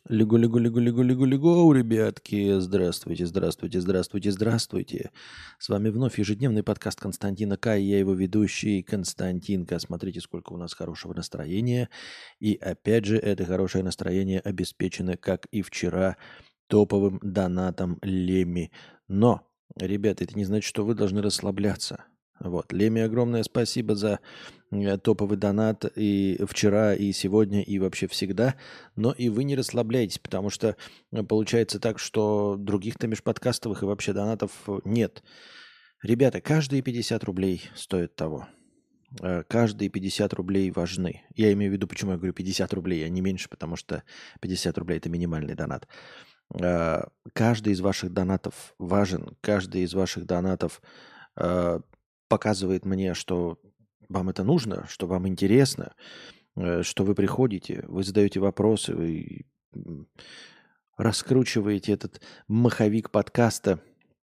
Легу, ребятки. Здравствуйте. С вами вновь ежедневный подкаст Константина К. И я его ведущий Константин К. Смотрите, сколько у нас хорошего настроения. И опять же, это хорошее настроение обеспечено, как и вчера, топовым донатом Леми. Но, ребята, это не значит, что вы должны расслабляться. Вот. Леми, огромное спасибо за топовый донат и вчера, и сегодня, и вообще всегда. Но и вы не расслабляйтесь, потому что получается так, что других-то межподкастовых и вообще донатов нет. Ребята, каждые 50 рублей стоят того. Каждые 50 рублей важны. Я имею в виду, почему я говорю 50 рублей, а не меньше, потому что 50 рублей – это минимальный донат. Каждый из ваших донатов важен. Каждый из ваших донатов показывает мне, что вам это нужно, что вам интересно, что вы приходите, вы задаете вопросы, вы раскручиваете этот маховик подкаста.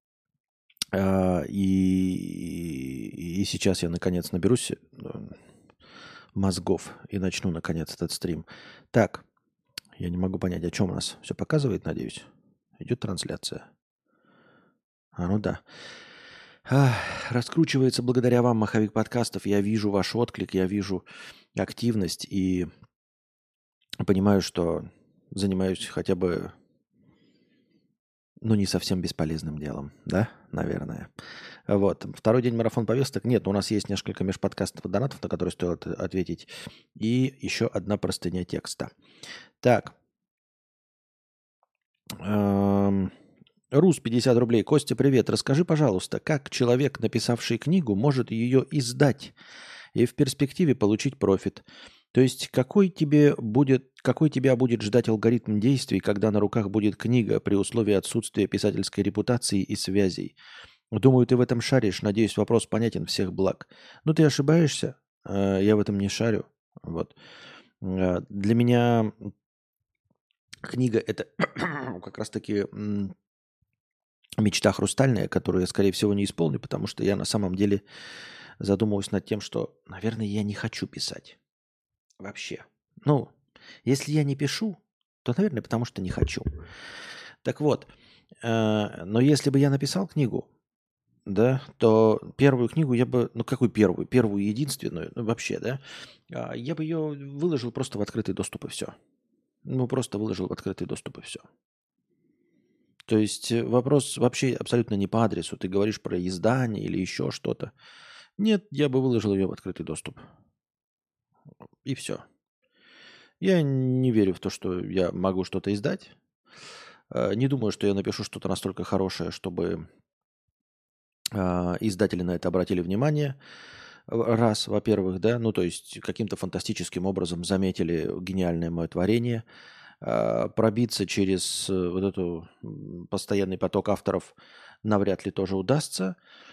И сейчас я, наконец, наберусь мозгов и начну, наконец, этот стрим. Так, я не могу понять, о чем у нас. Все показывает, надеюсь? Идет трансляция? Ну да. Раскручивается благодаря вам маховик подкастов. Я вижу ваш отклик, я вижу активность и понимаю, что занимаюсь хотя бы, не совсем бесполезным делом, да, наверное. Вот. Второй день марафон повесток. Нет, у нас есть несколько межподкастов донатов, на которые стоит ответить. И еще одна простыня текста. Так. Рус, 50 рублей. Костя, привет. Расскажи, пожалуйста, как человек, написавший книгу, может ее издать и в перспективе получить профит? То есть какой тебя будет ждать алгоритм действий, когда на руках будет книга при условии отсутствия писательской репутации и связей? Думаю, ты в этом шаришь. Надеюсь, вопрос понятен, всех благ. Ты ошибаешься. Я в этом не шарю. Вот. Для меня книга – это как раз-таки мечта хрустальная, которую я, скорее всего, не исполню, потому что я на самом деле задумываюсь над тем, что, наверное, я не хочу писать. Вообще. Если я не пишу, то, наверное, потому что не хочу. Так вот, но если бы я написал книгу, да, то первую книгу я бы, какую первую? Первую единственную, вообще, да, я бы ее выложил просто в открытый доступ и все. Просто выложил в открытый доступ и все. То есть вопрос вообще абсолютно не по адресу. Ты говоришь про издание или еще что-то. Нет, я бы выложил ее в открытый доступ. И все. Я не верю в то, что я могу что-то издать. Не думаю, что я напишу что-то настолько хорошее, чтобы издатели на это обратили внимание. Раз, во-первых, да, то есть каким-то фантастическим образом заметили гениальное мое творение. Пробиться через вот эту постоянный поток авторов навряд ли тоже удастся.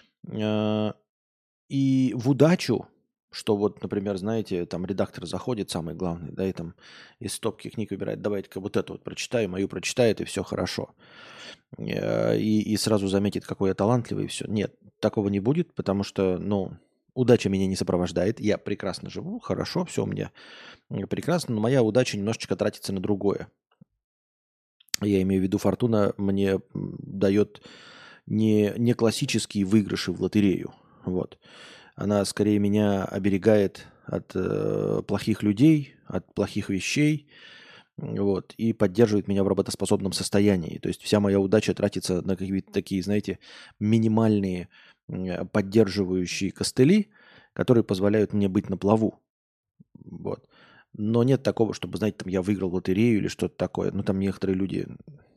И в удачу, что вот, например, знаете, там редактор заходит, самый главный, да, и там из стопки книг выбирает, давайте-ка вот эту вот прочитаю, мою прочитает, и все хорошо. И сразу заметит, какой я талантливый, и все. Нет, такого не будет, потому что, удача меня не сопровождает, я прекрасно живу, хорошо, все у меня прекрасно, но моя удача немножечко тратится на другое. Я имею в виду, фортуна мне дает не классические выигрыши в лотерею. Вот. Она скорее меня оберегает от плохих людей, от плохих вещей, вот, и поддерживает меня в работоспособном состоянии. То есть вся моя удача тратится на какие-то такие, знаете, минимальные поддерживающие костыли, которые позволяют мне быть на плаву. Вот. Но нет такого, чтобы, знаете, там я выиграл лотерею или что-то такое. Там некоторые люди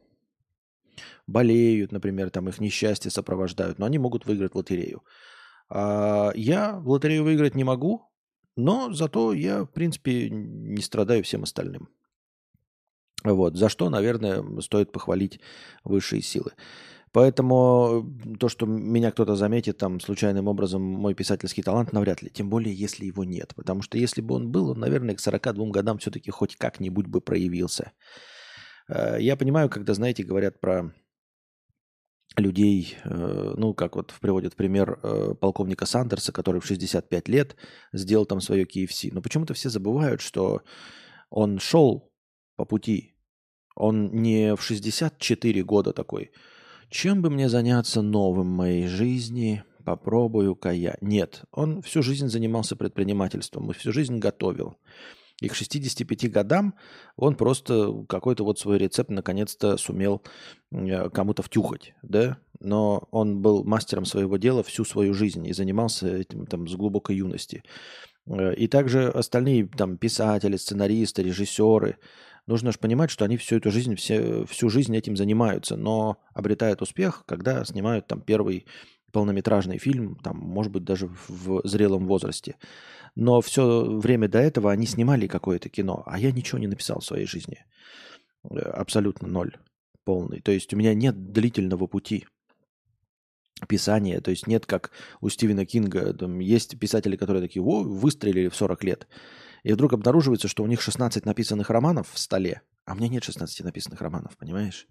болеют, например, там их несчастье сопровождают, но они могут выиграть лотерею. А я в лотерею выиграть не могу, но зато я, в принципе, не страдаю всем остальным. Вот, за что, наверное, стоит похвалить высшие силы. Поэтому то, что меня кто-то заметит там случайным образом, мой писательский талант, навряд ли. Тем более, если его нет. Потому что если бы он был, он, наверное, к 42 годам все-таки хоть как-нибудь бы проявился. Я понимаю, когда, знаете, говорят про людей, как вот приводят пример полковника Сандерса, который в 65 лет сделал там свое KFC. Но почему-то все забывают, что он шел по пути Он не в 64 года такой. Чем бы мне заняться новым в моей жизни? Попробую-ка я. Нет, он всю жизнь занимался предпринимательством и всю жизнь готовил. И к 65 годам он просто какой-то вот свой рецепт наконец-то сумел кому-то втюхать, да? Но он был мастером своего дела всю свою жизнь и занимался этим там с глубокой юности. И также остальные там писатели, сценаристы, режиссеры. Нужно же понимать, что они всю эту жизнь, всю жизнь этим занимаются, но обретают успех, когда снимают там первый полнометражный фильм, там, может быть, даже в зрелом возрасте. Но все время до этого они снимали какое-то кино, а я ничего не написал в своей жизни. Абсолютно ноль. Полный. То есть у меня нет длительного пути писания. То есть нет, как у Стивена Кинга. Там есть писатели, которые такие, о, выстрелили в 40 лет. И вдруг обнаруживается, что у них 16 написанных романов в столе, а у меня нет 16 написанных романов, понимаешь?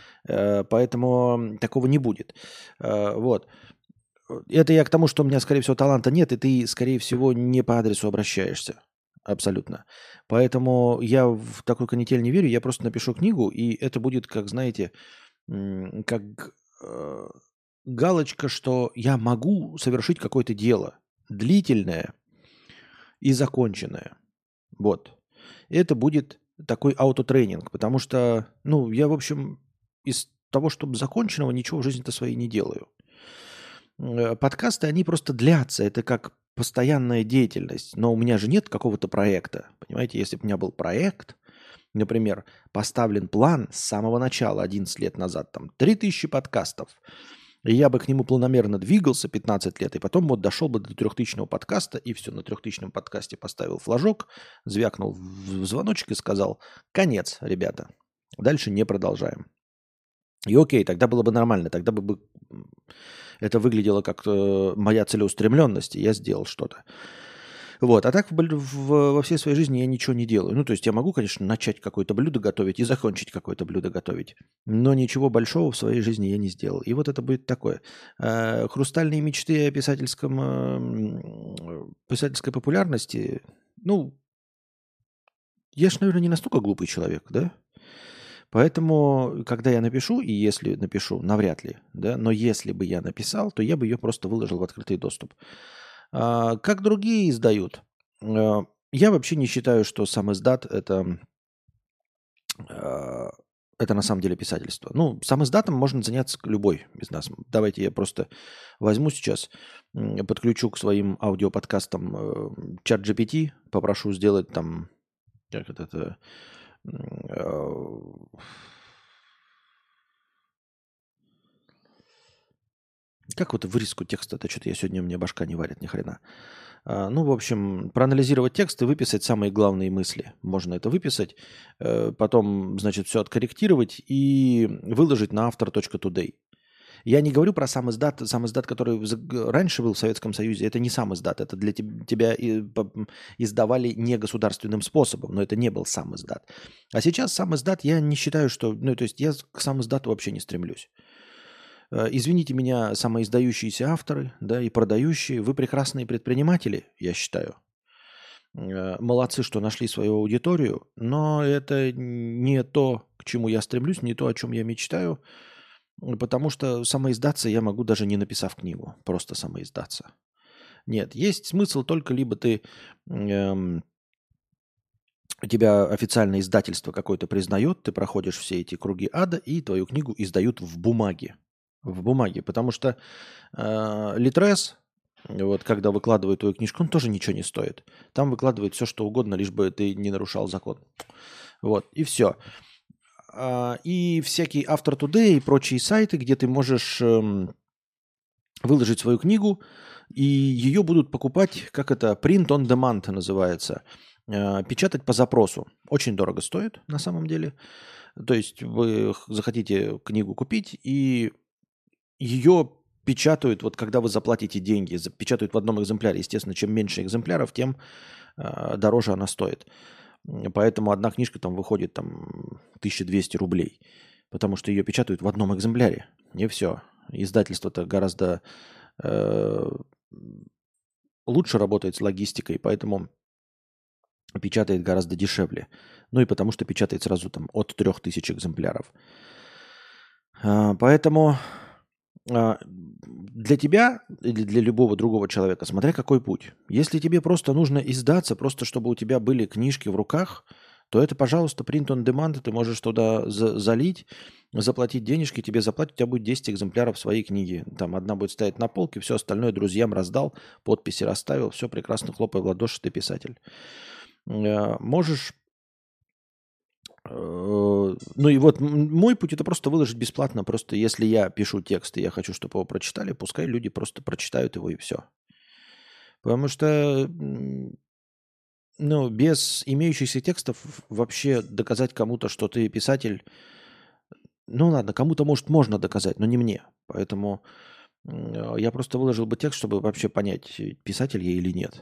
Поэтому такого не будет. Вот. Это я к тому, что у меня, скорее всего, таланта нет, и ты, скорее всего, не по адресу обращаешься. Абсолютно. Поэтому я в такой канитель не верю, я просто напишу книгу, и это будет, как, знаете, как э, галочка, что я могу совершить какое-то дело длительное и законченное. Вот. Это будет такой аутотренинг, потому что, ну, я, в общем, из того, чтобы законченного, ничего в жизни-то своей не делаю. Подкасты, они просто длятся. Это как постоянная деятельность. Но у меня же нет какого-то проекта. Понимаете, если бы у меня был проект, например, поставлен план с самого начала, 11 лет назад, там, 3000 подкастов, и я бы к нему планомерно двигался 15 лет, и потом вот дошел бы до 3000 подкаста, и все, на 3000 подкасте поставил флажок, звякнул в звоночек и сказал, конец, ребята, дальше не продолжаем. И окей, тогда было бы нормально, тогда бы это выглядело как моя целеустремленность, и я сделал что-то. Вот, а так во всей своей жизни я ничего не делаю. Ну, то есть я могу, конечно, начать какое-то блюдо готовить и закончить какое-то блюдо готовить, но ничего большого в своей жизни я не сделал. И вот это будет такое. Хрустальные мечты о писательской популярности, ну, я ж, наверное, не настолько глупый человек, да? Поэтому, когда я напишу, и если напишу, навряд ли, да, но если бы я написал, то я бы ее просто выложил в открытый доступ. Как другие издают? Я вообще не считаю, что сам издат а, это на самом деле писательство. Ну, сам издатом можно заняться любой из нас. Давайте я просто возьму сейчас, подключу к своим аудиоподкастам чат GPT, попрошу сделать там, как это как вот вырезку текста, это что-то я сегодня, у меня башка не варит ни хрена. Ну, в общем, проанализировать текст и выписать самые главные мысли. Можно это выписать, потом, значит, все откорректировать и выложить на автор.today. Я не говорю про сам издат, который раньше был в Советском Союзе, это не сам издат, это для тебя издавали не государственным способом, но это не был сам издат. А сейчас сам издат я не считаю, что... Ну, то есть я к сам издату вообще не стремлюсь. Извините меня, самоиздающиеся авторы, да, и продающие, вы прекрасные предприниматели, я считаю. Молодцы, что нашли свою аудиторию, но это не то, к чему я стремлюсь, не то, о чем я мечтаю, потому что самоиздаться я могу даже не написав книгу, просто самоиздаться. Нет, есть смысл только либо тебя официальное издательство какое-то признает, ты проходишь все эти круги ада, и твою книгу издают в бумаге. В бумаге, потому что Литрес, вот когда выкладывает твою книжку, он тоже ничего не стоит. Там выкладывает все, что угодно, лишь бы ты не нарушал закон. Вот, и все. И всякие Автор Today и прочие сайты, где ты можешь выложить свою книгу, и ее будут покупать, как это, print on demand называется, печатать по запросу. Очень дорого стоит на самом деле. То есть вы захотите книгу купить, и ее печатают, вот когда вы заплатите деньги, печатают в одном экземпляре. Естественно, чем меньше экземпляров, тем дороже она стоит. Поэтому одна книжка там выходит там 1200 рублей, потому что ее печатают в одном экземпляре. И все. Издательство-то гораздо лучше работает с логистикой, поэтому печатает гораздо дешевле. Ну и потому что печатает сразу там от 3000 экземпляров. Поэтому для тебя или для любого другого человека, смотря какой путь. Если тебе просто нужно издаться, просто чтобы у тебя были книжки в руках, то это, пожалуйста, print on demand, ты можешь туда залить, заплатить денежки, тебе заплатят, у тебя будет 10 экземпляров своей книги. Там одна будет стоять на полке, все остальное друзьям раздал, подписи расставил, все прекрасно, хлопай в ладоши, ты писатель. Можешь ну и вот мой путь это просто выложить бесплатно. Просто если я пишу текст и я хочу, чтобы его прочитали, пускай люди просто прочитают его и все. Потому что ну, без имеющихся текстов вообще доказать кому-то, что ты писатель, ну ладно, кому-то, может, можно доказать, но не мне. Поэтому я просто выложил бы текст, чтобы вообще понять, писатель я или нет.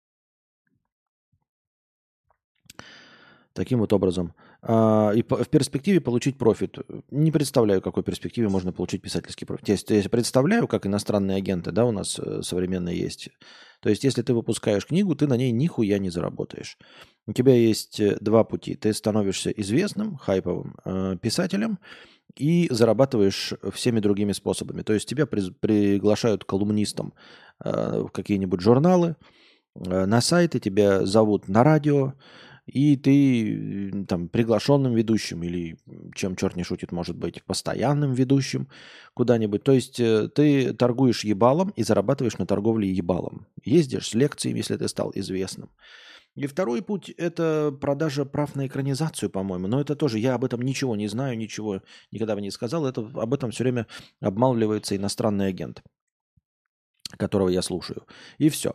Таким вот образом. В перспективе получить профит. Не представляю, какой перспективе можно получить писательский профит. Я представляю, как иностранные агенты, да, у нас современные есть. То есть, если ты выпускаешь книгу, ты на ней нихуя не заработаешь. У тебя есть два пути. Ты становишься известным, хайповым писателем и зарабатываешь всеми другими способами. То есть, тебя приглашают колумнистом в какие-нибудь журналы, на сайты, тебя зовут на радио, и ты там приглашенным ведущим или, чем черт не шутит, может быть, постоянным ведущим куда-нибудь. То есть ты торгуешь ебалом и зарабатываешь на торговле ебалом. Ездишь с лекциями, если ты стал известным. И второй путь – это продажа прав на экранизацию, по-моему. Но это тоже, я об этом ничего не знаю, ничего никогда бы не сказал. Об этом все время обмалывается иностранный агент, которого я слушаю. И все.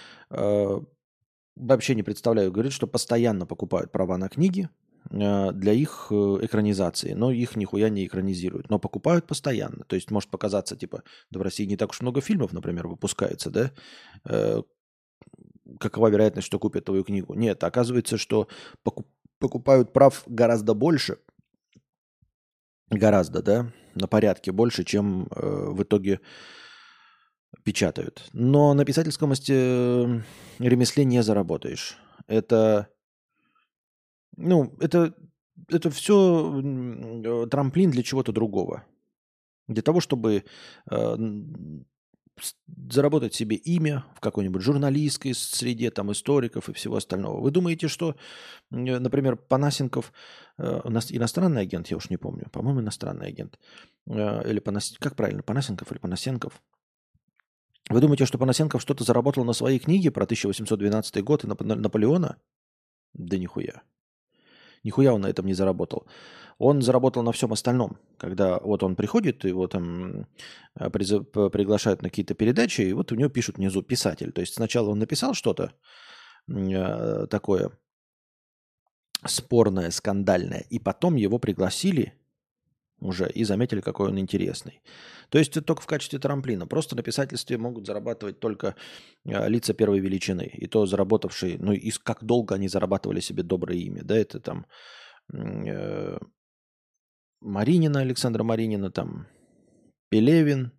Вообще не представляю, говорит, что постоянно покупают права на книги для их экранизации, но их нихуя не экранизируют, но покупают постоянно. То есть может показаться, типа, да в России не так уж много фильмов, например, выпускается, да? Э, Какова вероятность, что купят твою книгу? Нет, оказывается, что покупают прав гораздо больше, гораздо, да, на порядке больше, чем в итоге печатают. Но на писательском ремесле не заработаешь. Это, ну, это все трамплин для чего-то другого. Для того, чтобы заработать себе имя в какой-нибудь журналистской среде, там, историков и всего остального. Вы думаете, что, например, Панасенков, иностранный агент, я уж не помню, по-моему, иностранный агент, или как правильно, Панасенков или Панасенков, вы думаете, что Панасенков что-то заработал на своей книге про 1812 год и Наполеона? Да нихуя. Нихуя он на этом не заработал. Он заработал на всем остальном. Когда вот он приходит, его там приглашают на какие-то передачи, и вот у него пишут внизу «писатель». То есть сначала он написал что-то такое спорное, скандальное, и потом его пригласили уже и заметили, какой он интересный. То есть это только в качестве трамплина. Просто на писательстве могут зарабатывать только лица первой величины. И то заработавшие, ну и как долго они зарабатывали себе доброе имя. Да, это там Маринина, Александра Маринина, там Пелевин,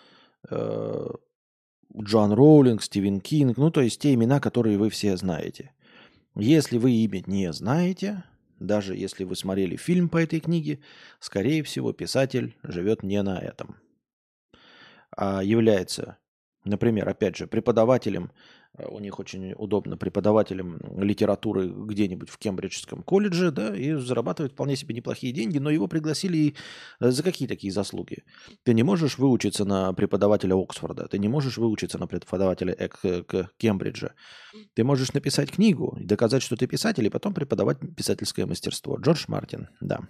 Джоан Роулинг, Стивен Кинг. Ну, то есть те имена, которые вы все знаете. Если вы имя не знаете, даже если вы смотрели фильм по этой книге, скорее всего, писатель живет не на этом, а является, например, опять же, преподавателем, у них очень удобно, преподавателем литературы где-нибудь в Кембриджском колледже, да, и зарабатывает вполне себе неплохие деньги, но его пригласили и за какие такие заслуги? Ты не можешь выучиться на преподавателя Оксфорда, ты не можешь выучиться на преподавателя Кембриджа. Ты можешь написать книгу и доказать, что ты писатель, и потом преподавать писательское мастерство. Джордж Мартин, да.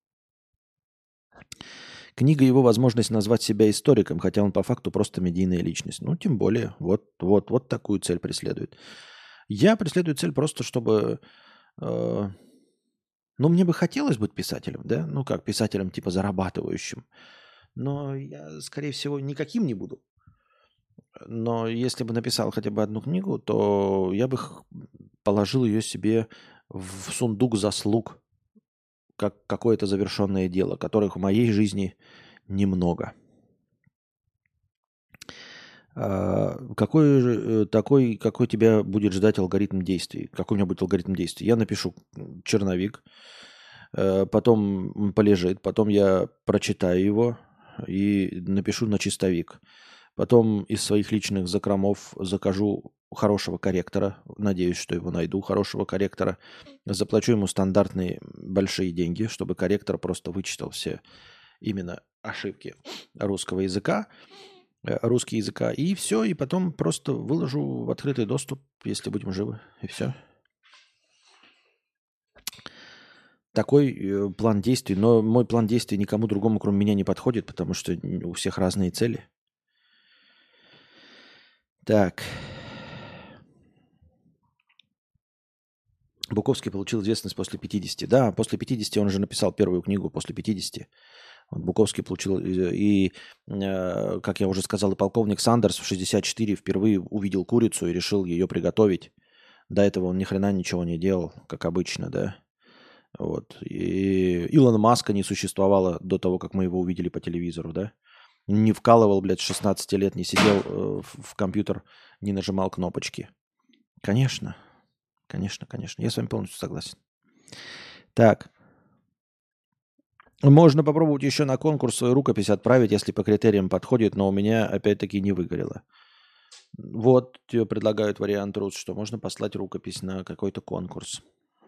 Книга его возможность назвать себя историком, хотя он по факту просто медийная личность. Ну, тем более, вот такую цель преследует. Я преследую цель просто, чтобы... ну, мне бы хотелось быть писателем, да? Ну, как писателем типа зарабатывающим. Но я, скорее всего, никаким не буду. Но если бы написал хотя бы одну книгу, то я бы положил ее себе в сундук заслуг, как какое-то завершенное дело, которых в моей жизни немного. Какой же такой, какой тебя будет ждать алгоритм действий? Какой у меня будет алгоритм действий? Я напишу черновик, потом полежит, потом я прочитаю его и напишу на чистовик. Потом из своих личных закромов закажу хорошего корректора. Надеюсь, что его найду, хорошего корректора. Заплачу ему стандартные большие деньги, чтобы корректор просто вычитал все именно ошибки русского языка, русский языка. И все, и потом просто выложу в открытый доступ, если будем живы. И все. Такой план действий. Но мой план действий никому другому, кроме меня, не подходит, потому что у всех разные цели. Так. Буковский получил известность после 50. Да, после 50 он уже написал первую книгу, после 50. Вот Буковский получил, как я уже сказал, и полковник Сандерс в 64 впервые увидел курицу и решил ее приготовить. До этого он ни хрена ничего не делал, как обычно, да. Вот. И Илона Маска не существовало до того, как мы его увидели по телевизору, да. Не вкалывал, блядь, с 16 лет, не сидел в компьютер, не нажимал кнопочки. Конечно. Конечно, конечно. Я с вами полностью согласен. Так. Можно попробовать еще на конкурс свою рукопись отправить, если по критериям подходит, но у меня опять-таки не выгорело. Вот тебе предлагают вариант РУС, что можно послать рукопись на какой-то конкурс.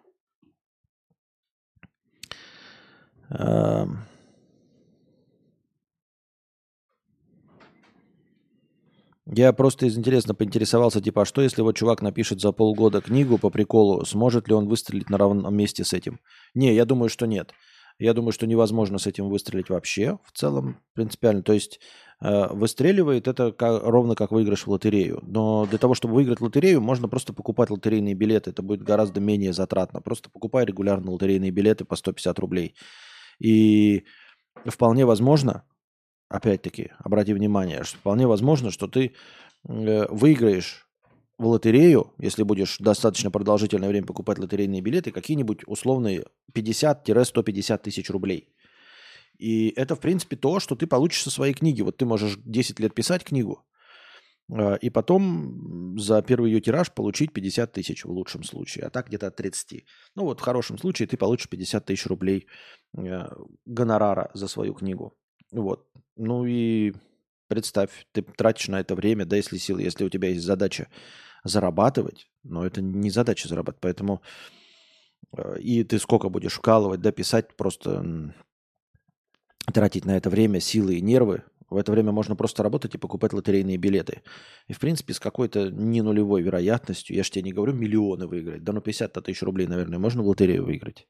Я просто из интереса поинтересовался, типа, а что если вот чувак напишет за полгода книгу по приколу, сможет ли он выстрелить на равном месте с этим? Не, я думаю, что нет. Я думаю, что невозможно с этим выстрелить вообще в целом принципиально. То есть выстреливает это ровно как выигрыш в лотерею. Но для того, чтобы выиграть лотерею, можно просто покупать лотерейные билеты. Это будет гораздо менее затратно. Просто покупай регулярно лотерейные билеты по 150 рублей. И вполне возможно, опять-таки, обрати внимание, что вполне возможно, что ты выиграешь в лотерею, если будешь достаточно продолжительное время покупать лотерейные билеты, какие-нибудь условные 50-150 тысяч рублей. И это, в принципе, то, что ты получишь со своей книги. Вот ты можешь 10 лет писать книгу, и потом за первый ее тираж получить 50 тысяч в лучшем случае, а так где-то от 30. Ну вот в хорошем случае ты получишь 50 тысяч рублей гонорара за свою книгу. Вот. Ну и представь, ты тратишь на это время, да, если силы, если у тебя есть задача зарабатывать, но это не задача зарабатывать, поэтому и ты сколько будешь вкалывать, да, писать, просто тратить на это время, силы и нервы. В это время можно просто работать и покупать лотерейные билеты. И, в принципе, с какой-то не нулевой вероятностью, я же тебе не говорю миллионы выиграть, да ну 50 тысяч рублей, наверное, можно в лотерею выиграть.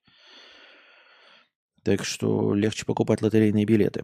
Так что легче покупать лотерейные билеты.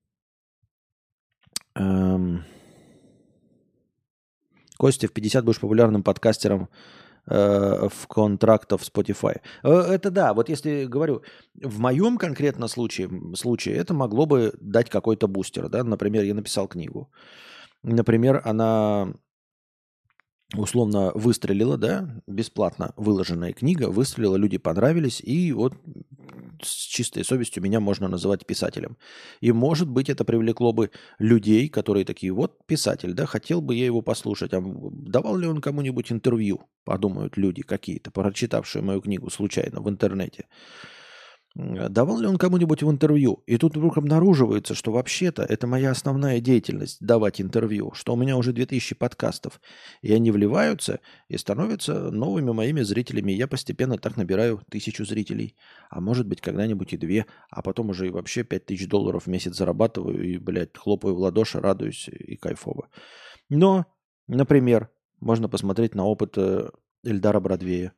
Костя, в 50 будешь популярным подкастером в контрактов Spotify. Это да, вот если говорю, в моем конкретном случае это могло бы дать какой-то бустер. Да? Например, я написал книгу. Например, она условно выстрелила, да, бесплатно выложенная книга, выстрелила, люди понравились, и вот с чистой совестью меня можно называть писателем. И, может быть, это привлекло бы людей, которые такие, вот писатель, да, хотел бы я его послушать, а давал ли он кому-нибудь интервью, подумают люди какие-то, прочитавшие мою книгу случайно в интернете. Давал ли он кому-нибудь в интервью? И тут вдруг обнаруживается, что вообще-то это моя основная деятельность – давать интервью, что у меня уже 2000 подкастов. И они вливаются и становятся новыми моими зрителями. Я постепенно так набираю 1000 зрителей. А может быть, когда-нибудь и 2. А потом уже и вообще $5000 в месяц зарабатываю. И, блядь, хлопаю в ладоши, радуюсь и кайфово. Но, например, можно посмотреть на опыт Эльдара Бродвея.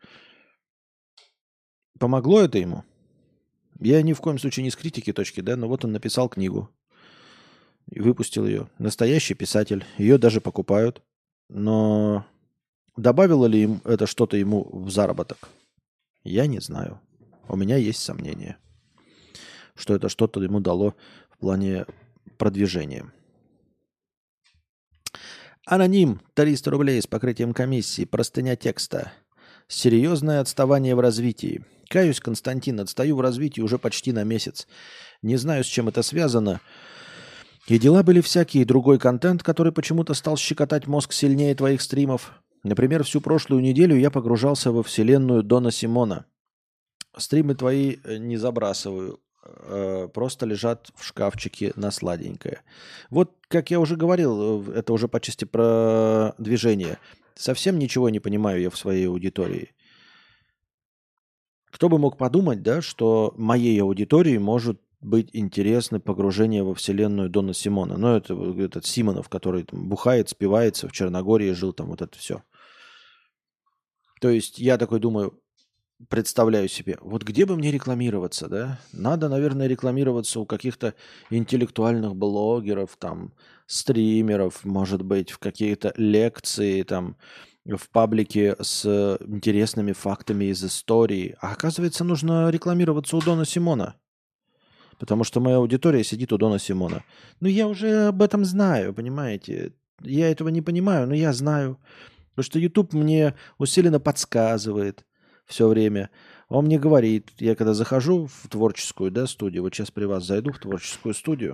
Помогло это ему? Я ни в коем случае не с критики точки, да, но вот он написал книгу и выпустил ее. Настоящий писатель. Ее даже покупают. Но добавило ли им это что-то ему в заработок? Я не знаю. У меня есть сомнения, что это что-то ему дало в плане продвижения. Аноним. 300 рублей с покрытием комиссии. Простыня текста. Серьезное отставание в развитии. Каюсь, Константин, отстаю в развитии уже почти на месяц. Не знаю, с чем это связано. И дела были всякие, и другой контент, который почему-то стал щекотать мозг сильнее твоих стримов. Например, всю прошлую неделю я погружался во вселенную Дона Симона. Стримы твои не забрасываю, просто лежат в шкафчике на сладенькое. Вот, как я уже говорил, это уже по части про движение. Совсем ничего не понимаю я в своей аудитории. Кто бы мог подумать, да, что моей аудитории может быть интересно погружение во вселенную Дона Симона. Ну, это этот Симонов, который там бухает, спивается, в Черногории жил, там вот это все. То есть я такой думаю, представляю себе, вот где бы мне рекламироваться, да? Надо, наверное, рекламироваться у каких-то интеллектуальных блогеров, там, стримеров, может быть, в какие-то лекции, там, в паблике с интересными фактами из истории. А оказывается, нужно рекламироваться у Дона Симона. Потому что моя аудитория сидит у Дона Симона. Ну, я уже об этом знаю, понимаете? Я этого не понимаю, но я знаю. Потому что YouTube мне усиленно подсказывает все время. Он мне говорит, я когда захожу в творческую, да, студию, вот сейчас при вас зайду в творческую студию,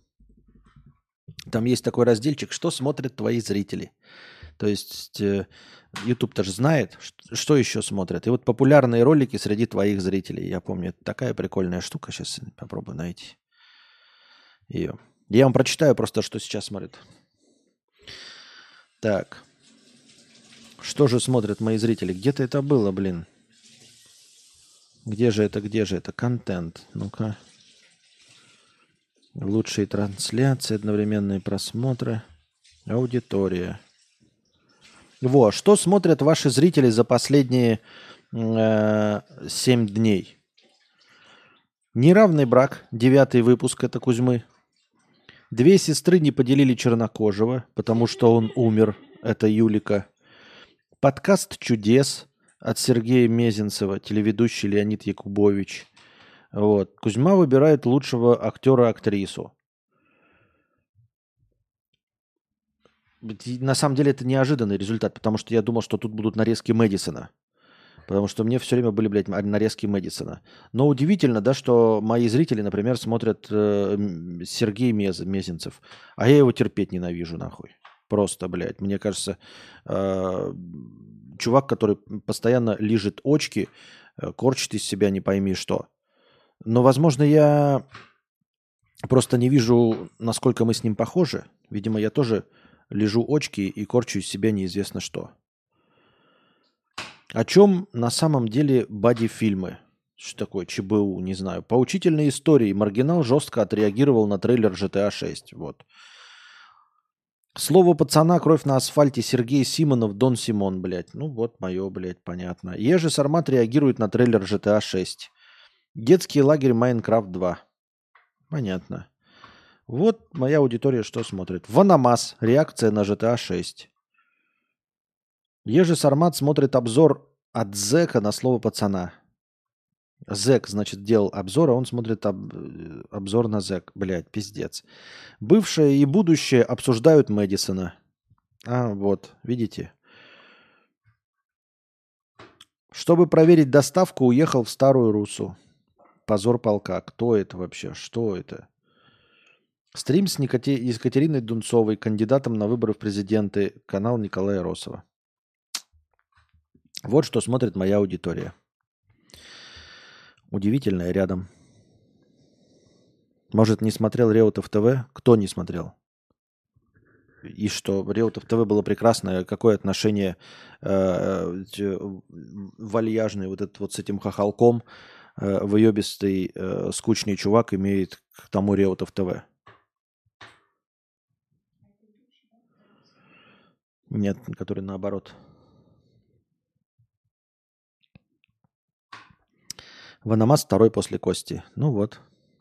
там есть такой разделчик, что смотрят твои зрители. То есть YouTube-то же знает, что еще смотрят. И вот популярные ролики среди твоих зрителей. Я помню, это такая прикольная штука. Сейчас попробую найти ее. Я вам прочитаю просто, что сейчас смотрят. Так. Что же смотрят мои зрители? Где-то это было, блин. Где же это? Контент. Ну-ка. Лучшие трансляции, одновременные просмотры. Аудитория. Во, что смотрят ваши зрители за последние 7 дней? Неравный брак, 9-й выпуск, это Кузьмы. Две сестры не поделили чернокожего, потому что он умер, это Юлика. Подкаст «Чудес» от Сергея Мезенцева, телеведущий Леонид Якубович. Вот. Кузьма выбирает лучшего актера-актрису. На самом деле это неожиданный результат, потому что я думал, что тут будут нарезки Мэдисона. Потому что мне все время были, блядь, нарезки Мэдисона. Но удивительно, да, что мои зрители, например, смотрят Сергей Мезенцев. А я его терпеть ненавижу, нахуй. Просто, блядь. Мне кажется, чувак, который постоянно лижет очки, корчит из себя не пойми что. Но, возможно, я просто не вижу, насколько мы с ним похожи. Видимо, я тоже лижу очки и корчу из себя неизвестно что. О чем на самом деле бади-фильмы? Что такое ЧБУ, не знаю. Поучительные истории. Маргинал жестко отреагировал на трейлер GTA 6. Вот. Слово пацана, кровь на асфальте, Сергей Симонов, Дон Симон, блядь. Ну вот мое, блядь, понятно. Ежи Сармат реагирует на трейлер GTA 6. Детский лагерь Майнкрафт 2. Понятно. Вот моя аудитория что смотрит. Ванамас. Реакция на GTA 6. Ежи Сармат смотрит обзор от Зека на слово пацана. Зек, значит, делал обзор, а он смотрит обзор на Зек. Блядь, пиздец. Бывшее и будущее обсуждают Мэдисона. А, вот, видите. Чтобы проверить доставку, уехал в Старую Руссу. Позор полка. Кто это вообще? Что это? Стрим с Екатериной Дунцовой, кандидатом на выборы в президенты. Канал Николая Росова. Вот что смотрит моя аудитория. Удивительное рядом. Может, не смотрел Реутов ТВ? Кто не смотрел? И что, Реутов ТВ было прекрасное. Какое отношение вальяжный вот этот вот с этим хохолком выебистый скучный чувак имеет к тому Реутов ТВ? Нет, который наоборот. Ванамас второй после Кости. Ну вот.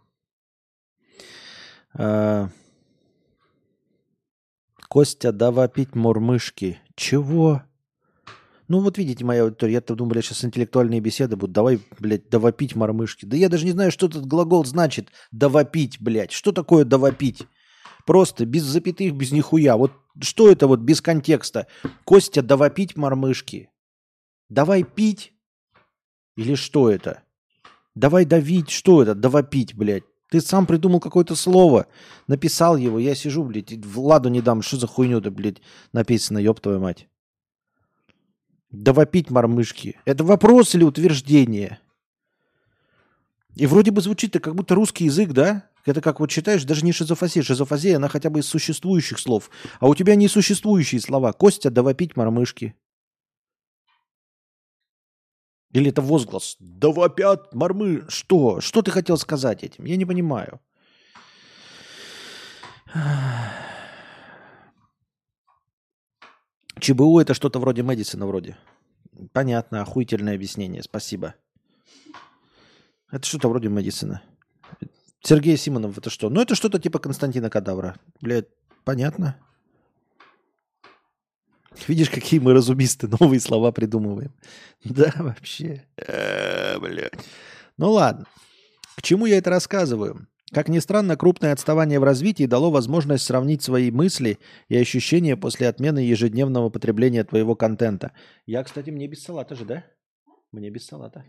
Костя, давай пить мурмышки. Чего? Ну вот видите, моя аудитория, я-то думаю, блядь, сейчас интеллектуальные беседы будут. Давай, блядь, довопить мормышки. Да я даже не знаю, что этот глагол значит. Довопить, блядь. Что такое довопить? Просто без запятых, без нихуя. Вот что это вот без контекста? Костя, довопить мормышки. Давай пить? Или что это? Давай давить, что это? Довопить, блядь. Ты сам придумал какое-то слово, написал его, я сижу, блядь, и Владу не дам. Что за хуйню-то, блядь, написано, ёб твою мать. Да вопить мормышки. Это вопрос или утверждение? И вроде бы звучит-то как будто русский язык, да? Это как вот читаешь, даже не шизофазия. Шизофазия, она хотя бы из существующих слов. А у тебя несуществующие слова. Костя, да вопить мормышки. Или это возглас? Да вопят мормы. Что? Что ты хотел сказать этим? Я не понимаю. ЧБУ это что-то вроде Мэдисона вроде. Понятно, охуительное объяснение. Спасибо. Это что-то вроде Мэдисона. Сергей Симонов это что? Ну это что-то типа Константина Кадавра. Блядь, понятно. Видишь, какие мы разумисты, новые слова придумываем. Да, вообще. Блядь. Ну ладно. К чему я это рассказываю? Как ни странно, крупное отставание в развитии дало возможность сравнить свои мысли и ощущения после отмены ежедневного потребления твоего контента. Я, кстати, мне без салата же, да? Мне без салата.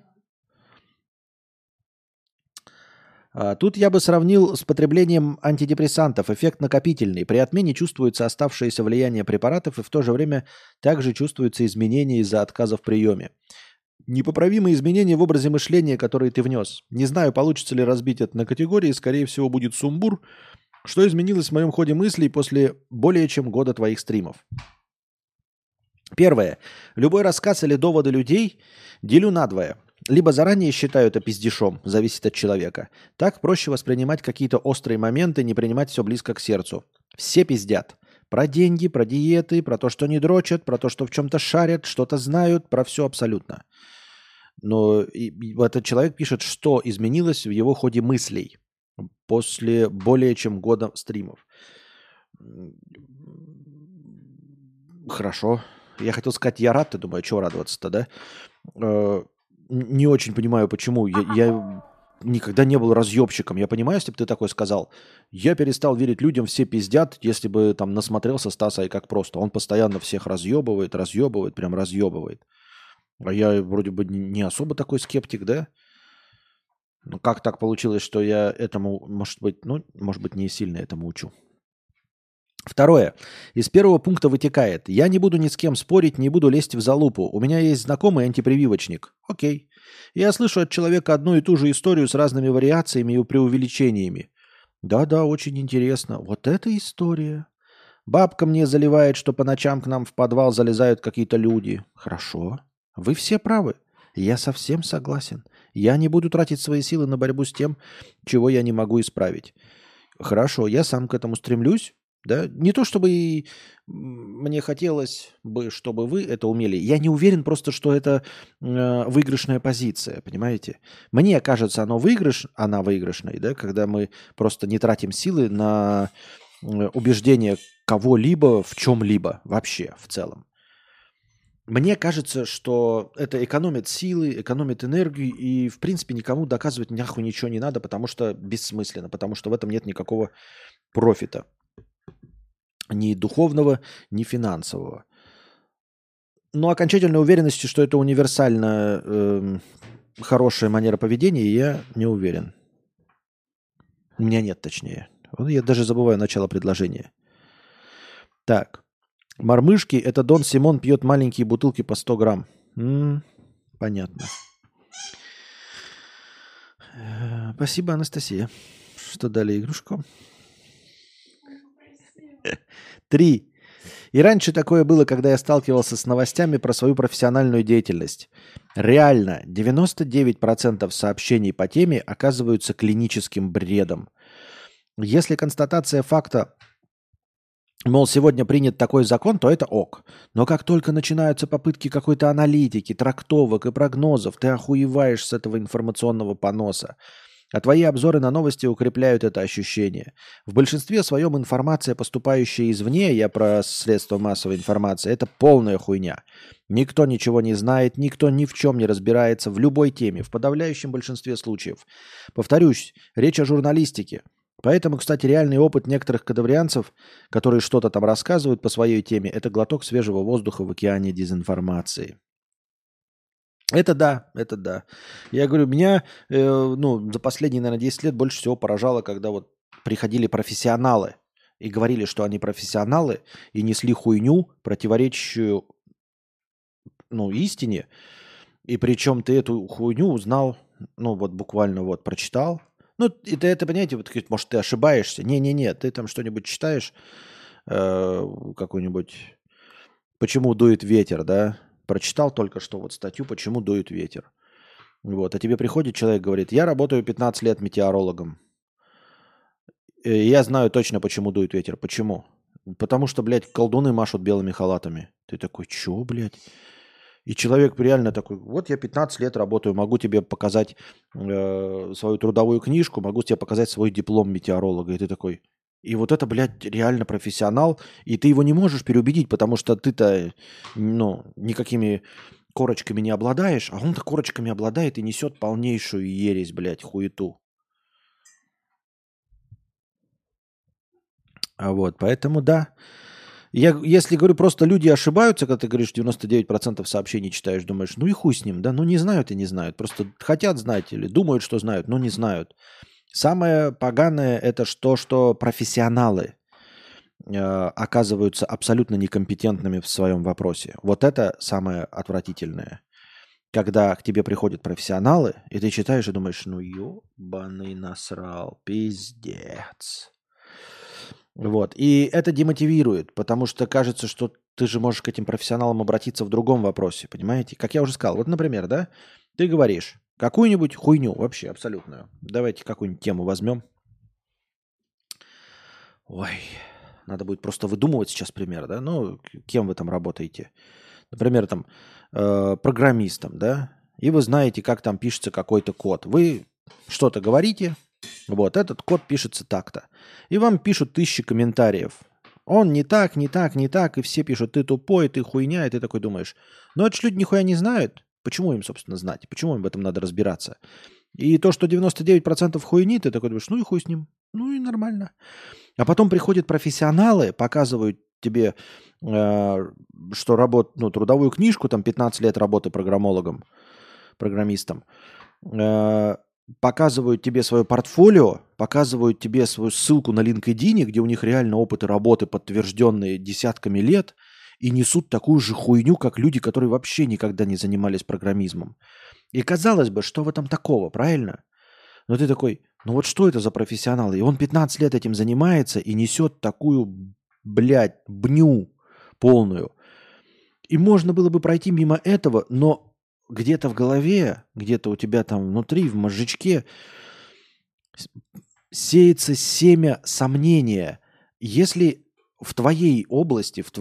Тут я бы сравнил с потреблением антидепрессантов. Эффект накопительный. При отмене чувствуется оставшееся влияние препаратов, и в то же время также чувствуются изменения из-за отказа в приеме. Непоправимые изменения в образе мышления, которые ты внес. Не знаю, получится ли разбить это на категории, скорее всего, будет сумбур. Что изменилось в моем ходе мыслей после более чем года твоих стримов? Первое. Любой рассказ или доводы людей делю надвое. Либо заранее считаю это пиздешом, зависит от человека. Так проще воспринимать какие-то острые моменты, не принимать все близко к сердцу. Все пиздят. Про деньги, про диеты, про то, что не дрочат, про то, что в чем-то шарят, что-то знают, про все абсолютно. Но этот человек пишет, что изменилось в его ходе мыслей после более чем года стримов. Хорошо. Я хотел сказать, я рад, ты думаю, чего радоваться-то, да? Не очень понимаю, почему. Я никогда не был разъебщиком. Я понимаю, если бы ты такой сказал, я перестал верить людям, все пиздят, если бы там насмотрелся Стаса и как просто. Он постоянно всех разъебывает, прям разъебывает. А я вроде бы не особо такой скептик, да? Ну как так получилось, что я этому, может быть, не сильно этому учу. Второе. Из первого пункта вытекает. Я не буду ни с кем спорить, не буду лезть в залупу. У меня есть знакомый антипрививочник. Окей. Я слышу от человека одну и ту же историю с разными вариациями и преувеличениями. Да-да, очень интересно. Вот эта история. Бабка мне заливает, что по ночам к нам в подвал залезают какие-то люди. Хорошо. Вы все правы. Я совсем согласен. Я не буду тратить свои силы на борьбу с тем, чего я не могу исправить. Хорошо, я сам к этому стремлюсь. Да? Не то, чтобы мне хотелось бы, чтобы вы это умели. Я не уверен просто, что это выигрышная позиция, понимаете? Мне кажется, она выигрышной, да, когда мы просто не тратим силы на убеждение кого-либо в чем-либо вообще в целом. Мне кажется, что это экономит силы, экономит энергию, и, в принципе, никому доказывать нахуй ничего не надо, потому что бессмысленно, потому что в этом нет никакого профита. Ни духовного, ни финансового. Но окончательной уверенности, что это универсально хорошая манера поведения, я не уверен. У меня нет, точнее. Я даже забываю начало предложения. Так. Мормышки – это Дон Симон пьет маленькие бутылки по 100 грамм. Понятно. Спасибо, Анастасия, что дали игрушку. 3. И раньше такое было, когда я сталкивался с новостями про свою профессиональную деятельность. Реально, 99% сообщений по теме оказываются клиническим бредом. Если констатация факта, мол, сегодня принят такой закон, то это ок. Но как только начинаются попытки какой-то аналитики, трактовок и прогнозов, ты охуеваешь с этого информационного поноса. А твои обзоры на новости укрепляют это ощущение. В большинстве своем информация, поступающая извне, я про средства массовой информации, это полная хуйня. Никто ничего не знает, никто ни в чем не разбирается в любой теме, в подавляющем большинстве случаев. Повторюсь, речь о журналистике. Поэтому, кстати, реальный опыт некоторых кадаврианцев, которые что-то там рассказывают по своей теме, это глоток свежего воздуха в океане дезинформации. Это да, это да. Я говорю, меня за последние, наверное, 10 лет больше всего поражало, когда вот приходили профессионалы и говорили, что они профессионалы, и несли хуйню, противоречащую, истине. И причем ты эту хуйню узнал, вот буквально вот прочитал. Ну, это понимаете, вот, может, ты ошибаешься. Не-не-не, ты там что-нибудь читаешь, какой-нибудь «Почему дует ветер», да? Прочитал только что вот статью «Почему дует ветер». Вот, а тебе приходит человек, говорит, я работаю 15 лет метеорологом. И я знаю точно, почему дует ветер. Почему? Потому что, блядь, колдуны машут белыми халатами. Ты такой, чё, блядь? И человек реально такой, вот я 15 лет работаю, могу тебе показать свою трудовую книжку, могу тебе показать свой диплом метеоролога. И ты такой, и вот это, блядь, реально профессионал, и ты его не можешь переубедить, потому что ты-то, никакими корочками не обладаешь, а он-то корочками обладает и несет полнейшую ересь, блядь, хуету. Поэтому да. Я, если говорю, просто люди ошибаются, когда ты говоришь, 99% сообщений читаешь, думаешь, ну и хуй с ним, да, ну не знают и не знают. Просто хотят знать или думают, что знают, но не знают. Самое поганое это что профессионалы оказываются абсолютно некомпетентными в своем вопросе. Вот это самое отвратительное. Когда к тебе приходят профессионалы, и ты читаешь и думаешь, ну ебаный насрал, пиздец. Вот. И это демотивирует, потому что кажется, что ты же можешь к этим профессионалам обратиться в другом вопросе, понимаете? Как я уже сказал, вот, например, да, ты говоришь какую-нибудь хуйню вообще абсолютную. Давайте какую-нибудь тему возьмем. Ой, надо будет просто выдумывать сейчас пример, да? Ну, кем вы там работаете? Например, там, программистом, да? И вы знаете, как там пишется какой-то код. Вы что-то говорите, вот, этот код пишется так-то. И вам пишут тысячи комментариев. Он не так, не так, не так, и все пишут, ты тупой, ты хуйня, и ты такой думаешь, ну это ж люди нихуя не знают. Почему им, собственно, знать? Почему им в этом надо разбираться? И то, что 99% хуйни, ты такой думаешь, ну и хуй с ним, ну и нормально. А потом приходят профессионалы, показывают тебе, что трудовую книжку, там 15 лет работы программологом, программистом, показывают тебе свое портфолио, показывают тебе свою ссылку на LinkedIn, где у них реально опыты работы, подтвержденные десятками лет, и несут такую же хуйню, как люди, которые вообще никогда не занимались программизмом. И казалось бы, что в этом такого, правильно? Но ты такой, ну вот что это за профессионал? И он 15 лет этим занимается и несет такую, блядь, бню полную. И можно было бы пройти мимо этого, но где-то в голове, где-то у тебя там внутри, в мозжечке сеется семя сомнения. Если в твоей области, в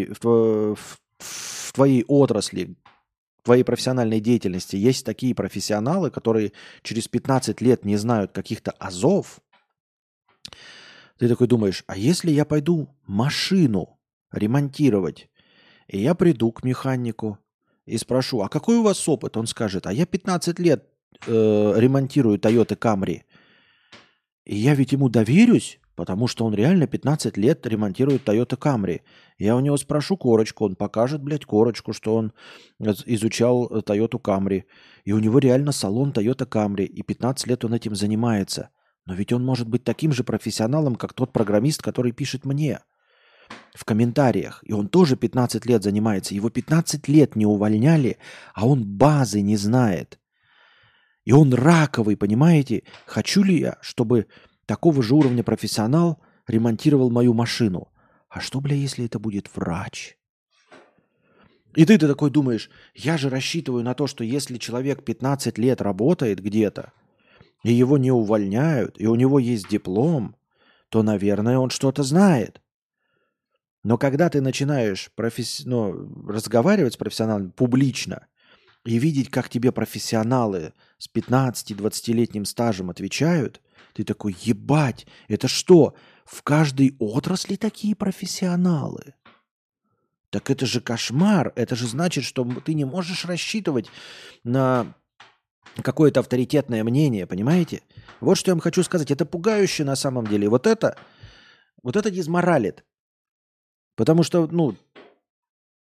твоей отрасли, в твоей профессиональной деятельности есть такие профессионалы, которые через 15 лет не знают каких-то азов, ты такой думаешь, а если я пойду машину ремонтировать, и я приду к механику и спрошу, а какой у вас опыт? Он скажет, а я 15 лет ремонтирую Toyota Camry. И я ведь ему доверюсь, потому что он реально 15 лет ремонтирует Toyota Camry. Я у него спрошу корочку, он покажет, блядь, корочку, что он изучал Toyota Camry. И у него реально салон Toyota Camry, и 15 лет он этим занимается. Но ведь он может быть таким же профессионалом, как тот программист, который пишет мне в комментариях. И он тоже 15 лет занимается. Его 15 лет не увольняли, а он базы не знает. И он раковый, понимаете? Хочу ли я, чтобы такого же уровня профессионал ремонтировал мою машину? А что, бля, если это будет врач? И ты такой думаешь, я же рассчитываю на то, что если человек 15 лет работает где-то, и его не увольняют, и у него есть диплом, то, наверное, он что-то знает. Но когда ты начинаешь разговаривать с профессионалами публично и видеть, как тебе профессионалы с 15-20-летним стажем отвечают, ты такой, ебать, это что, в каждой отрасли такие профессионалы? Так это же кошмар, это же значит, что ты не можешь рассчитывать на какое-то авторитетное мнение, понимаете? Вот что я вам хочу сказать, это пугающе на самом деле. Вот это дезморалит. Потому что,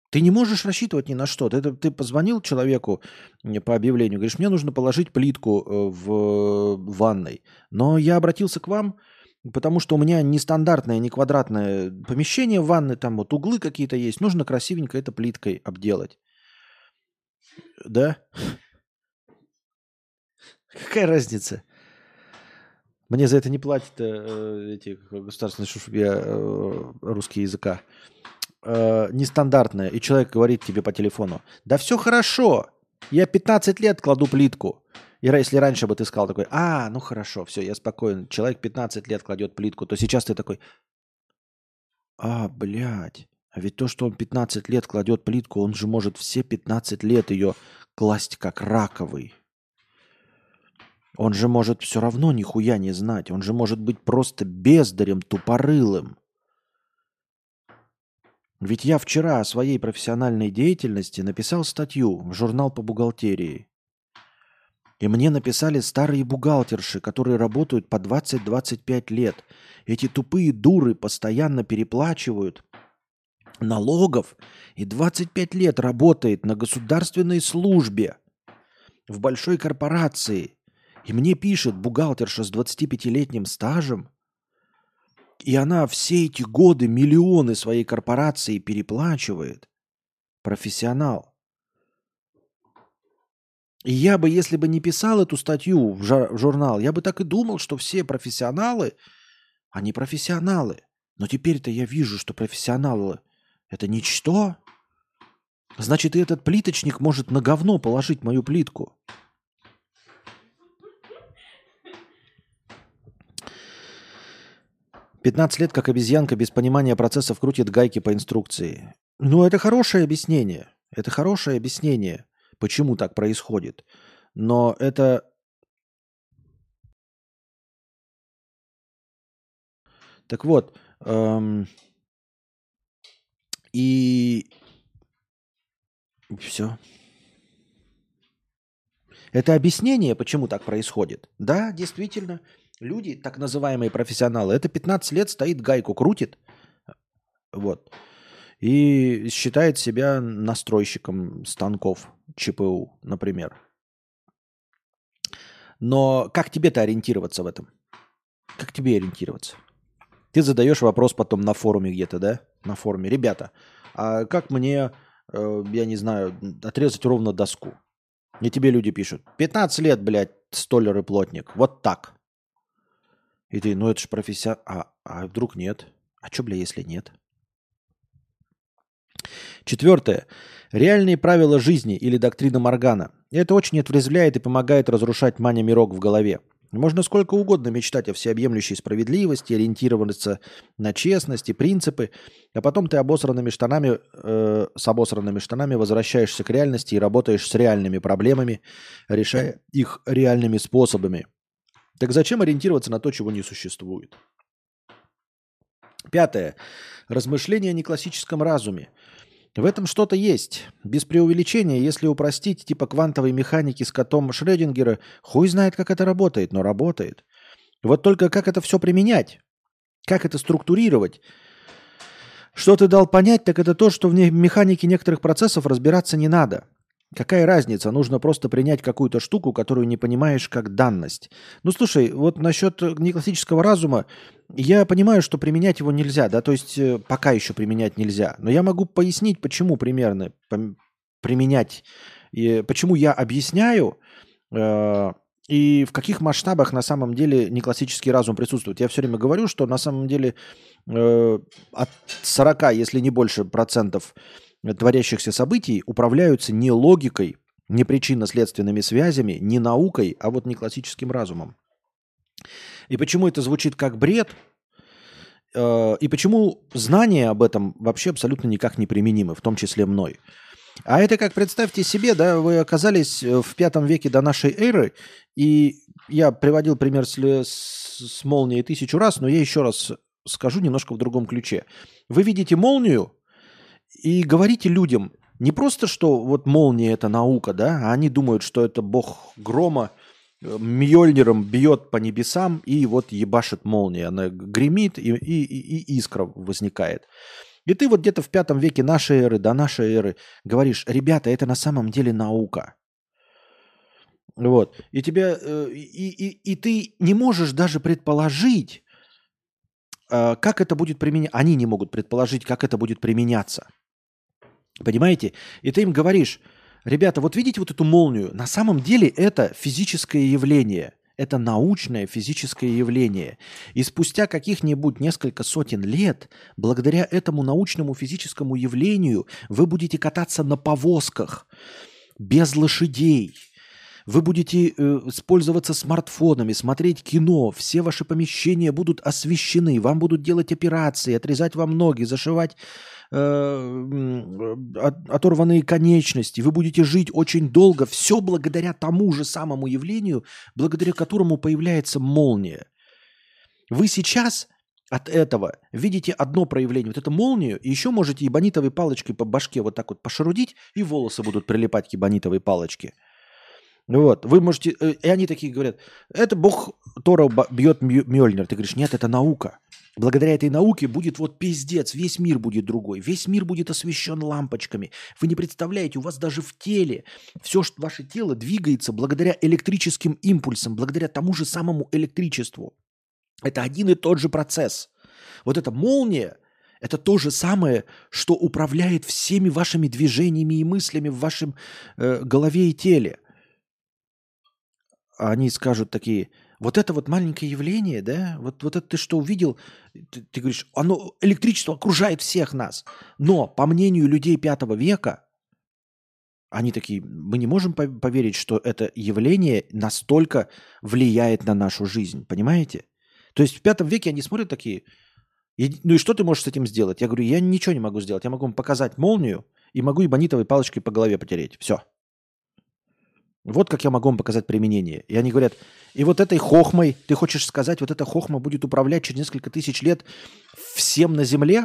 Ты не можешь рассчитывать ни на что. Ты позвонил человеку по объявлению, говоришь, мне нужно положить плитку в ванной. Но я обратился к вам, потому что у меня нестандартное, не квадратное помещение в ванной, там вот углы какие-то есть. Нужно красивенько это плиткой обделать. Да? Какая разница? Мне за это не платят эти государственные службы русского языка. Нестандартное. И человек говорит тебе по телефону, да все хорошо, я 15 лет кладу плитку. И если раньше бы ты сказал такой, ну хорошо, все, я спокоен, человек 15 лет кладет плитку, то сейчас ты такой, блядь, а ведь то, что он 15 лет кладет плитку, он же может все 15 лет ее класть как раковый. Он же может все равно нихуя не знать. Он же может быть просто бездарем, тупорылым. Ведь я вчера о своей профессиональной деятельности написал статью в журнал по бухгалтерии. И мне написали старые бухгалтерши, которые работают по 20-25 лет. Эти тупые дуры постоянно переплачивают налогов и 25 лет работает на государственной службе в большой корпорации. И мне пишет бухгалтерша с 25-летним стажем, и она все эти годы миллионы своей корпорации переплачивает. Профессионал. И я бы, если бы не писал эту статью в журнал, я бы так и думал, что все профессионалы, они профессионалы. Но теперь-то я вижу, что профессионалы – это ничто. Значит, и этот плиточник может на говно положить мою плитку. «15 лет, как обезьянка, без понимания процессов крутит гайки по инструкции». Ну, это хорошее объяснение. Это хорошее объяснение, почему так происходит. Но это... Так вот, и все. Это объяснение, почему так происходит. Да, действительно, люди, так называемые профессионалы, это 15 лет стоит, гайку крутит, вот, и считает себя настройщиком станков ЧПУ, например. Но как тебе-то ориентироваться в этом? Как тебе ориентироваться? Ты задаешь вопрос потом на форуме где-то, да? На форуме. Ребята, а как мне, я не знаю, отрезать ровно доску? И тебе люди пишут, 15 лет, блядь, столяр и плотник. Вот так. И ты, ну это же профессионал. А вдруг нет? А что, бля, если нет? 4. Реальные правила жизни или доктрина Моргана. Это очень отрезвляет и помогает разрушать мания-мирок в голове. Можно сколько угодно мечтать о всеобъемлющей справедливости, ориентироваться на честность и принципы, а потом ты с обосранными штанами возвращаешься к реальности и работаешь с реальными проблемами, решая их реальными способами. Так зачем ориентироваться на то, чего не существует? 5. Размышления о неклассическом разуме. В этом что-то есть. Без преувеличения, если упростить, типа квантовой механики с котом Шрёдингера, хуй знает, как это работает, но работает. Вот только как это все применять? Как это структурировать? Что ты дал понять, так это то, что в механике некоторых процессов разбираться не надо. Какая разница? Нужно просто принять какую-то штуку, которую не понимаешь как данность. Ну, слушай, вот насчет неклассического разума, я понимаю, что применять его нельзя, да, то есть пока еще применять нельзя. Но я могу пояснить, почему примерно применять, и почему я объясняю, и в каких масштабах на самом деле неклассический разум присутствует. Я все время говорю, что на самом деле от 40, если не больше процентов творящихся событий управляются не логикой, не причинно-следственными связями, не наукой, а вот не классическим разумом. И почему это звучит как бред, и почему знания об этом вообще абсолютно никак не применимы, в том числе мной. А это как, представьте себе, да, вы оказались в 5 веке до нашей эры, и я приводил пример с молнией 1000 раз, но я еще раз скажу немножко в другом ключе. Вы видите молнию, и говорите людям не просто, что вот молния – это наука, да, а они думают, что это бог грома Мьёльниром бьет по небесам и вот ебашит молния. Она гремит, и искра возникает. И ты вот где-то в 5 веке нашей эры, до нашей эры говоришь, ребята, это на самом деле наука. Вот. И, тебя, и ты не можешь даже предположить, как это будет применяться. Они не могут предположить, как это будет применяться. Понимаете? И ты им говоришь, ребята, вот видите вот эту молнию? На самом деле это физическое явление. Это научное физическое явление. И спустя каких-нибудь несколько сотен лет, благодаря этому научному физическому явлению, вы будете кататься на повозках, без лошадей. Вы будете пользоваться смартфонами, смотреть кино, все ваши помещения будут освещены, вам будут делать операции, отрезать вам ноги, зашивать оторванные конечности, вы будете жить очень долго, все благодаря тому же самому явлению, благодаря которому появляется молния. Вы сейчас от этого видите одно проявление, вот эту молнию, и еще можете эбонитовой палочкой по башке вот так вот пошарудить, и волосы будут прилипать к эбонитовой палочке. Вот, вы можете, и они такие говорят, это бог Тора бьет Мьёльнир. Ты говоришь, нет, это наука. Благодаря этой науке будет вот пиздец, весь мир будет другой, весь мир будет освещен лампочками. Вы не представляете, у вас даже в теле, все, что ваше тело двигается благодаря электрическим импульсам, благодаря тому же самому электричеству. Это один и тот же процесс. Вот эта молния, это то же самое, что управляет всеми вашими движениями и мыслями в вашем голове и теле. А они скажут такие, вот это вот маленькое явление, да, вот это ты что увидел, ты говоришь, оно, электричество окружает всех нас. Но, по мнению людей 5 века, они такие, мы не можем поверить, что это явление настолько влияет на нашу жизнь, понимаете? То есть в 5 веке они смотрят такие, ну и что ты можешь с этим сделать? Я говорю, я ничего не могу сделать, я могу вам показать молнию и могу эбонитовой палочкой по голове потереть, все. Вот как я могу вам показать применение. И они говорят, и вот этой хохмой, ты хочешь сказать, вот эта хохма будет управлять через несколько тысяч лет всем на Земле?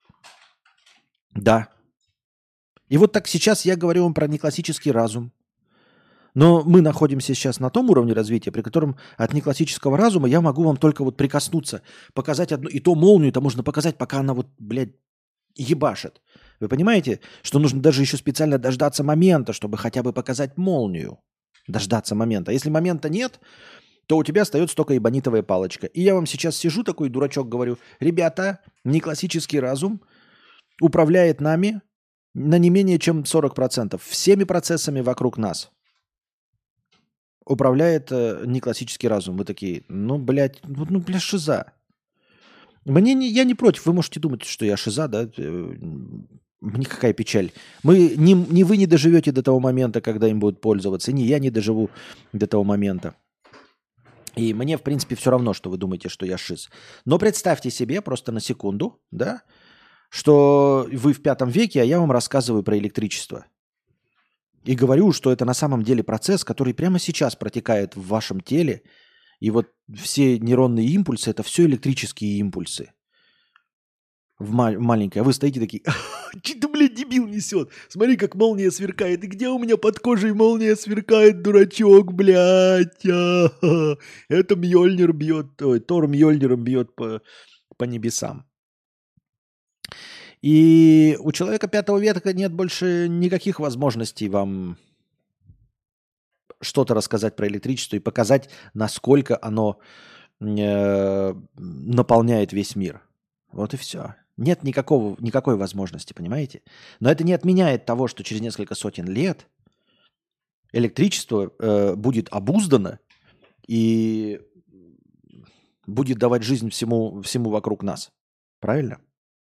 Да. И вот так сейчас я говорю вам про неклассический разум. Но мы находимся сейчас на том уровне развития, при котором от неклассического разума я могу вам только вот прикоснуться, показать одну, и то молнию-то можно показать, пока она вот, блядь, ебашит. Вы понимаете, что нужно даже еще специально дождаться момента, чтобы хотя бы показать молнию. Дождаться момента. А если момента нет, то у тебя остается только эбонитовая палочка. И я вам сейчас сижу такой дурачок, говорю, ребята, неклассический разум управляет нами на не менее чем 40%. Всеми процессами вокруг нас управляет неклассический разум. Вы такие, ну, блядь, шиза. Я не против, вы можете думать, что я шиза, да, мне какая печаль. Ни вы не доживете до того момента, когда им будут пользоваться, ни я не доживу до того момента. И мне, в принципе, все равно, что вы думаете, что я шиз. Но представьте себе просто на секунду, да, что вы в 5 веке, а я вам рассказываю про электричество. И говорю, что это на самом деле процесс, который прямо сейчас протекает в вашем теле. И вот все нейронные импульсы – это все электрические импульсы. Маленькая. Вы стоите такие, что-то, блядь, дебил несет. Смотри, как молния сверкает. И где у меня под кожей молния сверкает, дурачок, блядь. Это Мьёльнир бьет, Тор Мьёльниром бьет по небесам. И у человека 5 века нет больше никаких возможностей вам что-то рассказать про электричество и показать, насколько оно наполняет весь мир. Вот и все. Нет никакой возможности, понимаете? Но это не отменяет того, что через несколько сотен лет электричество будет обуздано и будет давать жизнь всему вокруг нас. Правильно?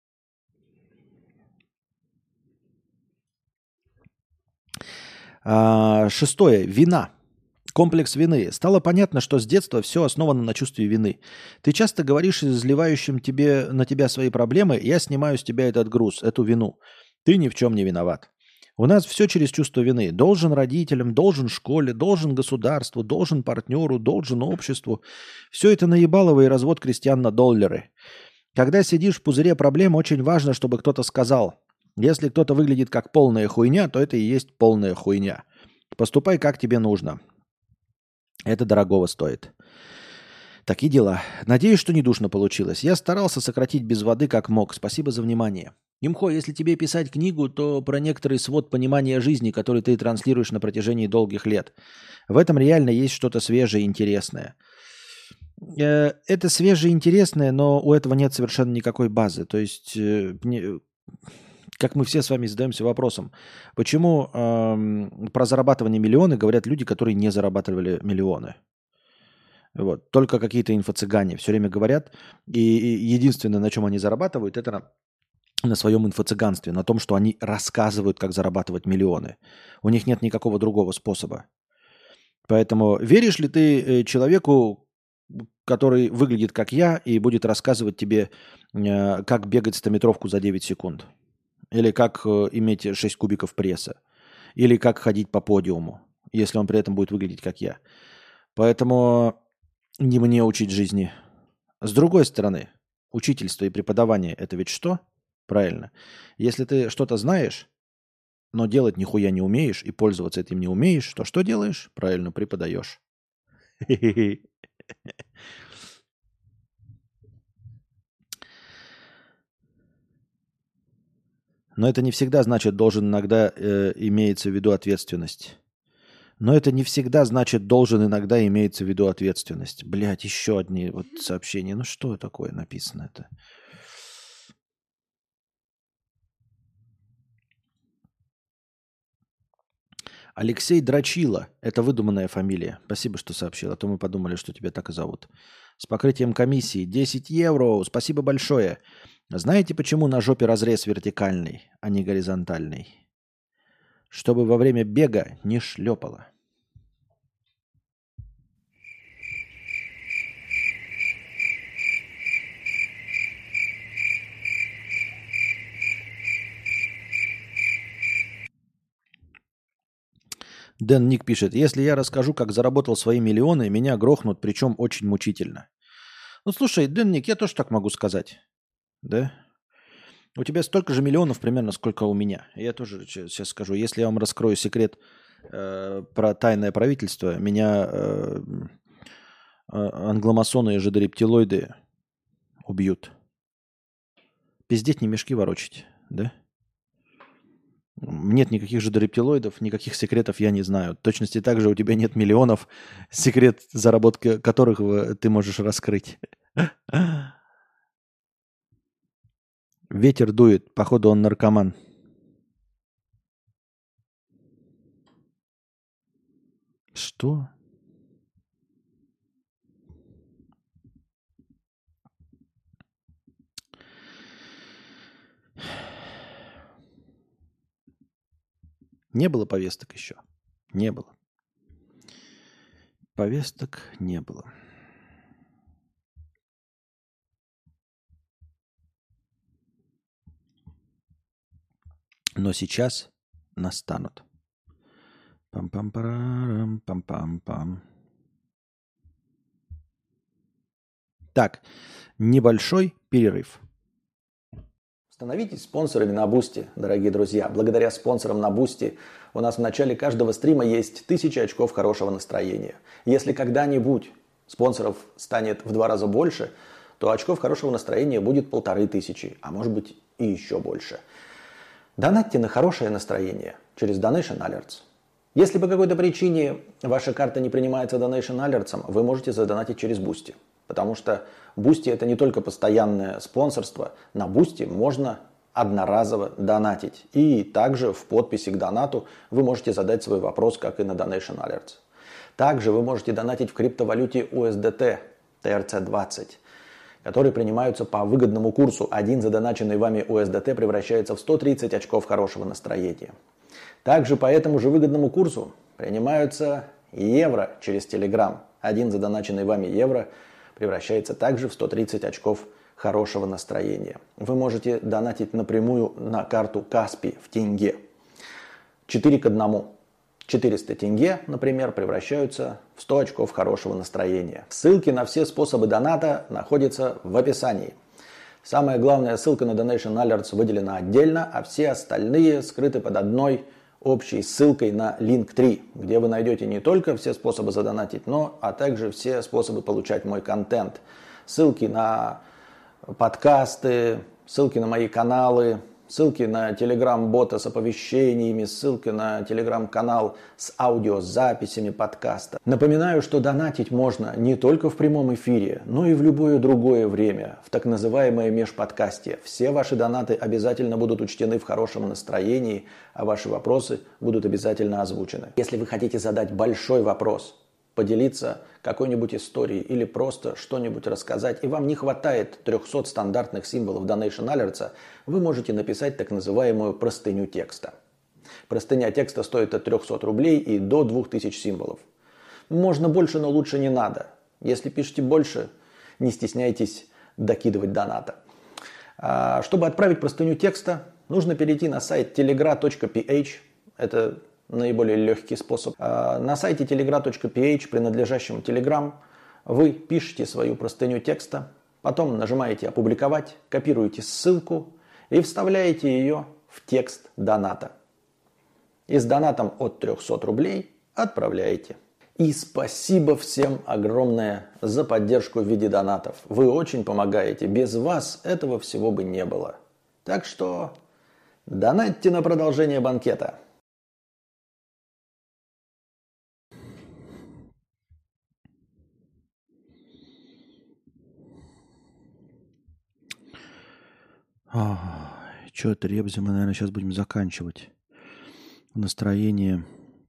Шестое. Вина. Комплекс вины. Стало понятно, что с детства все основано на чувстве вины. Ты часто говоришь изливающим на тебя свои проблемы, я снимаю с тебя этот груз, эту вину. Ты ни в чем не виноват. У нас все через чувство вины. Должен родителям, должен школе, должен государству, должен партнеру, должен обществу. Все это наебалово и развод крестьян на доллары. Когда сидишь в пузыре проблем, очень важно, чтобы кто-то сказал. Если кто-то выглядит как полная хуйня, то это и есть полная хуйня. Поступай, как тебе нужно. Это дорогого стоит. Такие дела. Надеюсь, что не душно получилось. Я старался сократить без воды как мог. Спасибо за внимание. Имхо, если тебе писать книгу, то про некоторый свод понимания жизни, который ты транслируешь на протяжении долгих лет. В этом реально есть что-то свежее и интересное. Это свежее и интересное, но у этого нет совершенно никакой базы. То есть, как мы все с вами задаемся вопросом, почему про зарабатывание миллионы говорят люди, которые не зарабатывали миллионы? Вот. Только какие-то инфо-цыгане все время говорят. И единственное, на чем они зарабатывают, это на своем инфо-цыганстве, на том, что они рассказывают, как зарабатывать миллионы. У них нет никакого другого способа. Поэтому веришь ли ты человеку, который выглядит как я и будет рассказывать тебе, как бегать 100-метровку за 9 секунд? Или как иметь 6 кубиков пресса? Или как ходить по подиуму, если он при этом будет выглядеть как я? Поэтому не мне учить жизни. С другой стороны, учительство и преподавание – это ведь что? Правильно. Если ты что-то знаешь, но делать нихуя не умеешь и пользоваться этим не умеешь, то что делаешь? Правильно, преподаешь. Но это не всегда значит, должен иногда имеется в виду ответственность. Но это не всегда значит, должен иногда имеется в виду ответственность. Блять, еще одни вот сообщения. Ну что такое написано-то? Алексей Драчила. Это выдуманная фамилия. Спасибо, что сообщил. А то мы подумали, что тебя так и зовут. С покрытием комиссии 10 евро. Спасибо большое. Знаете, почему на жопе разрез вертикальный, а не горизонтальный? Чтобы во время бега не шлепало. Дэн Ник пишет, если я расскажу, как заработал свои миллионы, меня грохнут, причем очень мучительно. Ну, слушай, Дэн Ник, я тоже так могу сказать. Да? У тебя столько же миллионов примерно, сколько у меня. Я тоже сейчас скажу. Если я вам раскрою секрет про тайное правительство, меня англомасоны и жидорептилоиды убьют. Пиздеть, не мешки ворочать, да? Нет никаких жидорептилоидов, никаких секретов я не знаю. В точности так же у тебя нет миллионов, секрет заработки которых ты можешь раскрыть. Ветер дует, походу он наркоман. Что? Не было повесток еще? Не было. Повесток не было. Но сейчас настанут. Пам-пам-парам, пам-пам-пам. Так, небольшой перерыв. Становитесь спонсорами на Бусти, дорогие друзья. Благодаря спонсорам на Бусти у нас в начале каждого стрима есть 1000 очков хорошего настроения. Если когда-нибудь спонсоров станет в 2 раза больше, то очков хорошего настроения будет 1500, а может быть и еще больше. Донатьте на хорошее настроение через Donation Alerts. Если по какой-то причине ваша карта не принимается Donation Alerts, вы можете задонатить через Boosty. Потому что Boosty это не только постоянное спонсорство. На Boosty можно одноразово донатить. И также в подписи к донату вы можете задать свой вопрос, как и на Donation Alerts. Также вы можете донатить в криптовалюте USDT TRC20, которые принимаются по выгодному курсу. Один задоначенный вами USDT превращается в 130 очков хорошего настроения. Также по этому же выгодному курсу принимаются евро через Telegram. Один задоначенный вами евро превращается также в 130 очков хорошего настроения. Вы можете донатить напрямую на карту Каспи в тенге. 4 к 1. 400 тенге, например, превращаются в 100 очков хорошего настроения. Ссылки на все способы доната находятся в описании. Самая главная ссылка на Donation Alerts выделена отдельно, а все остальные скрыты под одной общей ссылкой на Linktree, где вы найдете не только все способы задонатить, но а также все способы получать мой контент. Ссылки на подкасты, ссылки на мои каналы, ссылки на телеграм-бота с оповещениями, ссылки на телеграм-канал с аудиозаписями подкаста. Напоминаю, что донатить можно не только в прямом эфире, но и в любое другое время, в так называемое межподкасте. Все ваши донаты обязательно будут учтены в хорошем настроении, а ваши вопросы будут обязательно озвучены. Если вы хотите задать большой вопрос, поделиться какой-нибудь историей или просто что-нибудь рассказать, и вам не хватает 300 стандартных символов Donation Alerts, вы можете написать так называемую простыню текста. Простыня текста стоит от 300 рублей и до 2000 символов. Можно больше, но лучше не надо. Если пишете больше, не стесняйтесь докидывать доната. Чтобы отправить простыню текста, нужно перейти на сайт telegra.ph. Это наиболее легкий способ. На сайте telegra.ph, принадлежащем Telegram, вы пишете свою простыню текста, потом нажимаете «Опубликовать», копируете ссылку и вставляете ее в текст доната. И с донатом от 300 рублей отправляете. И спасибо всем огромное за поддержку в виде донатов. Вы очень помогаете. Без вас этого всего бы не было. Так что донатьте на продолжение банкета. Что, Требзи, мы, наверное, сейчас будем заканчивать. Настроение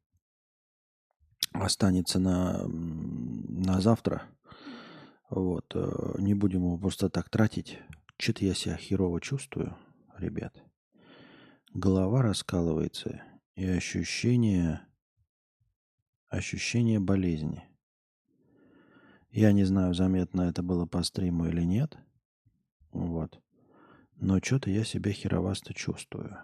останется на завтра. Вот. Не будем его просто так тратить. Что-то я себя херово чувствую, ребят. Голова раскалывается и ощущение болезни. Я не знаю, заметно это было по стриму или нет. Вот. Но что-то я себя херовасто чувствую.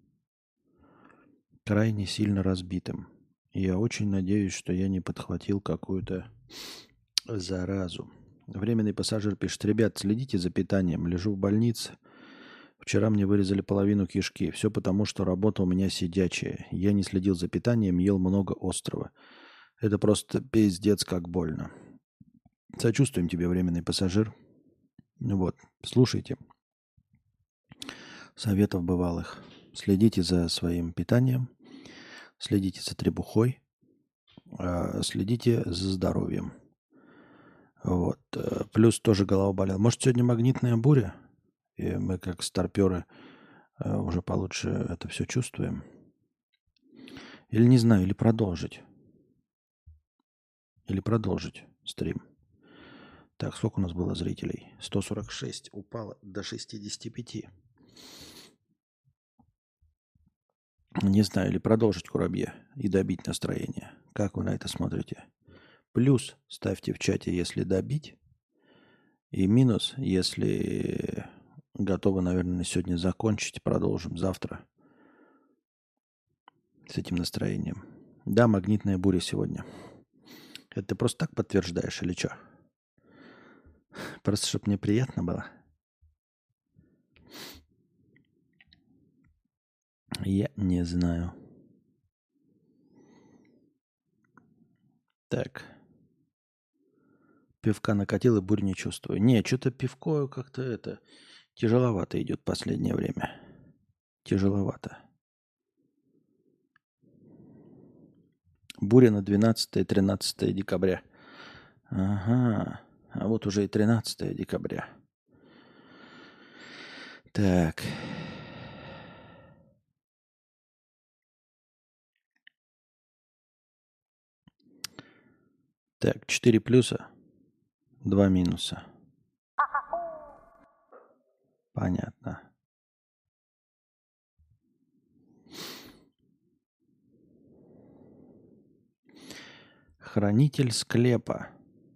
Крайне сильно разбитым. Я очень надеюсь, что я не подхватил какую-то заразу. Временный пассажир пишет: ребят, следите за питанием. Лежу в больнице. Вчера мне вырезали половину кишки. Все потому, что работа у меня сидячая. Я не следил за питанием, ел много острого. Это просто пиздец как больно. Сочувствуем тебе, временный пассажир. Вот, слушайте советов бывалых. Следите за своим питанием, следите за требухой, следите за здоровьем. Вот. Плюс тоже голова болела. Может, сегодня магнитная буря? И мы, как старперы, уже получше это все чувствуем. Или не знаю, или продолжить. Или продолжить стрим. Так, сколько у нас было зрителей? 146. Упало до 65. Не знаю, или продолжить курабье и добить настроение. Как вы на это смотрите? Плюс ставьте в чате, если добить. И минус, если готовы, наверное, сегодня закончить. Продолжим завтра с этим настроением. Да, магнитная буря сегодня. Это ты просто так подтверждаешь или что? Просто, чтобы мне приятно было. Я не знаю. Так. Пивка накатил и бурь не чувствую. Не, что-то пивко как-то это тяжеловато идет в последнее время. Тяжеловато. Буря на 12-13 декабря. Ага. А вот уже и 13 декабря. Так. Так, 4 плюса, 2 минуса. Понятно. Хранитель склепа.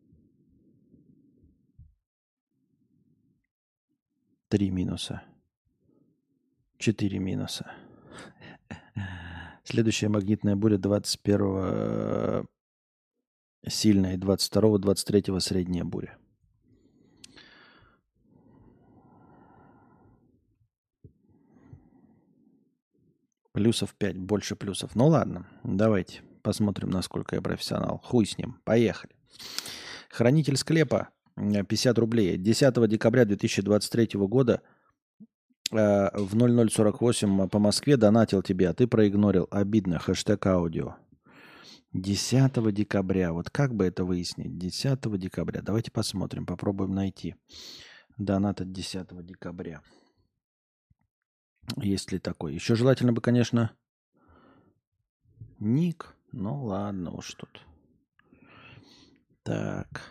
3 минуса. 4 минуса. Следующая магнитная буря 21-го сильная, 22-го, 23-го средняя буря. Плюсов 5, больше плюсов. Ну ладно, давайте посмотрим, насколько я профессионал. Хуй с ним. Поехали. Хранитель склепа 50 рублей. 10 декабря 2023 года в 00:48 по Москве донатил тебе, а ты проигнорил. Обидно. Хэштег аудио. 10 декабря. Вот как бы это выяснить? 10 декабря. Давайте посмотрим, попробуем найти. Донат от 10 декабря. Есть ли такой? Еще желательно бы, конечно, ник. Ну ладно уж тут. Так.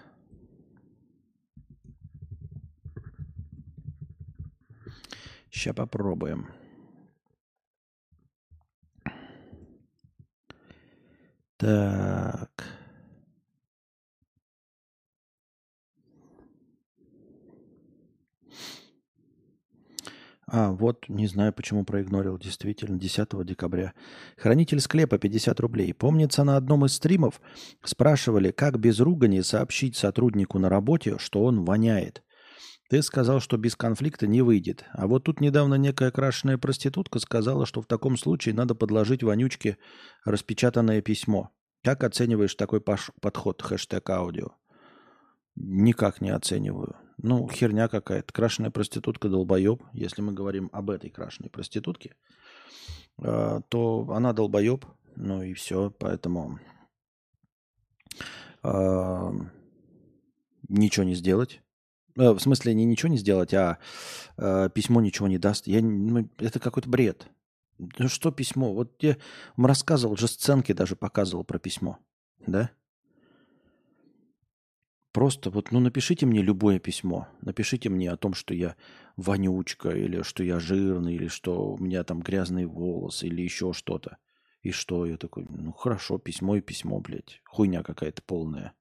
Сейчас попробуем. Так. Вот, не знаю, почему проигнорил. Действительно, 10 декабря. Хранитель склепа 50 рублей. Помнится, на одном из стримов спрашивали, как без ругани сообщить сотруднику на работе, что он воняет. Ты сказал, что без конфликта не выйдет. А вот тут недавно некая крашеная проститутка сказала, что в таком случае надо подложить вонючке распечатанное письмо. Как оцениваешь такой подход? Хэштег аудио. Никак не оцениваю. Ну, херня какая-то. Крашеная проститутка долбоеб. Если мы говорим об этой крашеной проститутке, то она долбоеб. Ну и все. Поэтому ничего не сделать. В смысле, не ничего не сделать, а письмо ничего не даст. Это какой-то бред. Ну что письмо? Вот я вам рассказывал, же сценки даже показывал про письмо. Да? Просто вот, ну, напишите мне любое письмо. Напишите мне о том, что я вонючка, или что я жирный, или что у меня там грязные волосы, или еще что-то. И что? Я такой, ну, хорошо, письмо и письмо, блядь. Хуйня какая-то полная.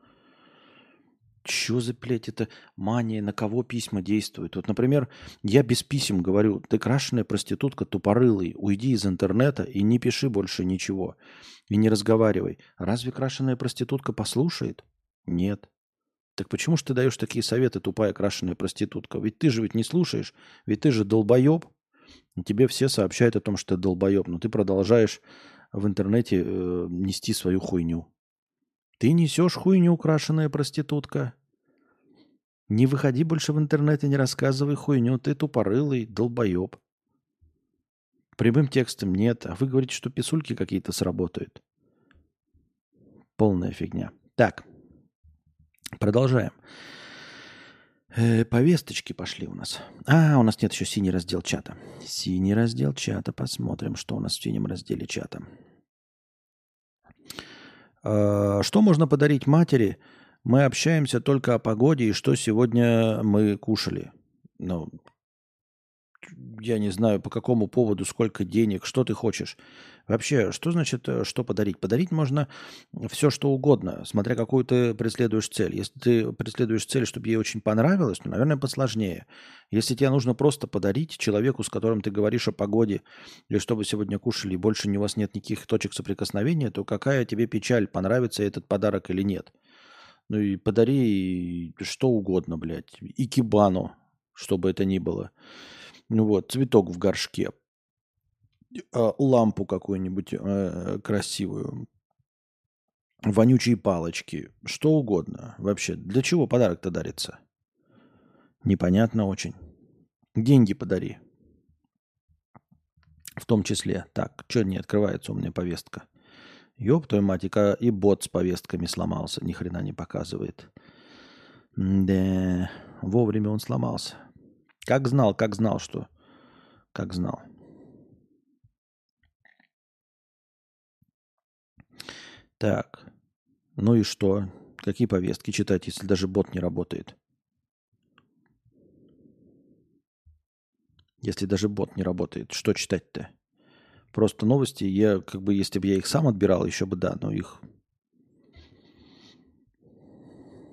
Чё за, блядь, это мания, на кого письма действуют? Вот, например, я без писем говорю, ты крашеная проститутка, тупорылый, уйди из интернета и не пиши больше ничего. И не разговаривай. Разве крашеная проститутка послушает? Нет. Так почему же ты даешь такие советы, тупая крашеная проститутка? Ведь ты же не слушаешь, ведь ты же долбоеб. И тебе все сообщают о том, что ты долбоеб, но ты продолжаешь в интернете нести свою хуйню. Ты несешь хуйню, крашеная проститутка. Не выходи больше в интернет и не рассказывай хуйню. Ты тупорылый долбоеб. Прямым текстом нет. А вы говорите, что писульки какие-то сработают. Полная фигня. Так. Продолжаем. Повесточки пошли у нас. У нас нет еще синий раздел чата. Синий раздел чата. Посмотрим, что у нас в синем разделе чата. Что можно подарить матери? Мы общаемся только о погоде и что сегодня мы кушали. Ну, я не знаю, по какому поводу, сколько денег, что ты хочешь. Вообще, что значит, что подарить? Подарить можно все, что угодно, смотря какую ты преследуешь цель. Если ты преследуешь цель, чтобы ей очень понравилось, то, наверное, посложнее. Если тебе нужно просто подарить человеку, с которым ты говоришь о погоде, или что вы сегодня кушали, и больше у вас нет никаких точек соприкосновения, то какая тебе печаль, понравится этот подарок или нет. Ну и подари что угодно, блядь. Икебану, что бы это ни было. Ну вот, цветок в горшке, лампу какую-нибудь красивую, вонючие палочки, что угодно. Вообще, для чего подарок-то дарится? Непонятно очень. Деньги подари. В том числе. Так, что не открывается у меня повестка? Ёб твою мать, и бот с повестками сломался. Ни хрена не показывает. Да, вовремя он сломался. Как знал, что... Как знал. Так, ну и что? Какие повестки читать, если даже бот не работает? Если даже бот не работает, что читать-то? Просто новости, я как бы, если бы я их сам отбирал, еще бы да, но их...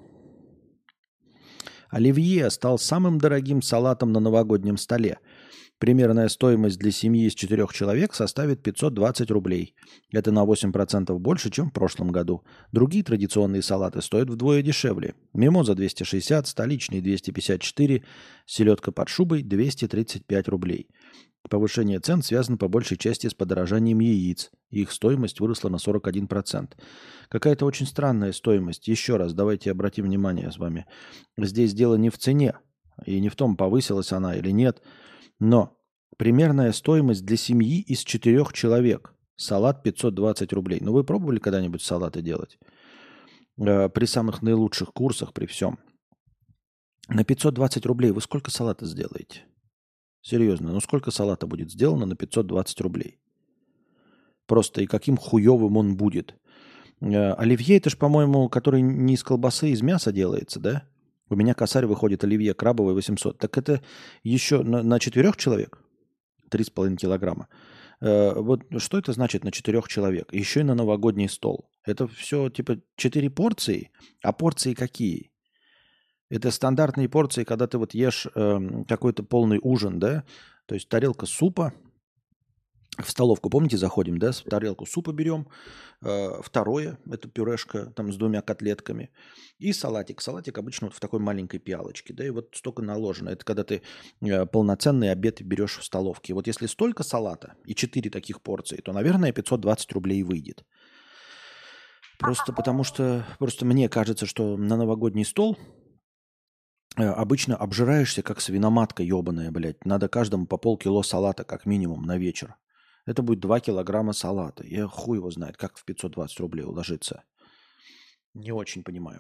Оливье стал самым дорогим салатом на новогоднем столе. Примерная стоимость для семьи из 4 человек составит 520 рублей. Это на 8% больше, чем в прошлом году. Другие традиционные салаты стоят вдвое дешевле. Мимоза 260, столичный 254, селедка под шубой 235 рублей. Повышение цен связано по большей части с подорожанием яиц. Их стоимость выросла на 41%. Какая-то очень странная стоимость. Еще раз, давайте обратим внимание с вами. Здесь дело не в цене и не в том, повысилась она или нет. Но примерная стоимость для семьи из 4 человек. Салат 520 рублей. Ну вы пробовали когда-нибудь салаты делать? При самых наилучших курсах, при всем. На 520 рублей вы сколько салата сделаете? Серьезно, ну сколько салата будет сделано на 520 рублей? Просто и каким хуевым он будет. Оливье, это ж, по-моему, который не из колбасы, из мяса делается, да? У меня косарь выходит оливье крабовый 800. Так это еще на 4 человек? 3,5 килограмма. Вот что это значит на 4 человек? Еще и на новогодний стол. Это все типа 4 порции. А порции какие? Это стандартные порции, когда ты вот ешь какой-то полный ужин, да? То есть тарелка супа. В столовку, помните, заходим, да? Тарелку супа берем. Второе, это пюрешка там с 2 котлетками. И салатик. Салатик обычно вот в такой маленькой пиалочке, да? И вот столько наложено. Это когда ты полноценный обед берешь в столовке. Вот если столько салата и 4 таких порции, то, наверное, 520 рублей выйдет. Просто потому что... Просто мне кажется, что на новогодний стол... Обычно обжираешься, как свиноматка ебаная, блядь. Надо каждому по полкило салата, как минимум, на вечер. Это будет 2 килограмма салата. Я хуй его знает, как в 520 рублей уложиться. Не очень понимаю.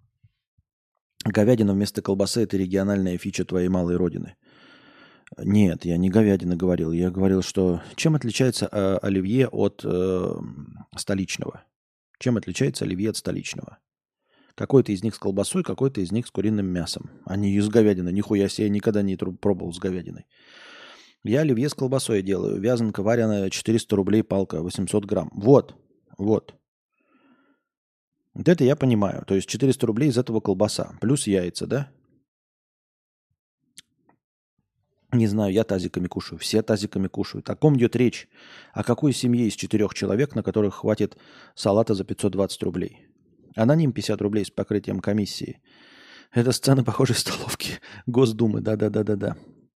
Говядина вместо колбасы – это региональная фича твоей малой родины. Нет, я не говядина говорил. Я говорил, что... Чем отличается оливье от столичного? Чем отличается оливье от столичного? Какой-то из них с колбасой, какой-то из них с куриным мясом. А не из говядины. Нихуя себе, я никогда не пробовал с говядиной. Я оливье с колбасой делаю. Вязанка вареная, 400 рублей палка, 800 грамм. Вот. Вот это я понимаю. То есть 400 рублей из этого колбаса. Плюс яйца, да? Не знаю, я тазиками кушаю. Все тазиками кушают. О ком идет речь? О какой семье из 4 человек, на которых хватит салата за 520 рублей? Аноним 50 рублей с покрытием комиссии. Это сцена похожей столовки Госдумы. Да.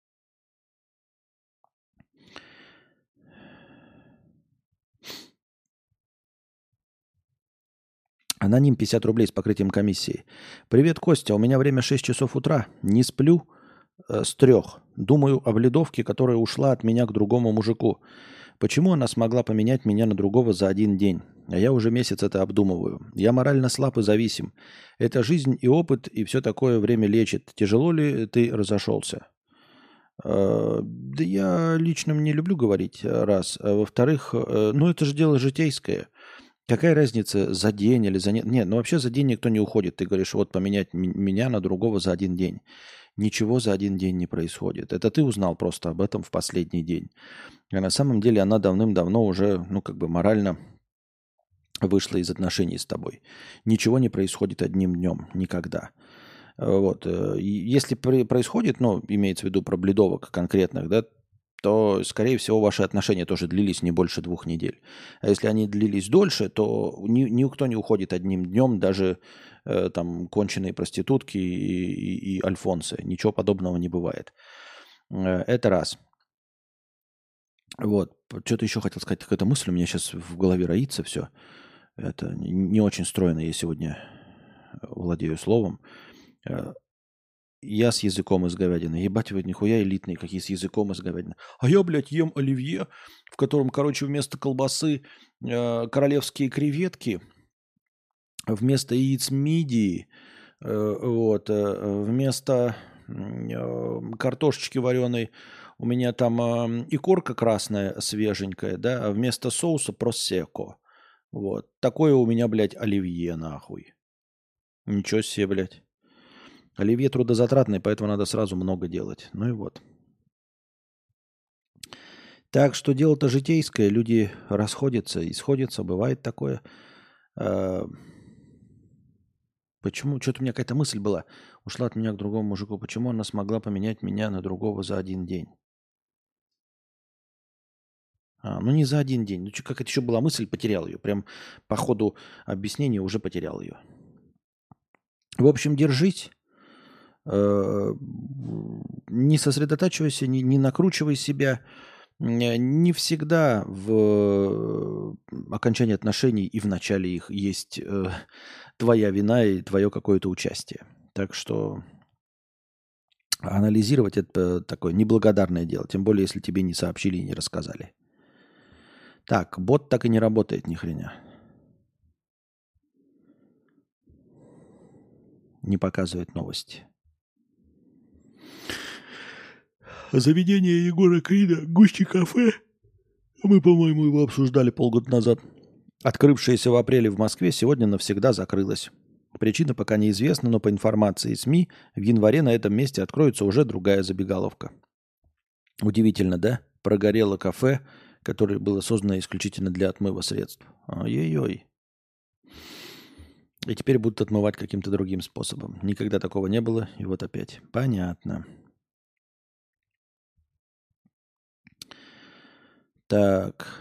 Аноним 50 рублей с покрытием комиссии. Привет, Костя. У меня время 6 часов утра. Не сплю с 3. Думаю о бледовке, которая ушла от меня к другому мужику. Почему она смогла поменять меня на другого за один день? А я уже месяц это обдумываю. Я морально слаб и зависим. Это жизнь и опыт, и все такое время лечит. Тяжело ли ты разошелся? Да я лично не люблю говорить, раз. А во-вторых, ну это же дело житейское. Какая разница за день или за... Нет, ну вообще за день никто не уходит. Ты говоришь, вот поменять меня на другого за один день. Ничего за один день не происходит. Это ты узнал просто об этом в последний день. А на самом деле она давным-давно уже, ну как бы морально вышла из отношений с тобой. Ничего не происходит одним днем. Никогда. Вот. Если происходит, ну, имеется в виду про бледовок конкретных, да, то, скорее всего, ваши отношения тоже длились не больше 2 недель. А если они длились дольше, то никто не уходит одним днем, даже там конченые проститутки и альфонсы. Ничего подобного не бывает. Это раз. Вот. Что-то еще хотел сказать. Какая-то мысль у меня сейчас в голове роится все. Это не очень стройно я сегодня владею словом. Я с языком из говядины. Ебать вы нихуя элитные, какие с языком из говядины. А я, блядь, ем оливье, в котором, короче, вместо колбасы королевские креветки, вместо яиц мидии, вот, вместо картошечки вареной у меня там икорка красная свеженькая, да, а вместо соуса просекко. Вот. Такое у меня, блядь, оливье, нахуй. Ничего себе, блядь. Оливье трудозатратный, поэтому надо сразу много делать. Ну и вот. Так что дело-то житейское. Люди расходятся и сходятся. Бывает такое. Почему? Что-то у меня какая-то мысль была. Ушла от меня к другому мужику. Почему она смогла поменять меня на другого за один день? Ну, не за один день. Ну, как это еще была мысль, потерял ее. Прям по ходу объяснения уже потерял ее. В общем, держись. Не сосредотачивайся, не накручивай себя. Не всегда в окончании отношений и в начале их есть твоя вина и твое какое-то участие. Так что анализировать это такое неблагодарное дело. Тем более, если тебе не сообщили и не рассказали. Так, бот так и не работает ни хрена. Не показывает новости. Заведение Егора Крида «Гуще кафе». Мы, по-моему, его обсуждали полгода назад. Открывшееся в апреле в Москве, сегодня навсегда закрылось. Причина пока неизвестна, но по информации СМИ, в январе на этом месте откроется уже другая забегаловка. Удивительно, да? Прогорело кафе, которое было создано исключительно для отмыва средств. Ой-ой-ой. И теперь будут отмывать каким-то другим способом. Никогда такого не было, и вот опять. Понятно. Так.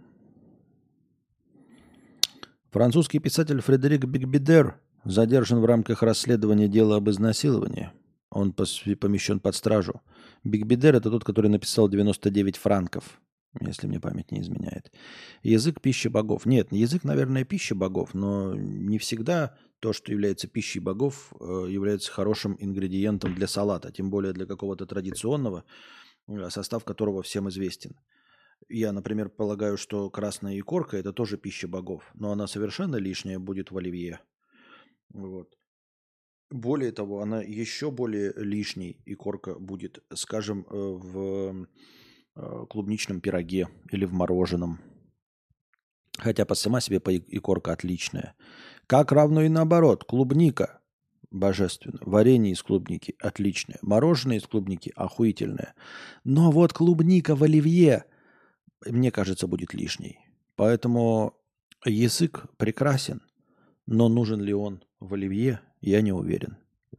Французский писатель Фредерик Бигбидер задержан в рамках расследования дела об изнасиловании. Он помещен под стражу. Бигбидер – это тот, который написал 99 франков, если мне память не изменяет. Язык – пища богов. Нет, язык, наверное, пища богов, но не всегда то, что является пищей богов, является хорошим ингредиентом для салата, тем более для какого-то традиционного, состав которого всем известен. Я, например, полагаю, что красная икорка – это тоже пища богов, но она совершенно лишняя будет в оливье. Вот. Более того, она еще более лишней икорка будет, скажем, в клубничном пироге или в мороженом. Хотя по сама себе икорка отличная. Как равно и наоборот. Клубника божественно. Варенье из клубники отличное. Мороженое из клубники охуительное. Но вот клубника в оливье, мне кажется, будет лишней. Поэтому язык прекрасен, но нужен ли он в оливье, я не уверен.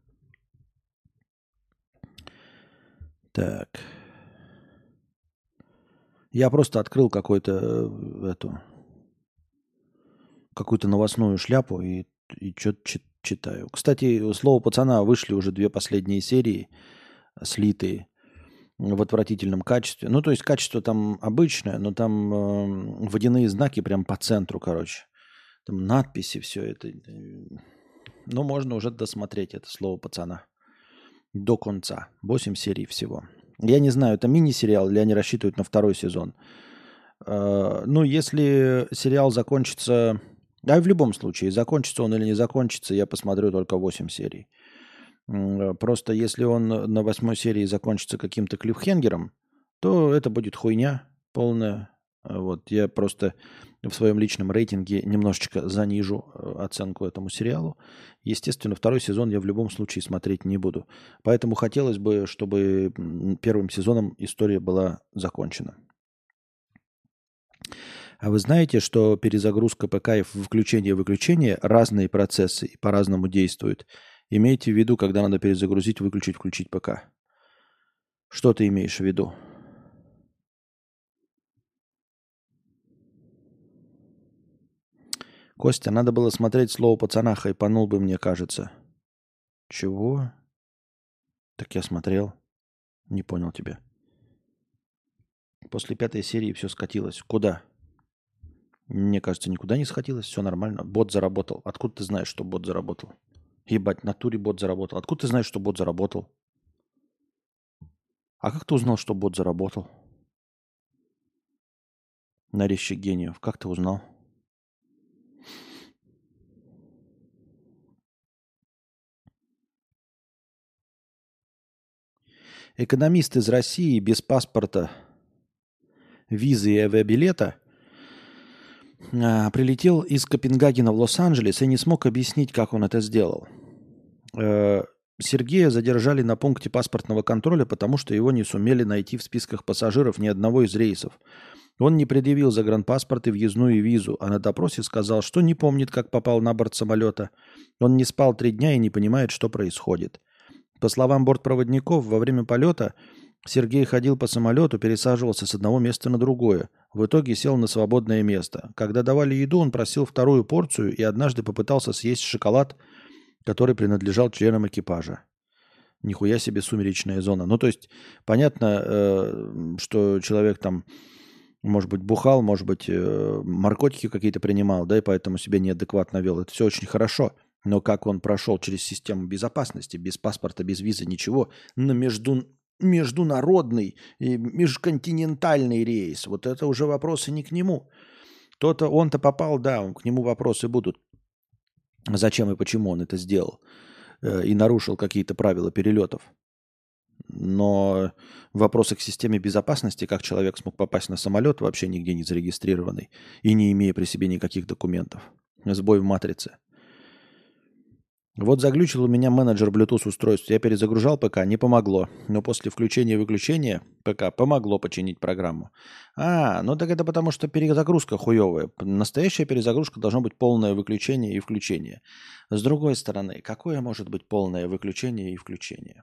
Так. Я просто открыл какую-то новостную шляпу и что-то читаю. Кстати, «Слово пацана» вышли уже 2 последние серии, слитые в отвратительном качестве. Ну, то есть качество там обычное, но там водяные знаки прям по центру, короче. Там надписи, все это. Ну, можно уже досмотреть это «Слово пацана» до конца. 8 серий всего. Я не знаю, это мини-сериал или они рассчитывают на 2-й сезон. Ну, если сериал закончится... А в любом случае, закончится он или не закончится, я посмотрю только 8 серий. Просто если он на 8-й серии закончится каким-то клиффхенгером, то это будет хуйня полная. Вот. Я просто в своем личном рейтинге немножечко занижу оценку этому сериалу. Естественно, 2-й сезон я в любом случае смотреть не буду. Поэтому хотелось бы, чтобы 1-м сезоном история была закончена. А вы знаете, что перезагрузка ПК и включение-выключение разные процессы и по-разному действуют? Имейте в виду, когда надо перезагрузить, выключить, включить ПК. Что ты имеешь в виду? Костя, надо было смотреть «Слово пацана», хайпанул бы, мне кажется. Чего? Так я смотрел. Не понял тебя. После 5-й серии все скатилось. Куда? Мне кажется, никуда не скатилось. Все нормально. Бот заработал. Откуда ты знаешь, что бот заработал? Ебать, в натуре бот заработал. Откуда ты знаешь, что бот заработал? А как ты узнал, что бот заработал? Нарезчик гениев. Как ты узнал? Экономист из России без паспорта, визы и авиабилета прилетел из Копенгагена в Лос-Анджелес и не смог объяснить, как он это сделал. Сергея задержали на пункте паспортного контроля, потому что его не сумели найти в списках пассажиров ни одного из рейсов. Он не предъявил загранпаспорт и въездную визу, а на допросе сказал, что не помнит, как попал на борт самолета. Он не спал 3 дня и не понимает, что происходит. По словам бортпроводников, во время полета Сергей ходил по самолету, пересаживался с одного места на другое. В итоге сел на свободное место. Когда давали еду, он просил вторую порцию и однажды попытался съесть шоколад, который принадлежал членам экипажа. Нихуя себе сумеречная зона. Ну, то есть, понятно, что человек там, может быть, бухал, может быть, наркотики какие-то принимал, да, и поэтому себя неадекватно вел. Это все очень хорошо. Но как он прошел через систему безопасности, без паспорта, без визы, ничего, на международный и межконтинентальный рейс, вот это уже вопросы не к нему. Он-то попал, да, к нему вопросы будут. Зачем и почему он это сделал и нарушил какие-то правила перелетов. Но вопросы к системе безопасности, как человек смог попасть на самолет, вообще нигде не зарегистрированный и не имея при себе никаких документов. Сбой в матрице. Вот заглючил у меня менеджер Bluetooth устройств. Я перезагружал ПК, не помогло. Но после включения и выключения ПК помогло починить программу. Ну так это потому, что перезагрузка хуевая. Настоящая перезагрузка должно быть полное выключение и включение. С другой стороны, какое может быть полное выключение и включение?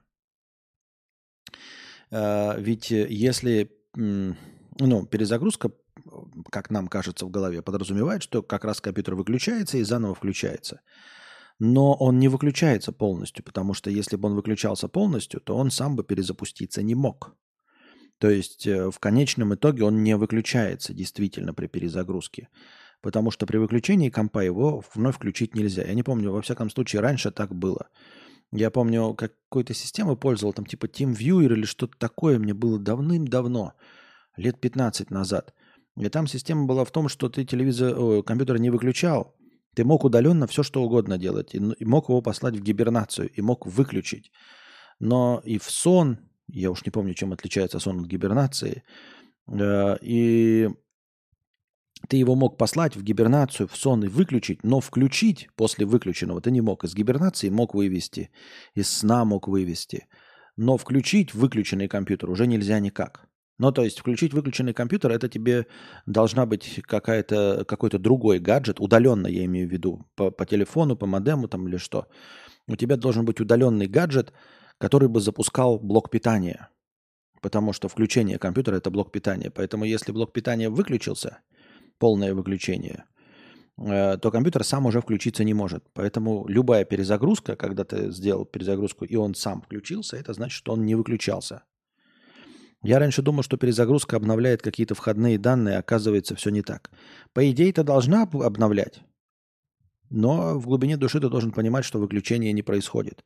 Ведь если перезагрузка, как нам кажется в голове, подразумевает, что как раз компьютер выключается и заново включается. Но он не выключается полностью, потому что если бы он выключался полностью, то он сам бы перезапуститься не мог. То есть в конечном итоге он не выключается действительно при перезагрузке, потому что при выключении компа его вновь включить нельзя. Я не помню, во всяком случае, раньше так было. Я помню, какой-то системой пользовал, там типа TeamViewer или что-то такое, мне было давным-давно, лет 15 назад. И там система была в том, что ты компьютер не выключал, ты мог удаленно все, что угодно делать, и мог его послать в гибернацию, и мог выключить. Но и в сон, я уж не помню, чем отличается сон от гибернации, и ты его мог послать в гибернацию, в сон и выключить, но включить после выключенного ты не мог. Из гибернации мог вывести, из сна мог вывести, но включить выключенный компьютер уже нельзя никак. Ну, то есть включить выключенный компьютер, это тебе должна быть какой-то другой гаджет, удаленно я имею в виду, по телефону, по модему там или что. У тебя должен быть удаленный гаджет, который бы запускал блок питания, потому что включение компьютера – это блок питания. Поэтому если блок питания выключился, полное выключение, то компьютер сам уже включиться не может. Поэтому любая перезагрузка, когда ты сделал перезагрузку и он сам включился, это значит, что он не выключался. Я раньше думал, что перезагрузка обновляет какие-то входные данные, оказывается, все не так. По идее, это должна обновлять, но в глубине души ты должен понимать, что выключение не происходит.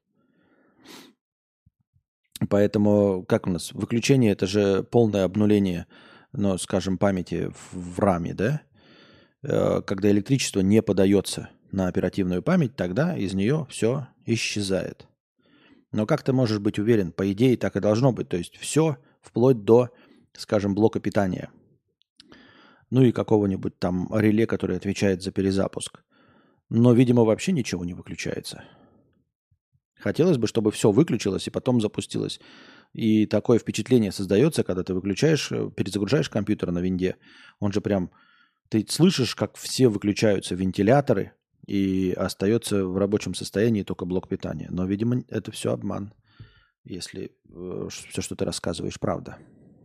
Поэтому, как у нас, выключение – это же полное обнуление, скажем, памяти в раме, да? Когда электричество не подается на оперативную память, тогда из нее все исчезает. Но как ты можешь быть уверен? По идее, так и должно быть. То есть все вплоть до, скажем, блока питания. Ну и какого-нибудь там реле, который отвечает за перезапуск. Но, видимо, вообще ничего не выключается. Хотелось бы, чтобы все выключилось и потом запустилось. И такое впечатление создается, когда ты перезагружаешь компьютер на винде. Он же прям... Ты слышишь, как все выключаются вентиляторы, и остается в рабочем состоянии только блок питания. Но, видимо, это все обман, если все, что ты рассказываешь, правда.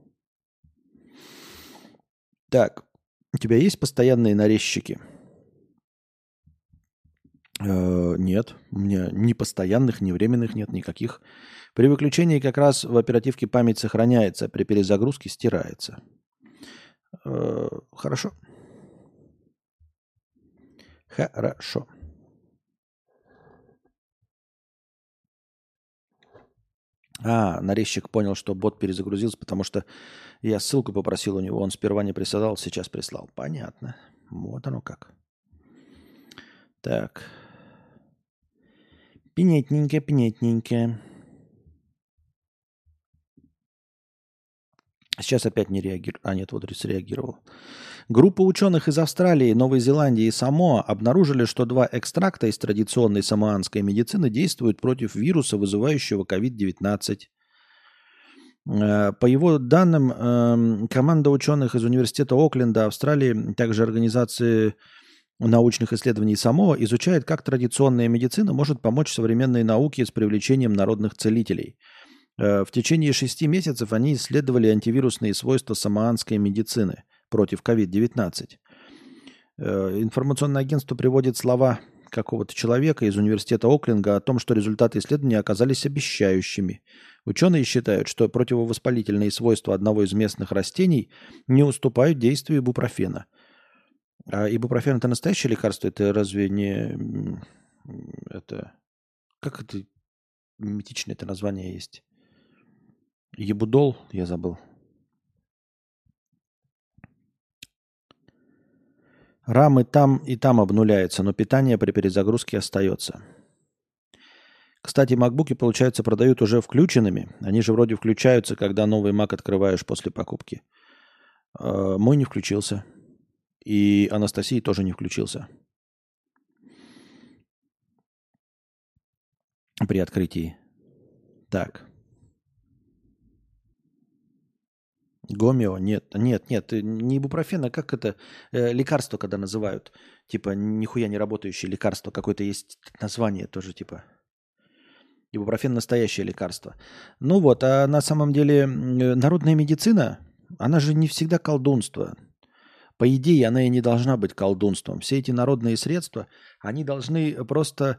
Так, у тебя есть постоянные нарезчики? Нет, у меня ни постоянных, ни временных нет никаких. При выключении как раз в оперативке память сохраняется, при перезагрузке стирается. Хорошо. Хорошо. Нарезчик понял, что бот перезагрузился, потому что я ссылку попросил у него, он сперва не присылал, сейчас прислал. Понятно. Вот оно как. Так. Пинетненько. Сейчас опять не реагирует. Нет, вот среагировал. Группа ученых из Австралии, Новой Зеландии и Самоа обнаружили, что 2 экстракта из традиционной самоанской медицины действуют против вируса, вызывающего COVID-19. По его данным, команда ученых из Университета Окленда, Австралии, также организации научных исследований Самоа изучает, как традиционная медицина может помочь современной науке с привлечением народных целителей. В течение 6 месяцев они исследовали антивирусные свойства самоанской медицины. против COVID-19. Информационное агентство приводит слова какого-то человека из университета Оклинга о том, что результаты исследования оказались обещающими. Ученые считают, что противовоспалительные свойства одного из местных растений не уступают действию ибупрофена. А ибупрофен – это настоящее лекарство? Это разве не... Это... Как это... Митичное это название есть? Ебудол? Я забыл. RAM и там обнуляется, но питание при перезагрузке остается. Кстати, макбуки, получается, продают уже включенными. Они же вроде включаются, когда новый Mac открываешь после покупки. Мой не включился. И Анастасии тоже не включился. При открытии. Так. Гомео? Нет, не ибупрофен, а как это лекарство, когда называют? Типа нихуя не работающее лекарство. Какое-то есть название тоже типа. Ибупрофен – настоящее лекарство. Ну вот, а на самом деле народная медицина, она же не всегда колдунство. По идее, она и не должна быть колдунством. Все эти народные средства, они должны просто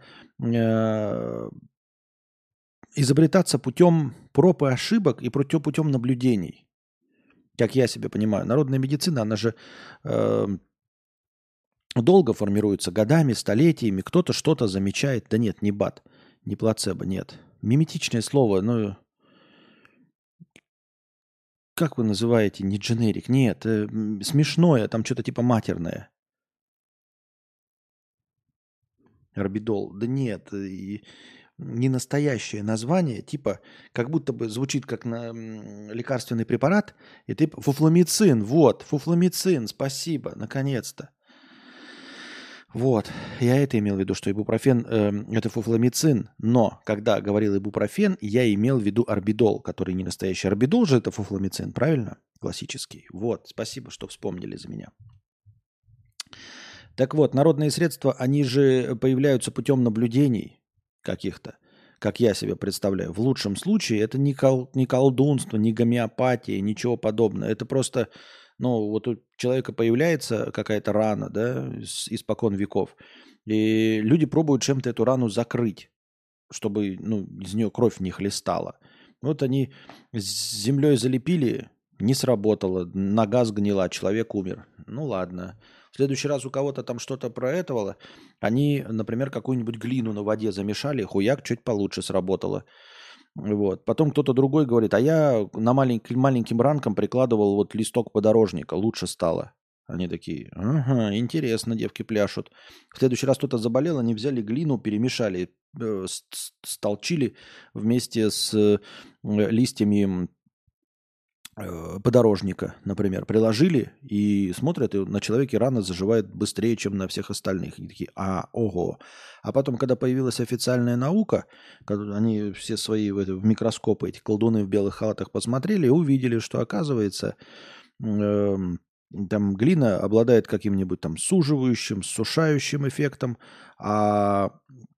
изобретаться путем проб и ошибок и путем наблюдений. Как я себе понимаю. Народная медицина, она же долго формируется, годами, столетиями. Кто-то что-то замечает. Да нет, не БАД, не плацебо, нет. Миметичное слово, ну... Как вы называете? Не дженерик? Нет, смешное, там что-то типа матерное. Орбидол. Да нет, не настоящее название, типа, как будто бы звучит как лекарственный препарат, и ты... Фуфломицин, вот, фуфломицин, спасибо, наконец-то. Вот, я это имел в виду, что ибупрофен это фуфломицин, но когда говорил ибупрофен, я имел в виду орбидол, который не настоящий. Орбидол же это фуфломицин, правильно? Классический. Вот, спасибо, что вспомнили за меня. Так вот, народные средства, они же появляются путем наблюдений каких-то, как я себе представляю. В лучшем случае это не колдунство, не гомеопатия, ничего подобного. Это просто... Ну, вот у человека появляется какая-то рана, да, испокон веков, и люди пробуют чем-то эту рану закрыть, чтобы, ну, из нее кровь не хлестала. Вот они с землей залепили, не сработало, нога сгнила, человек умер. Ну, ладно. В следующий раз у кого-то там что-то проэтовало, они, например, какую-нибудь глину на воде замешали, хуяк, чуть получше сработало. Вот. Потом кто-то другой говорит, а я на маленьким ранкам прикладывал вот листок подорожника, лучше стало. Они такие, ага, интересно, девки пляшут. В следующий раз кто-то заболел, они взяли глину, перемешали, столчили вместе с листьями подорожника, например, приложили и смотрят, и на человеке рана заживает быстрее, чем на всех остальных. И такие, ого. А потом, когда появилась официальная наука, когда они все свои в микроскопы, эти колдуны в белых халатах посмотрели и увидели, что, оказывается, там глина обладает каким-нибудь там суживающим, сушающим эффектом, а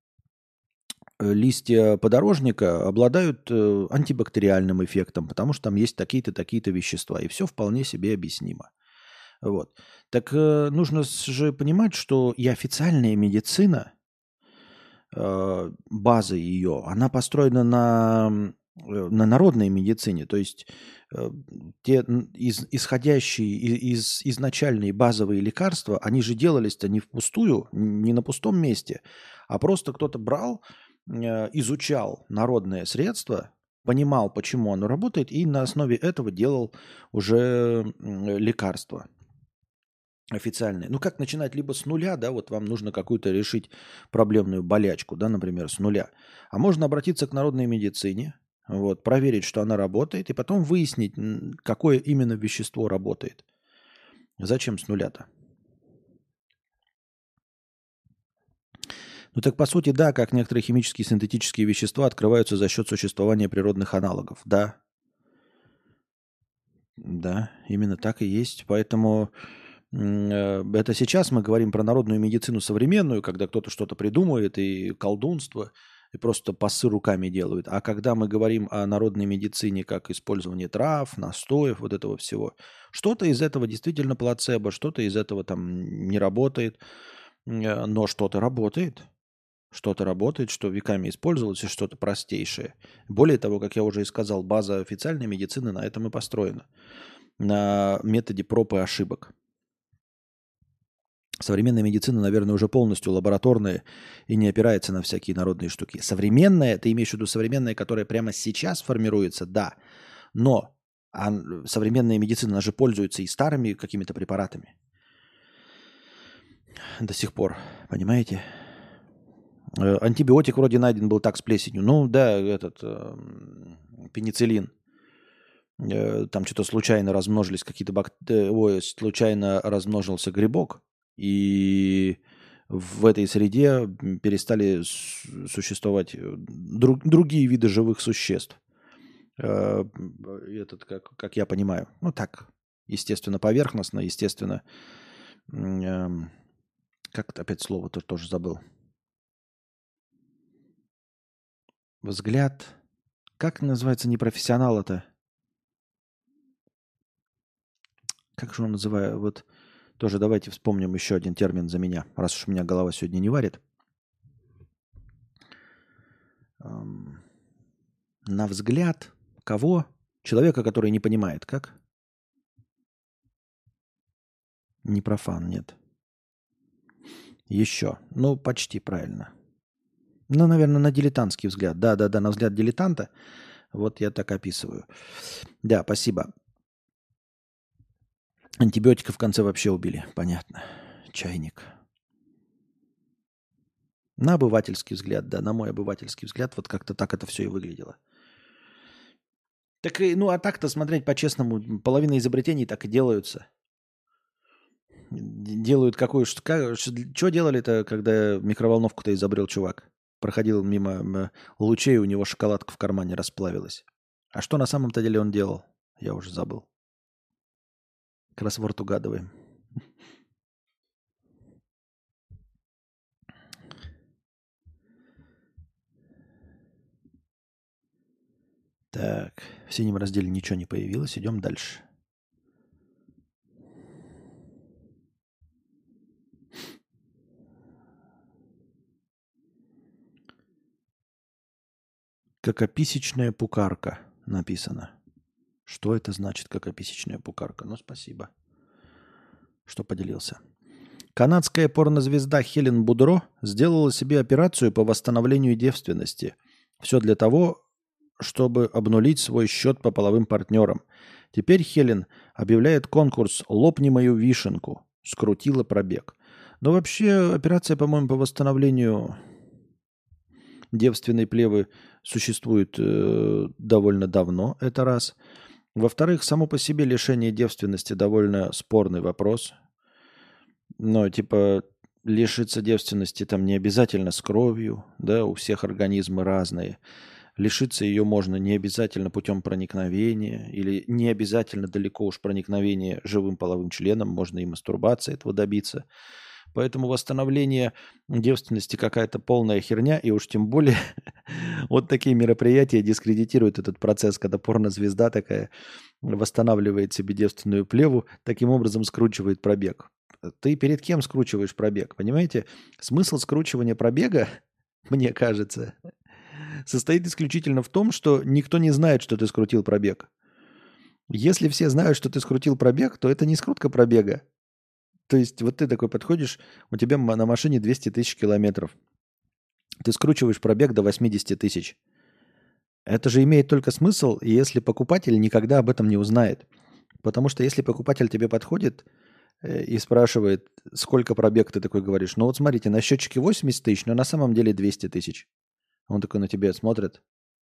листья подорожника обладают антибактериальным эффектом, потому что там есть такие-то, такие-то вещества, и все вполне себе объяснимо. Вот. Так нужно же понимать, что и официальная медицина, база ее, она построена на народной медицине, то есть те исходящие из изначальные базовые лекарства, они же делались-то не впустую, не на пустом месте, а просто кто-то брал, изучал народное средство, понимал, почему оно работает, и на основе этого делал уже лекарства официальные. Ну, как начинать либо с нуля, да, вот вам нужно какую-то решить проблемную болячку, да, например, с нуля. А можно обратиться к народной медицине, вот, проверить, что она работает, и потом выяснить, какое именно вещество работает. Зачем с нуля-то? Ну так по сути, да, как некоторые химические синтетические вещества открываются за счет существования природных аналогов. Да. Да, именно так и есть. Поэтому это сейчас мы говорим про народную медицину современную, когда кто-то что-то придумывает, и колдунство. и просто пасы руками делают. А когда мы говорим о народной медицине, как использование трав, настоев, вот этого всего, что-то из этого действительно плацебо, что-то из этого там не работает, но что-то работает. Что-то работает, что веками использовалось, и что-то простейшее. Более того, как я уже и сказал, база официальной медицины на этом и построена. На методе проб и ошибок. Современная медицина, наверное, уже полностью лабораторная и не опирается на всякие народные штуки. Современная, ты имеешь в виду современная, которая прямо сейчас формируется, да. Но современная медицина, она же пользуется и старыми какими-то препаратами. До сих пор, понимаете? Антибиотик вроде найден был так с плесенью. Ну да, пенициллин. Там что-то случайно размножились какие-то случайно размножился грибок. И в этой среде перестали существовать другие виды живых существ. Как я понимаю. Ну так, естественно, поверхностно, естественно. Как опять слово тоже забыл. Взгляд. Как называется непрофессионал-то? Как же он называет? Вот тоже давайте вспомним еще один термин за меня, раз уж у меня голова сегодня не варит. На взгляд кого? Человека, который не понимает. Как? Не профан, нет. Еще. Ну, почти правильно. Ну, наверное, на дилетантский взгляд. Да, на взгляд дилетанта. Вот я так описываю. Да, спасибо. Антибиотика в конце вообще убили. Понятно. Чайник. На обывательский взгляд, да, на мой обывательский взгляд, вот как-то так это все и выглядело. Так и, ну, а так-то смотреть по-честному, половина изобретений так и делаются. Делают какую... Что делали-то, когда микроволновку-то изобрел чувак? Проходил мимо лучей, у него шоколадка в кармане расплавилась. А что на самом-то деле он делал? Я уже забыл. Кроссворд угадываем. Так, в синем разделе ничего не появилось. Идем дальше. Какописечная пукарка написано. Что это значит, какописечная пукарка? Ну, спасибо, что поделился. Канадская порнозвезда Хелен Будро сделала себе операцию по восстановлению девственности. Все для того, чтобы обнулить свой счет по половым партнерам. Теперь Хелен объявляет конкурс «Лопни мою вишенку». Скрутила пробег. Но вообще операция, по-моему, по восстановлению девственной плевы существует довольно давно, это раз. Во-вторых, само по себе лишение девственности довольно спорный вопрос. Но, типа, лишиться девственности там не обязательно с кровью, да, у всех организмы разные. Лишиться ее можно не обязательно путем проникновения или не обязательно далеко уж проникновения живым половым членом, можно и мастурбацией этого добиться. Поэтому восстановление девственности какая-то полная херня, и уж тем более вот такие мероприятия дискредитируют этот процесс, когда порнозвезда такая восстанавливает себе девственную плеву, таким образом скручивает пробег. Ты перед кем скручиваешь пробег, понимаете? Смысл скручивания пробега, мне кажется, состоит исключительно в том, что никто не знает, что ты скрутил пробег. Если все знают, что ты скрутил пробег, то это не скрутка пробега. То есть вот ты такой подходишь, у тебя на машине 200 тысяч километров. Ты скручиваешь пробег до 80 тысяч. Это же имеет только смысл, если покупатель никогда об этом не узнает. Потому что если покупатель тебе подходит и спрашивает, сколько пробег, ты такой говоришь, ну вот смотрите, на счетчике 80 тысяч, но на самом деле 200 тысяч. Он такой на тебя смотрит.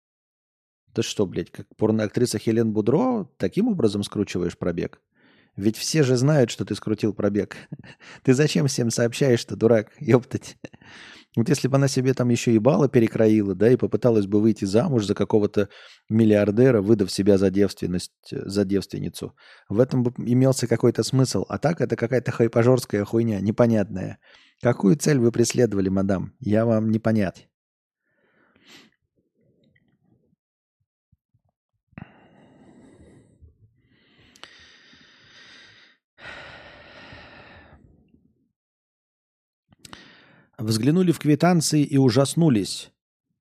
Ты что, блядь, как порноактриса Хелен Будро, таким образом скручиваешь пробег? Ведь все же знают, что ты скрутил пробег. Ты зачем всем сообщаешь-то, дурак? Ёптать. Вот если бы она себе там еще и баллы перекроила, да, и попыталась бы выйти замуж за какого-то миллиардера, выдав себя за девственность, за девственницу, в этом бы имелся какой-то смысл. А так это какая-то хайпажорская хуйня, непонятная. Какую цель вы преследовали, мадам? Я вам не понять. Взглянули в квитанции и ужаснулись.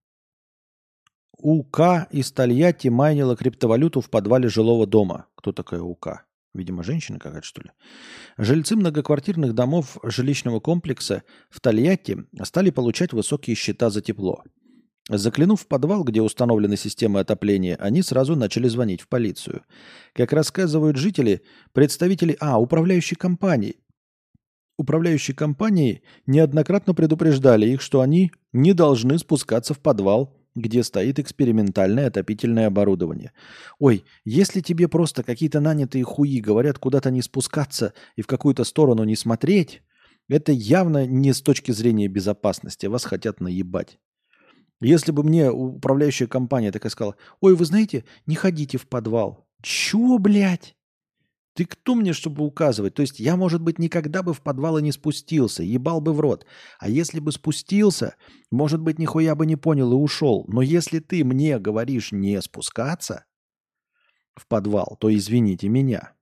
УК из Тольятти майнила криптовалюту в подвале жилого дома. Кто такая УК? Видимо, женщина какая-то, что ли. Жильцы многоквартирных домов жилищного комплекса в Тольятти стали получать высокие счета за тепло. Заглянув в подвал, где установлены системы отопления, они сразу начали звонить в полицию. Как рассказывают жители, представители управляющей компании. Управляющие компании неоднократно предупреждали их, что они не должны спускаться в подвал, где стоит экспериментальное отопительное оборудование. Ой, если тебе просто какие-то нанятые хуи говорят куда-то не спускаться и в какую-то сторону не смотреть, это явно не с точки зрения безопасности, вас хотят наебать. Если бы мне управляющая компания такая сказала, ой, вы знаете, не ходите в подвал. Чё, блядь? Ты кто мне, чтобы указывать? То есть я, может быть, никогда бы в подвал и не спустился, ебал бы в рот. А если бы спустился, может быть, нихуя бы не понял и ушел. Но если ты мне говоришь не спускаться в подвал, то извините меня.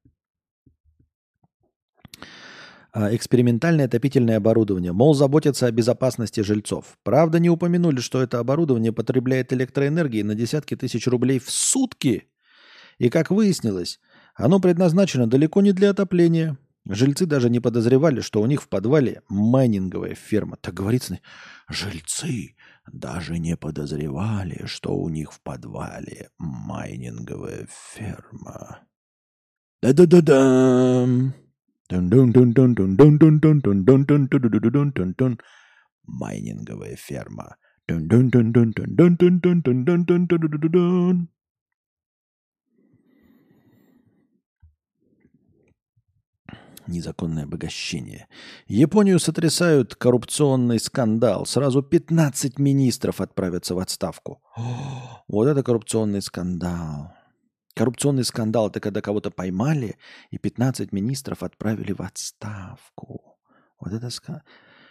Экспериментальное отопительное оборудование. Мол, заботятся о безопасности жильцов. Правда, не упомянули, что это оборудование потребляет электроэнергии на десятки тысяч рублей в сутки. И, как выяснилось, оно предназначено далеко не для отопления. Жильцы даже не подозревали, что у них в подвале майнинговая ферма. Так говорится, жильцы даже не подозревали, что у них в подвале майнинговая ферма. Да-да-да-дам! Дун-дун-дун-дун-дун-дун-дун-дун-дун-дун-дун-дун-дун-дун. Майнинговая ферма. Дун-дун-дун-дун-дун-дун-дун-дун-дун-дун-дун-дун. Незаконное обогащение. Японию сотрясают коррупционный скандал. Сразу 15 министров отправятся в отставку. Вот это коррупционный скандал. Коррупционный скандал – это когда кого-то поймали, и 15 министров отправили в отставку. Вот это скандал.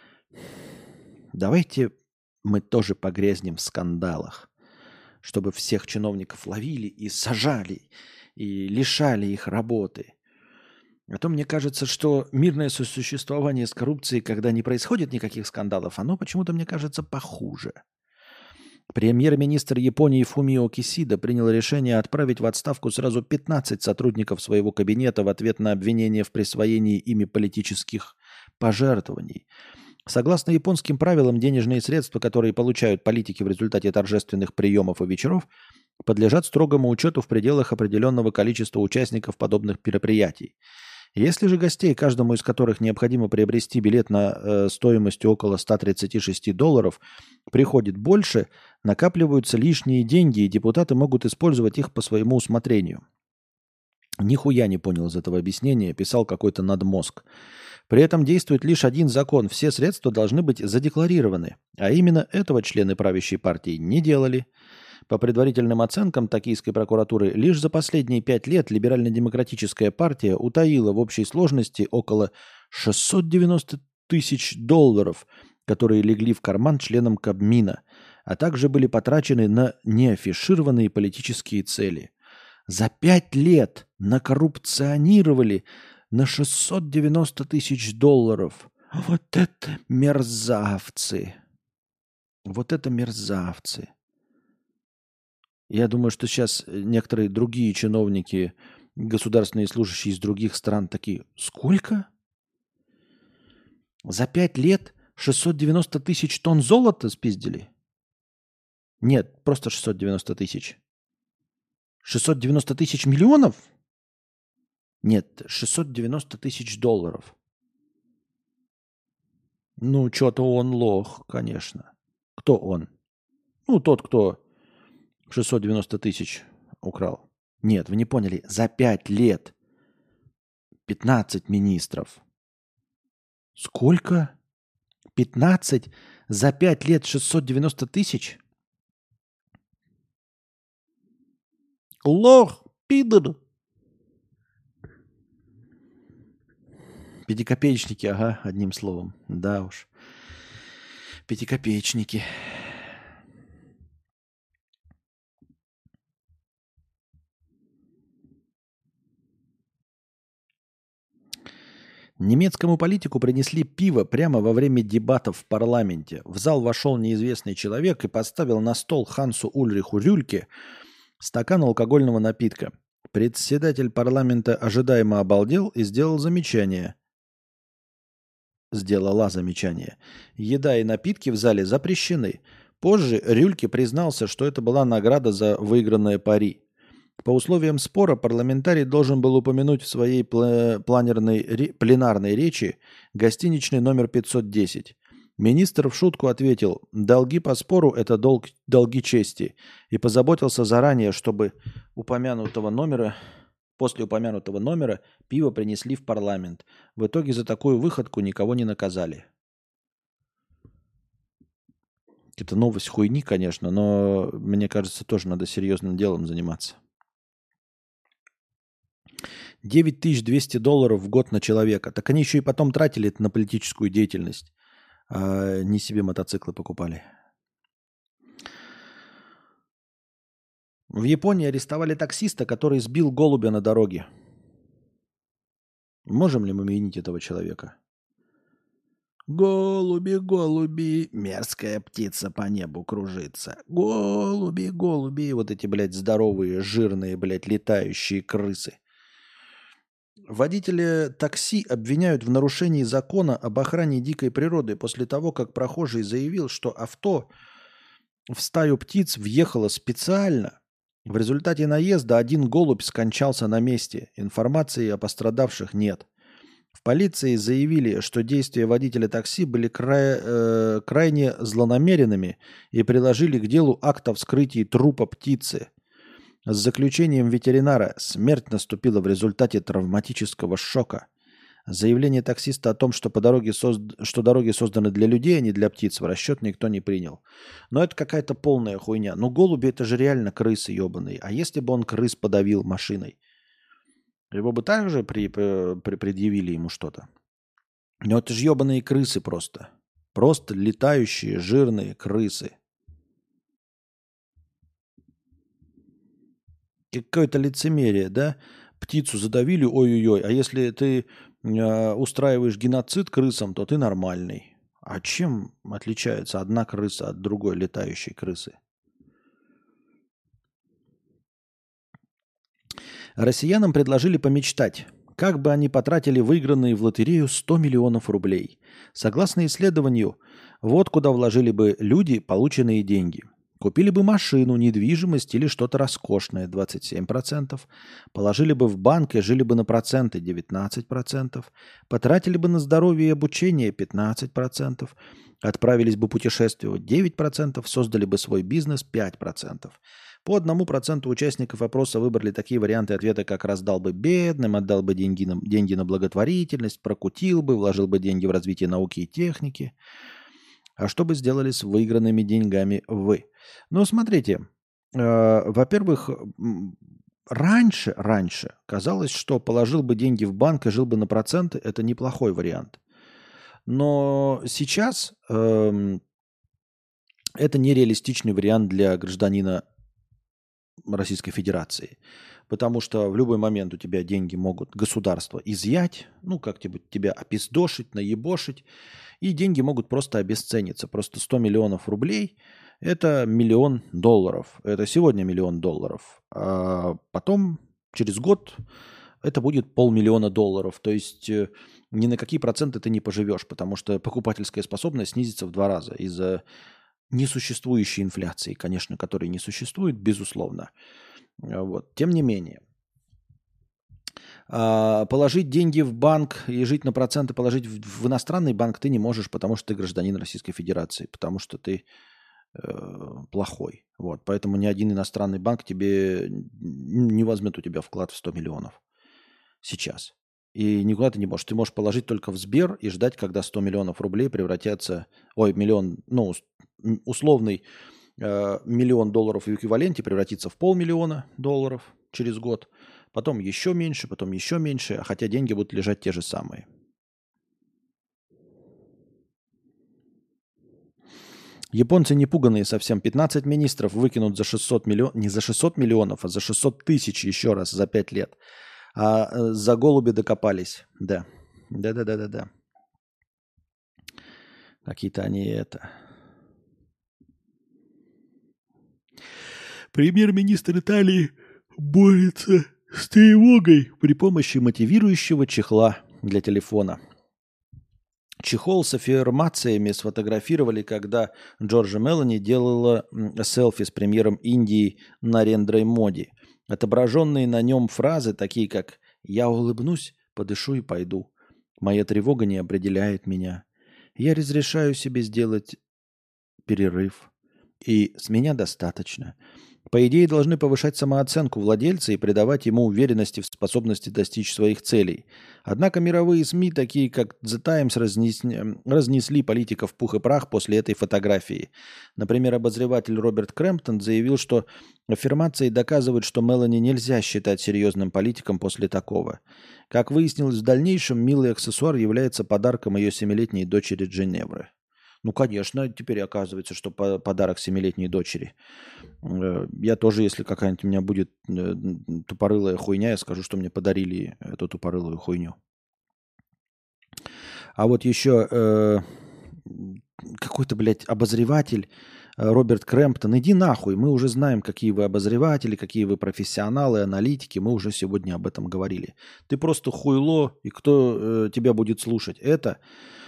Давайте мы тоже погрязнем в скандалах, чтобы всех чиновников ловили и сажали, и лишали их работы. А то мне кажется, что мирное сосуществование с коррупцией, когда не происходит никаких скандалов, оно почему-то, мне кажется, похуже. Премьер-министр Японии Фумио Кисида принял решение отправить в отставку сразу 15 сотрудников своего кабинета в ответ на обвинение в присвоении ими политических пожертвований. Согласно японским правилам, денежные средства, которые получают политики в результате торжественных приемов и вечеров, подлежат строгому учету в пределах определенного количества участников подобных мероприятий. Если же гостей, каждому из которых необходимо приобрести билет на стоимостью около $136, приходит больше, накапливаются лишние деньги, и депутаты могут использовать их по своему усмотрению. Нихуя не понял из этого объяснения, писал какой-то надмозг. При этом действует лишь один закон. Все средства должны быть задекларированы. А именно этого члены правящей партии не делали. По предварительным оценкам токийской прокуратуры, лишь за последние 5 лет либерально-демократическая партия утаила в общей сложности около $690 тысяч, которые легли в карман членам Кабмина, а также были потрачены на неафишированные политические цели. За 5 лет накоррупционировали на $690 тысяч. Вот это мерзавцы. Вот это мерзавцы. Я думаю, что сейчас некоторые другие чиновники, государственные служащие из других стран такие, сколько? За 5 лет 690 тысяч тонн золота спиздили? Нет, просто 690 тысяч. 690 тысяч миллионов? Нет, 690 тысяч долларов. Ну, что-то он лох, конечно. Кто он? Ну, тот, кто 690 тысяч украл. Нет, вы не поняли. За 5 лет 15 министров. Сколько? 15 за 5 лет 690 тысяч? Лох, пидор. Пятикопеечники, ага, одним словом. Да уж. Пятикопеечники. Немецкому политику принесли пиво прямо во время дебатов в парламенте. В зал вошел неизвестный человек и поставил на стол Хансу Ульриху Рюльке стакан алкогольного напитка. Председатель парламента ожидаемо обалдел и сделала замечание. Еда и напитки в зале запрещены. Позже Рюльке признался, что это была награда за выигранное пари. По условиям спора парламентарий должен был упомянуть в своей пленарной речи гостиничный номер 510. Министр в шутку ответил: «Долги по спору – это долги чести», и позаботился заранее, чтобы после упомянутого номера пиво принесли в парламент. В итоге за такую выходку никого не наказали. Это новость хуйни, конечно, но мне кажется, тоже надо серьезным делом заниматься. $9200 в год на человека. Так они еще и потом тратили это на политическую деятельность. А не себе мотоциклы покупали. В Японии арестовали таксиста, который сбил голубя на дороге. Можем ли мы винить этого человека? Голуби, голуби, мерзкая птица по небу кружится. Голуби, голуби, вот эти, блядь, здоровые, жирные, блядь, летающие крысы. Водителя такси обвиняют в нарушении закона об охране дикой природы после того, как прохожий заявил, что авто в стаю птиц въехало специально. В результате наезда один голубь скончался на месте. Информации о пострадавших нет. В полиции заявили, что действия водителя такси были крайне злонамеренными и приложили к делу акт о вскрытии трупа птицы. С заключением ветеринара: смерть наступила в результате травматического шока. Заявление таксиста о том, что дороги созданы для людей, а не для птиц, в расчет никто не принял. Но это какая-то полная хуйня. Но голуби — это же реально крысы ебаные. А если бы он крыс подавил машиной? Его бы также предъявили ему что-то. Но это же ебаные крысы просто. Просто летающие жирные крысы. Какое-то лицемерие, да? Птицу задавили, ой-ой-ой. А если ты устраиваешь геноцид крысам, то ты нормальный. А чем отличается одна крыса от другой летающей крысы? Россиянам предложили помечтать, как бы они потратили выигранные в лотерею 100 миллионов рублей. Согласно исследованию, вот куда вложили бы люди полученные деньги. Купили бы машину, недвижимость или что-то роскошное, 27%. Положили бы в банк и жили бы на проценты, 19%. Потратили бы на здоровье и обучение, 15%. Отправились бы путешествовать, 9%. Создали бы свой бизнес, 5%. По 1% участников опроса выбрали такие варианты ответа, как: раздал бы бедным, отдал бы деньги на благотворительность, прокутил бы, вложил бы деньги в развитие науки и техники. А что бы сделали с выигранными деньгами вы? Ну, смотрите, во-первых, раньше казалось, что положил бы деньги в банк и жил бы на проценты, это неплохой вариант. Но сейчас это нереалистичный вариант для гражданина Российской Федерации. Потому что в любой момент у тебя деньги могут государство изъять, ну, как-нибудь тебя опиздошить, наебошить, и деньги могут просто обесцениться. Просто 100 миллионов рублей – это $1 миллион. Это сегодня $1 миллион. А потом, через год, это будет $500 000. То есть ни на какие проценты ты не поживешь, потому что покупательская способность снизится в 2 раза из-за несуществующей инфляции, конечно, которой не существует, безусловно. Вот. Тем не менее, положить деньги в банк и жить на проценты, положить в иностранный банк ты не можешь, потому что ты гражданин Российской Федерации, потому что ты плохой. Вот. Поэтому ни один иностранный банк тебе не возьмет у тебя вклад в 100 миллионов сейчас. И никуда ты не можешь. Ты можешь положить только в Сбер и ждать, когда 100 миллионов рублей превратятся... миллион, ну, условный $1 миллион в эквиваленте превратится в $500 000 через год. Потом еще меньше, хотя деньги будут лежать те же самые. Японцы не пуганные совсем. 15 министров выкинут за 600 миллионов, не за 600 миллионов, а за 600 тысяч еще раз за 5 лет. А за голуби докопались, да. Да-да-да-да-да. Какие-то они это... Премьер-министр Италии борется с тревогой при помощи мотивирующего чехла для телефона. Чехол с аффирмациями сфотографировали, когда Джорджа Мелани делала селфи с премьером Индии Нарендрой Моди. Отображенные на нем фразы, такие как «Я улыбнусь, подышу и пойду». «Моя тревога не определяет меня». «Я разрешаю себе сделать перерыв». И «С меня достаточно». По идее, должны повышать самооценку владельца и придавать ему уверенности в способности достичь своих целей. Однако мировые СМИ, такие как The Times, разнесли политиков в пух и прах после этой фотографии. Например, обозреватель Роберт Крэмптон заявил, что аффирмации доказывают, что Мелани нельзя считать серьезным политиком после такого. Как выяснилось в дальнейшем, милый аксессуар является подарком ее 7-летней дочери Дженевры. Ну, конечно, теперь оказывается, что подарок 7-летней дочери. Я тоже, если какая-нибудь у меня будет тупорылая хуйня, я скажу, что мне подарили эту тупорылую хуйню. А вот еще какой-то, блядь, обозреватель Роберт Крэмптон. Иди нахуй, мы уже знаем, какие вы обозреватели, какие вы профессионалы, аналитики. Мы уже сегодня об этом говорили. Ты просто хуйло, и кто тебя будет слушать? Это...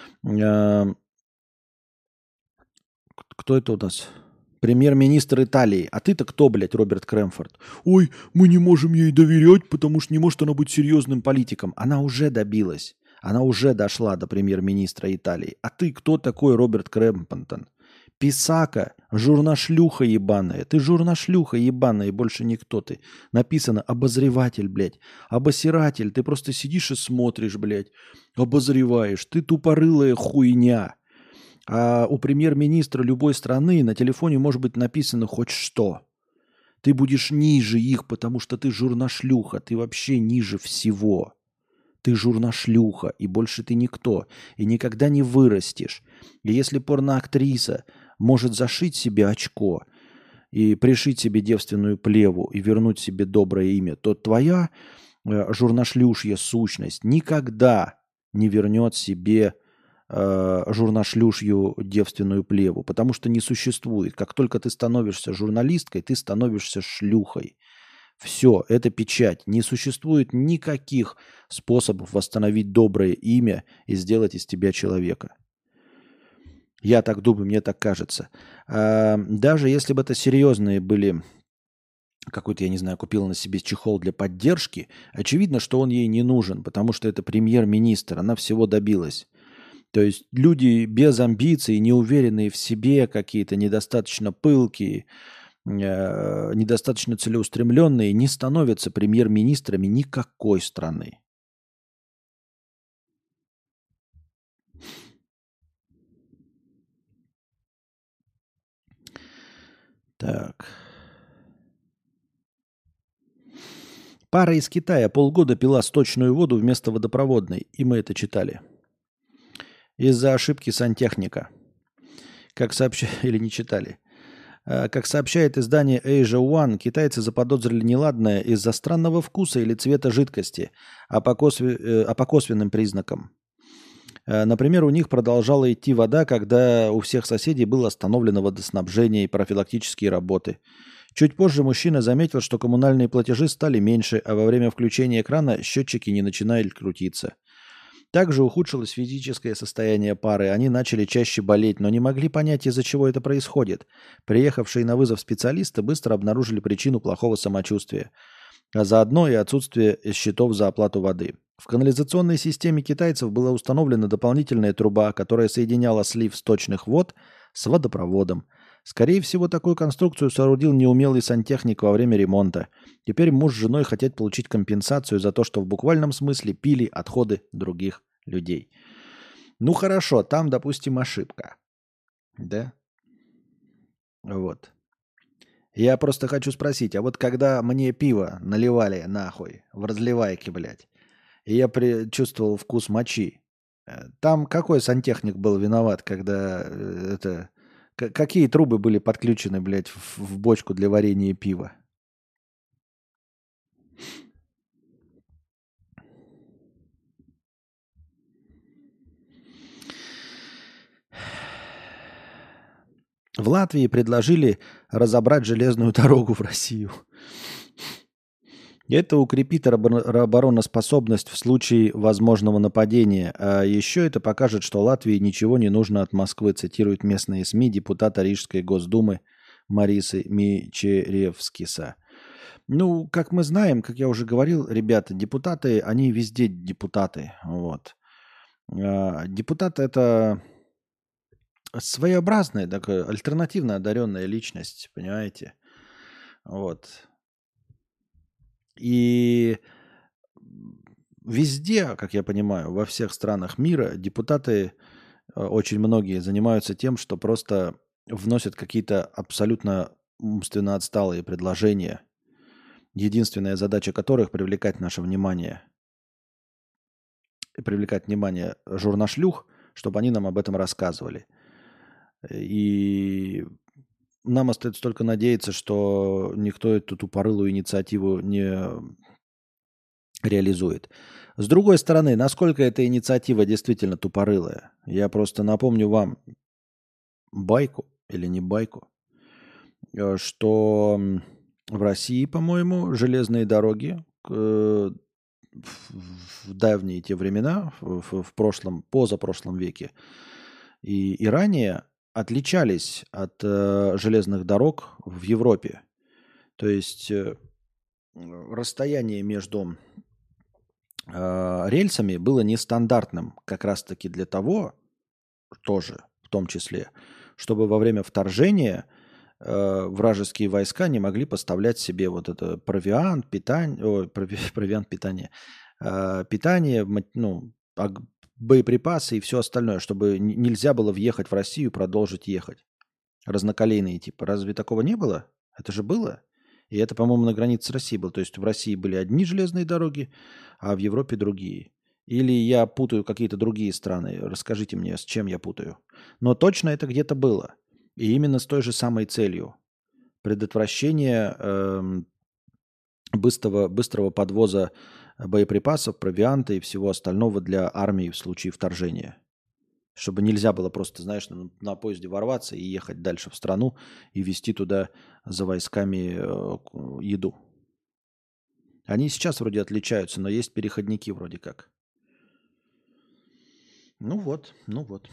Кто это у нас? Премьер-министр Италии. А ты-то кто, блядь, Роберт Крэмфорд? Ой, мы не можем ей доверять, потому что не может она быть серьезным политиком. Она уже добилась. Она уже дошла до премьер-министра Италии. А ты кто такой, Роберт Крэмптон? Писака, журнашлюха ебаная. Ты журнашлюха ебаная, и больше никто ты. Написано обозреватель, блядь. Обосиратель. Ты просто сидишь и смотришь, блядь. Обозреваешь. Ты тупорылая хуйня. А у премьер-министра любой страны на телефоне может быть написано хоть что. Ты будешь ниже их, потому что ты журнашлюха. Ты вообще ниже всего. Ты журнашлюха, и больше ты никто. И никогда не вырастешь. И если порноактриса может зашить себе очко и пришить себе девственную плеву и вернуть себе доброе имя, то твоя журнашлюшья сущность никогда не вернет себе журнашлюшью девственную плеву, потому что не существует. Как только ты становишься журналисткой, ты становишься шлюхой. Все, это печать. Не существует никаких способов восстановить доброе имя и сделать из тебя человека. Я так думаю, мне так кажется. Даже если бы это серьезные были... Какой-то, я не знаю, купила на себе чехол для поддержки, очевидно, что он ей не нужен, потому что это премьер-министр, она всего добилась. То есть люди без амбиций, неуверенные в себе, какие-то недостаточно пылкие, недостаточно целеустремленные, не становятся премьер-министрами никакой страны. Так. Пара из Китая полгода пила сточную воду вместо водопроводной, и мы это читали. Из-за ошибки сантехника. Как сообщали, или не читали. Как сообщает издание Asia One, китайцы заподозрили неладное из-за странного вкуса или цвета жидкости, а по косвенным признакам. Например, у них продолжала идти вода, когда у всех соседей было остановлено водоснабжение и профилактические работы. Чуть позже мужчина заметил, что коммунальные платежи стали меньше, а во время включения крана счетчики не начинали крутиться. Также ухудшилось физическое состояние пары. Они начали чаще болеть, но не могли понять, из-за чего это происходит. Приехавшие на вызов специалисты быстро обнаружили причину плохого самочувствия, а заодно и отсутствие счетов за оплату воды. В канализационной системе китайцев была установлена дополнительная труба, которая соединяла слив сточных вод с водопроводом. Скорее всего, такую конструкцию соорудил неумелый сантехник во время ремонта. Теперь муж с женой хотят получить компенсацию за то, что в буквальном смысле пили отходы других людей. Ну хорошо, там, допустим, ошибка. Да? Вот. Я просто хочу спросить, а вот когда мне пиво наливали нахуй в разливайке, блядь, и я чувствовал вкус мочи, там какой сантехник был виноват, когда это... Какие трубы были подключены, блядь, в бочку для варенья пива? В Латвии предложили разобрать железную дорогу в Россию. Это укрепит обороноспособность в случае возможного нападения. А еще это покажет, что Латвии ничего не нужно от Москвы, цитирует местные СМИ депутата Рижской Госдумы Марисы Мичеревскиса. Ну, как мы знаем, как я уже говорил, ребята, депутаты, они везде депутаты. Вот. Депутат – это своеобразная, такая альтернативно одаренная личность, понимаете? Вот. И везде, как я понимаю, во всех странах мира депутаты, очень многие, занимаются тем, что просто вносят какие-то абсолютно умственно отсталые предложения, единственная задача которых привлекать наше внимание. И привлекать внимание журнашлюх, чтобы они нам об этом рассказывали. И нам остается только надеяться, что никто эту тупорылую инициативу не реализует. С другой стороны, насколько эта инициатива действительно тупорылая? Я просто напомню вам байку, или не байку, что в России, по-моему, железные дороги в давние те времена, в прошлом, позапрошлом веке и ранее отличались от железных дорог в Европе. То есть расстояние между рельсами было нестандартным как раз-таки для того, тоже в том числе, чтобы во время вторжения вражеские войска не могли поставлять себе вот это провиант, питание, провиант, питание, питание, ну, боеприпасы и все остальное, чтобы нельзя было въехать в Россию и продолжить ехать. Разноколейные типа. Разве такого не было? Это же было. И это, по-моему, на границе России было. То есть в России были одни железные дороги, а в Европе другие. Или я путаю какие-то другие страны. Расскажите мне, с чем я путаю. Но точно это где-то было. И именно с той же самой целью. Предотвращение быстрого подвоза боеприпасов, провианта и всего остального для армии в случае вторжения. Чтобы нельзя было просто, знаешь, на поезде ворваться и ехать дальше в страну и везти туда за войсками еду. Они сейчас вроде отличаются, но есть переходники вроде как. Ну вот, ну вот.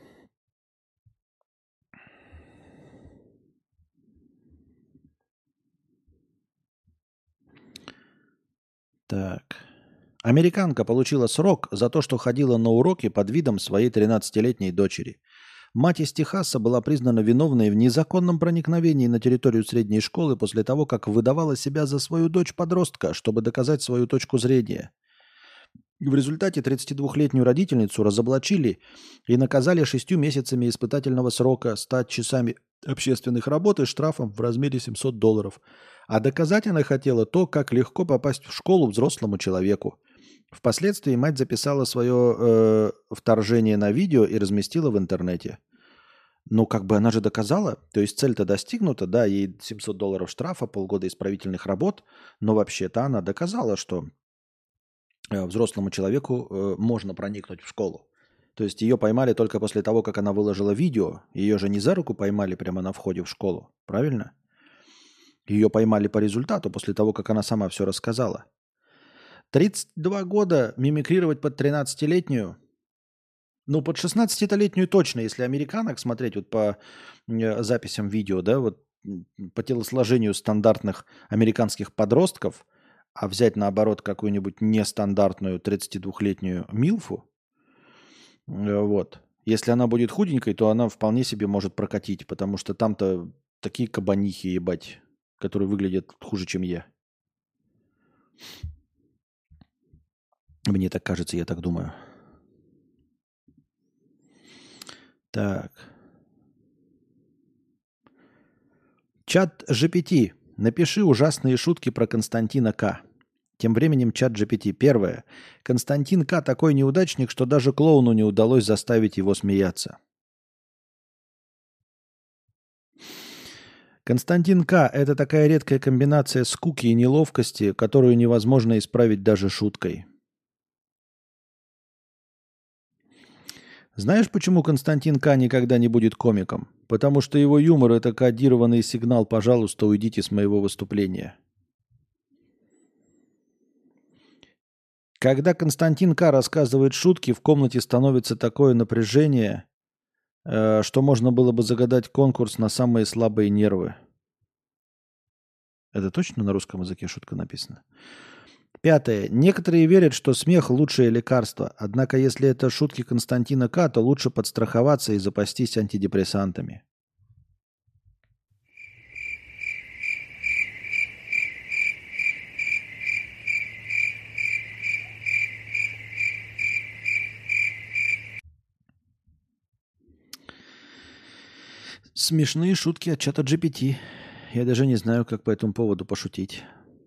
Так. Американка получила срок за то, что ходила на уроки под видом своей 13-летней дочери. Мать из Техаса была признана виновной в незаконном проникновении на территорию средней школы после того, как выдавала себя за свою дочь-подростка, чтобы доказать свою точку зрения. В результате 32-летнюю родительницу разоблачили и наказали 6 месяцами испытательного срока, 100 часами общественных работ и штрафом в размере $700. А доказать она хотела то, как легко попасть в школу взрослому человеку. Впоследствии мать записала свое вторжение на видео и разместила в интернете. Ну, как бы она же доказала, то есть цель-то достигнута, да, ей $700 штрафа, полгода исправительных работ, но вообще-то она доказала, что взрослому человеку можно проникнуть в школу. То есть ее поймали только после того, как она выложила видео. Ее же не за руку поймали прямо на входе в школу, правильно? Ее поймали по результату после того, как она сама все рассказала. 32 года мимикрировать под 13-летнюю, ну, под 16-летнюю точно, если американок смотреть вот по записям видео, да, вот по телосложению стандартных американских подростков, а взять, наоборот, какую-нибудь нестандартную 32-летнюю Милфу, вот. Если она будет худенькой, то она вполне себе может прокатить, потому что там-то такие кабанихи, ебать, которые выглядят хуже, чем я. Мне так кажется, я так думаю. Так. Чат GPT. Напиши ужасные шутки про Константина К. Тем временем чат GPT. Первое. Константин К. такой неудачник, что даже клоуну не удалось заставить его смеяться. Константин К. это такая редкая комбинация скуки и неловкости, которую невозможно исправить даже шуткой. Знаешь, почему Константин К. никогда не будет комиком? Потому что его юмор – это кодированный сигнал «пожалуйста, уйдите с моего выступления». Когда Константин К. рассказывает шутки, в комнате становится такое напряжение, что можно было бы загадать конкурс на самые слабые нервы. Это точно на русском языке шутка написана? 5. Некоторые верят, что смех – лучшее лекарство. Однако, если это шутки Константина К., то лучше подстраховаться и запастись антидепрессантами. Смешные шутки от чата GPT. Я даже не знаю, как по этому поводу пошутить.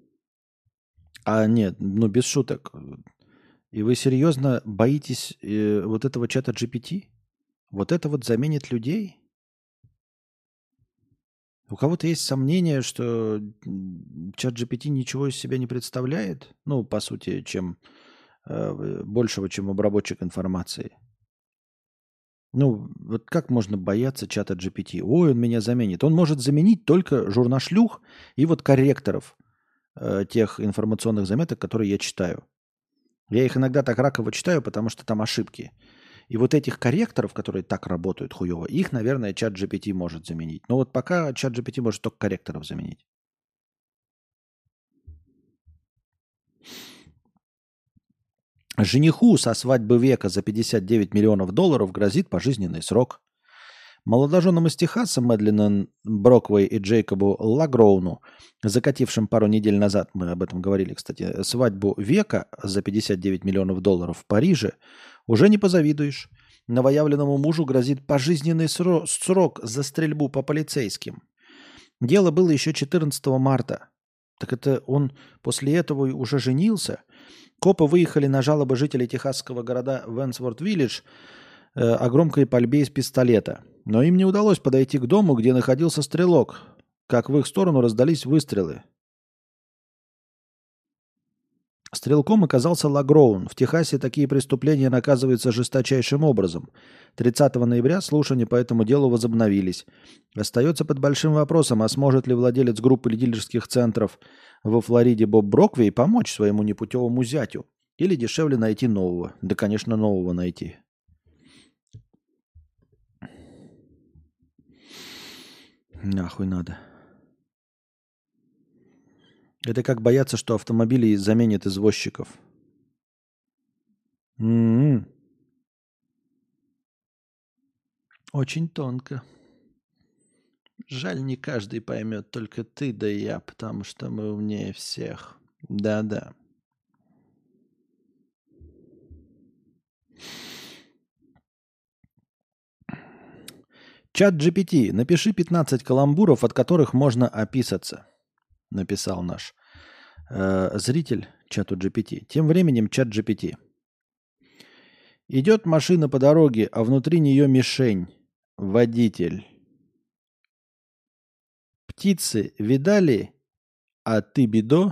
А нет, ну без шуток. И вы серьезно боитесь вот этого чата GPT? Вот это вот заменит людей? У кого-то есть сомнение, что чат GPT ничего из себя не представляет? Ну, по сути, чем большего, чем обработчик информации. Ну, вот как можно бояться чата GPT? Ой, он меня заменит. Он может заменить только журнашлюх и вот корректоров тех информационных заметок, которые я читаю. Я их иногда так раково читаю, потому что там ошибки. И вот этих корректоров, которые так работают хуево, их, наверное, чат GPT может заменить. Но вот пока чат GPT может только корректоров заменить. Жениху со свадьбы века за 59 миллионов долларов грозит пожизненный срок. Молодоженам из Техаса Мэдлин Броквей и Джейкобу Лагроуну, закатившим пару недель назад, мы об этом говорили, кстати, свадьбу века за 59 миллионов долларов в Париже, уже не позавидуешь. Новоявленному мужу грозит пожизненный срок за стрельбу по полицейским. Дело было еще 14 марта. Так это он после этого уже женился? Копы выехали на жалобы жителей техасского города Венсворт-Виллидж о громкой пальбе из пистолета. Но им не удалось подойти к дому, где находился стрелок, как в их сторону раздались выстрелы. Стрелком оказался Лагроун. В Техасе такие преступления наказываются жесточайшим образом. 30 ноября слушания по этому делу возобновились. Остается под большим вопросом, а сможет ли владелец группы дилерских центров во Флориде Боб Броквей помочь своему непутевому зятю? Или дешевле найти нового? Да, конечно, нового найти. Нахуй надо. Это как бояться, что автомобили заменят извозчиков. Очень тонко. Жаль, не каждый поймет, только ты да я, потому что мы умнее всех. Да-да. Чат GPT. Напиши 15 каламбуров, от которых можно описаться. Написал наш зритель чату GPT. Тем временем чат GPT. Идет машина по дороге, а внутри нее мишень. Водитель. Птицы видали, а ты бедо?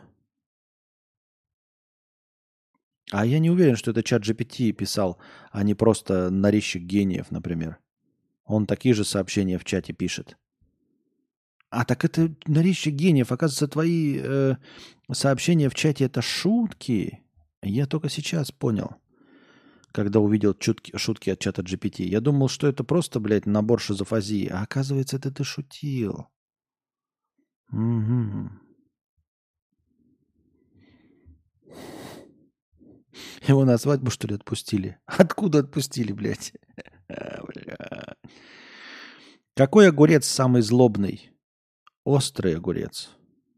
А я не уверен, что это чат GPT писал, а не просто нарезчик гениев, например. Он такие же сообщения в чате пишет. А так это нарезчик гениев. Оказывается, твои сообщения в чате это шутки. Я только сейчас понял, когда увидел шутки от чата GPT. Я думал, что это просто, блядь, набор шизофазии. А оказывается, это ты шутил. Угу. Его на свадьбу, что ли, отпустили? Откуда отпустили, блядь? Какой огурец самый злобный? Острый огурец.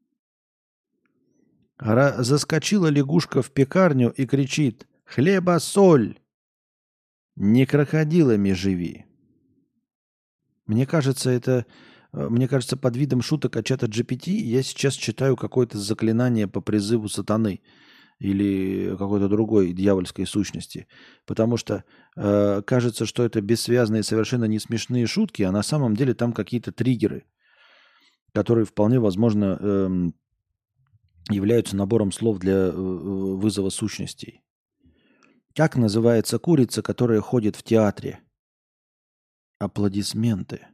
Заскочила лягушка в пекарню и кричит: «Хлеба, соль! Не крокодилами живи!» Мне кажется, под видом шуток от чата GPT я сейчас читаю какое-то заклинание по призыву сатаны или какой-то другой дьявольской сущности. Потому что кажется, что это бессвязные, совершенно не смешные шутки, а на самом деле там какие-то триггеры, которые вполне возможно являются набором слов для вызова сущностей. Как называется курица, которая ходит в театре? Аплодисменты.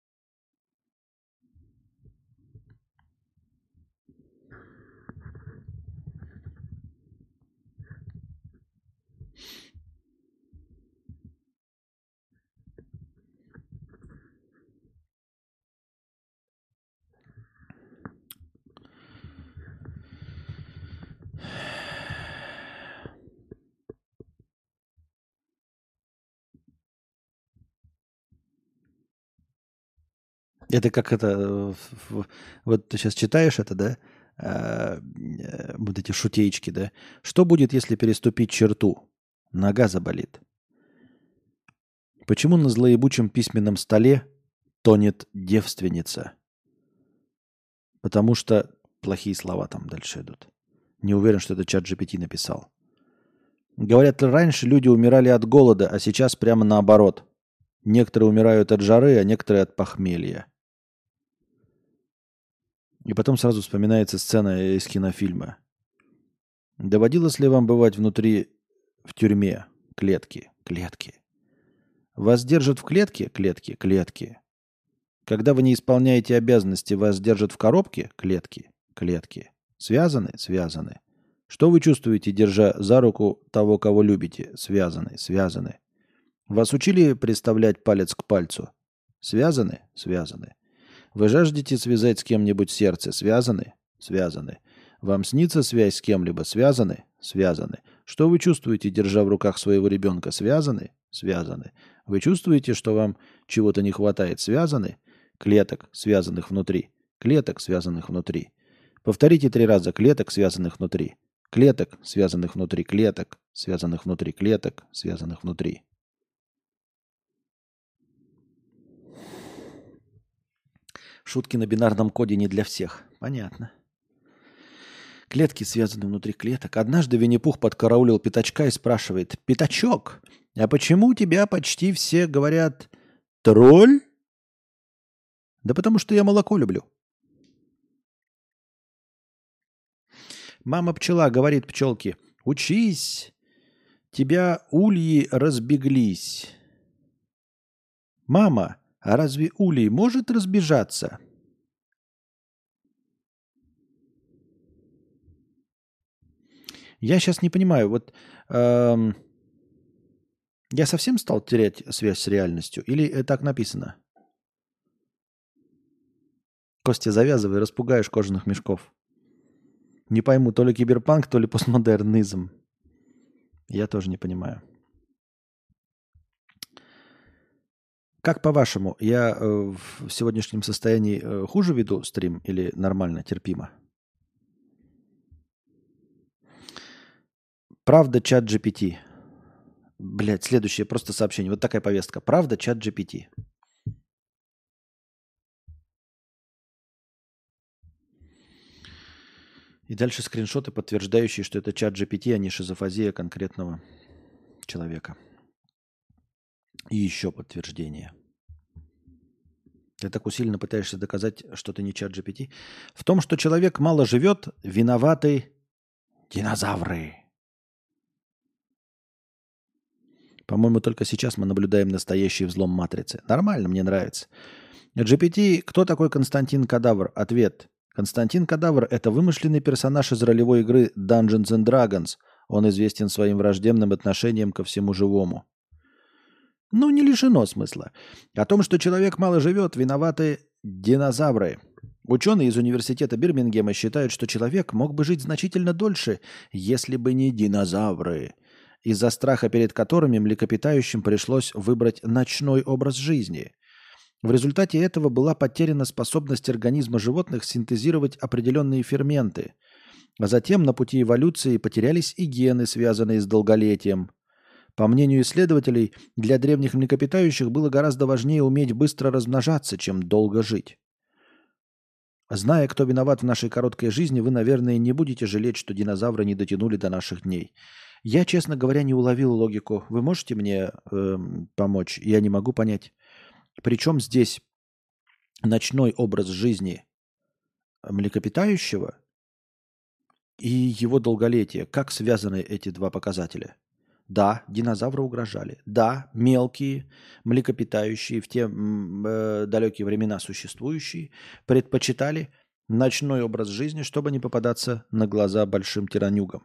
Это как это... Вот ты сейчас читаешь это, да? Вот эти шутеечки, да? Что будет, если переступить черту? Нога заболит. Почему на злоебучем письменном столе тонет девственница? Потому что плохие слова там дальше идут. Не уверен, что это чат GPT написал. Говорят, раньше люди умирали от голода, а сейчас прямо наоборот. Некоторые умирают от жары, а некоторые от похмелья. И потом сразу вспоминается сцена из кинофильма. Доводилось ли вам бывать внутри в тюрьме? Клетки, клетки. Вас держат в клетке? Клетки, клетки. Когда вы не исполняете обязанности, вас держат в коробке? Клетки, клетки. Связаны? Связаны. Что вы чувствуете, держа за руку того, кого любите? Связаны, связаны. Вас учили приставлять палец к пальцу? Связаны? Связаны. Вы жаждете связать с кем-нибудь сердце? Связаны? Связаны. Вам снится связь с кем-либо? Связаны? Связаны. Что вы чувствуете, держа в руках своего ребенка? Связаны? Связаны. Вы чувствуете, что вам чего-то не хватает? Связаны? Клеток, связанных внутри. Клеток, связанных внутри. Повторите 3 раза. Клеток, связанных внутри. Клеток, связанных внутри. Клеток, связанных внутри. Клеток, связанных внутри. Шутки на бинарном коде не для всех. Понятно. Клетки связаны внутри клеток. Однажды Винни-Пух подкараулил Пятачка и спрашивает: «Пятачок, а почему у тебя почти все говорят тролль?» «Да потому что я молоко люблю». Мама пчела говорит пчелке: «Учись, тебя ульи разбеглись». «Мама, а разве улей может разбежаться?» Я сейчас не понимаю, вот я совсем стал терять связь с реальностью или так написано? Костя, завязывай, распугаешь кожаных мешков. Не пойму, то ли киберпанк, то ли постмодернизм. Я тоже не понимаю. Как по-вашему, я в сегодняшнем состоянии хуже веду стрим или нормально, терпимо? Правда, чат GPT. Блядь, следующее просто сообщение. Вот такая повестка. Правда, чат GPT. И дальше скриншоты, подтверждающие, что это чат GPT, а не шизофазия конкретного человека. И еще подтверждение. Ты так усиленно пытаешься доказать, что ты не чат GPT. В том, что человек мало живет, виноваты динозавры. По-моему, только сейчас мы наблюдаем настоящий взлом матрицы. Нормально, мне нравится. GPT, кто такой Константин Кадавр? Ответ. Константин Кадавр – это вымышленный персонаж из ролевой игры Dungeons and Dragons. Он известен своим враждебным отношением ко всему живому. Ну, не лишено смысла. О том, что человек мало живет, виноваты динозавры. Ученые из университета Бирмингема считают, что человек мог бы жить значительно дольше, если бы не динозавры, из-за страха перед которыми млекопитающим пришлось выбрать ночной образ жизни. В результате этого была потеряна способность организма животных синтезировать определенные ферменты, а затем на пути эволюции потерялись и гены, связанные с долголетием. По мнению исследователей, для древних млекопитающих было гораздо важнее уметь быстро размножаться, чем долго жить. Зная, кто виноват в нашей короткой жизни, вы, наверное, не будете жалеть, что динозавры не дотянули до наших дней. Я, честно говоря, не уловил логику. Вы можете мне помочь? Я не могу понять. Причем здесь ночной образ жизни млекопитающего и его долголетие. Как связаны эти два показателя? Да, динозавры угрожали. Да, мелкие, млекопитающие, в те далекие времена существующие, предпочитали ночной образ жизни, чтобы не попадаться на глаза большим тиранюгам.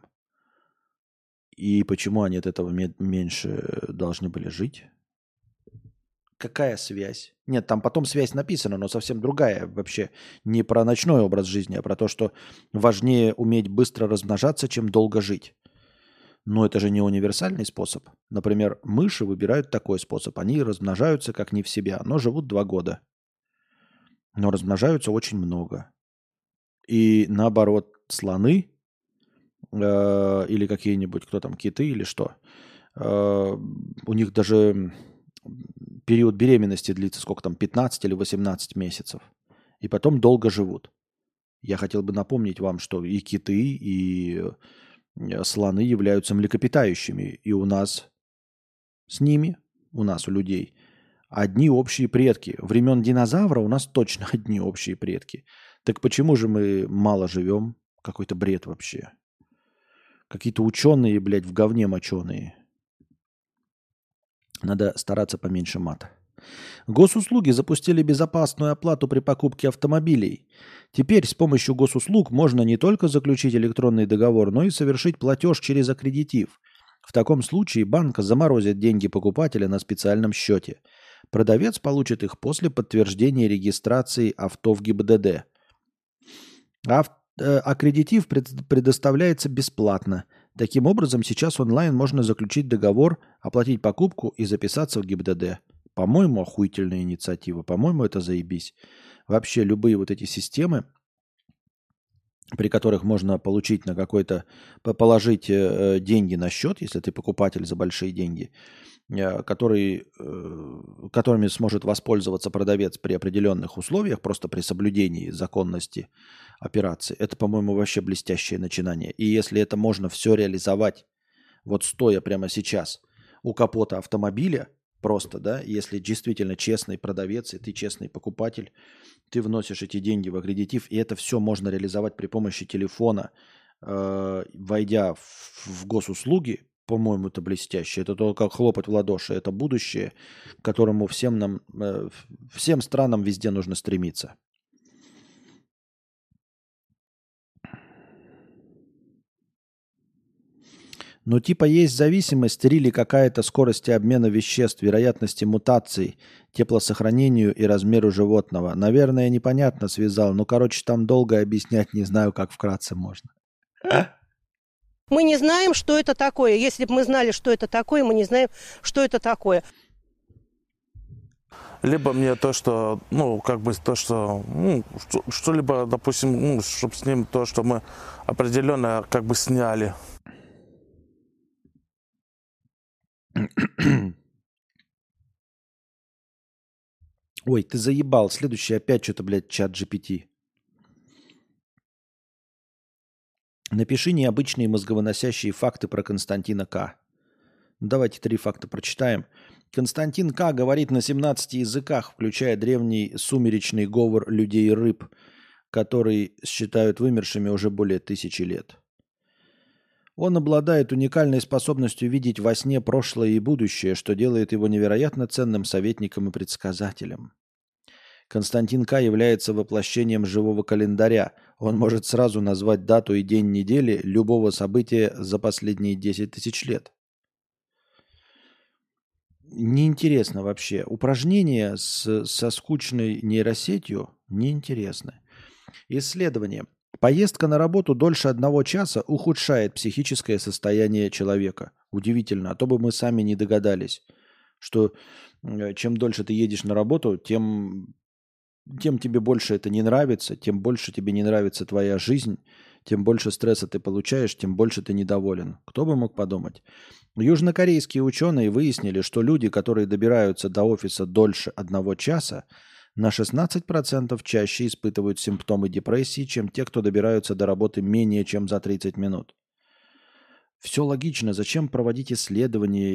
И почему они от этого меньше должны были жить? Какая связь? Нет, там потом связь написана, но совсем другая. Вообще не про ночной образ жизни, а про то, что важнее уметь быстро размножаться, чем долго жить. Но это же не универсальный способ. Например, мыши выбирают такой способ. Они размножаются как не в себя, но живут 2 года. Но размножаются очень много. И наоборот, слоны или какие-нибудь, кто там, киты или что, у них даже период беременности длится сколько там, 15 или 18 месяцев. И потом долго живут. Я хотел бы напомнить вам, что и киты, и слоны являются млекопитающими. И у нас с ними, у нас, у людей, одни общие предки. Времен динозавра у нас точно одни общие предки. Так почему же мы мало живем? Какой-то бред вообще. Какие-то ученые, блядь, в говне моченые. Надо стараться поменьше мата. Госуслуги запустили безопасную оплату при покупке автомобилей. Теперь с помощью госуслуг можно не только заключить электронный договор, но и совершить платеж через аккредитив. В таком случае банк заморозит деньги покупателя на специальном счете. Продавец получит их после подтверждения регистрации авто в ГИБДД. Аккредитив предоставляется бесплатно. Таким образом, сейчас онлайн можно заключить договор, оплатить покупку и записаться в ГИБДД. По-моему, охуительная инициатива. По-моему, это заебись. Вообще, любые вот эти системы, при которых можно получить на какой-то, положить деньги на счет, если ты покупатель за большие деньги, которыми сможет воспользоваться продавец при определенных условиях, просто при соблюдении законности операции. Это, по-моему, вообще блестящее начинание. И если это можно все реализовать, вот стоя прямо сейчас у капота автомобиля, просто, да, если действительно честный продавец и ты честный покупатель, ты вносишь эти деньги в аккредитив, и это все можно реализовать при помощи телефона, войдя в госуслуги. По-моему, это блестяще. Это то, как хлопать в ладоши. Это будущее, к которому всем странам везде нужно стремиться. Ну, типа есть зависимость или какая-то скорость обмена веществ, вероятности мутаций, теплосохранению и размеру животного. Наверное, непонятно связал. Ну, короче, там долго объяснять не знаю, как вкратце можно. Мы не знаем, что это такое. Если бы мы знали, что это такое, мы не знаем, что это такое. Либо мне то, что, что-либо, допустим, чтобы с ним то, что мы определенно сняли. Ой, ты заебал. Следующий опять что-то, блядь, чат GPT. Напиши необычные мозговыносящие факты про Константина К. Давайте 3 факта прочитаем. Константин К. говорит на 17 языках, включая древний сумеречный говор людей и рыб, который считают вымершими уже более 1000 лет. Он обладает уникальной способностью видеть во сне прошлое и будущее, что делает его невероятно ценным советником и предсказателем. Константин К. является воплощением живого календаря. Он может сразу назвать дату и день недели любого события за последние 10 тысяч лет. Неинтересно вообще. Упражнения со скучной нейросетью неинтересны. Исследование. Поездка на работу дольше 1 часа ухудшает психическое состояние человека. Удивительно, а то бы мы сами не догадались, что чем дольше ты едешь на работу, тем тебе больше это не нравится, тем больше тебе не нравится твоя жизнь, тем больше стресса ты получаешь, тем больше ты недоволен. Кто бы мог подумать? Южнокорейские ученые выяснили, что люди, которые добираются до офиса дольше 1 часа, на 16% чаще испытывают симптомы депрессии, чем те, кто добираются до работы менее чем за 30 минут. Все логично. Зачем проводить исследования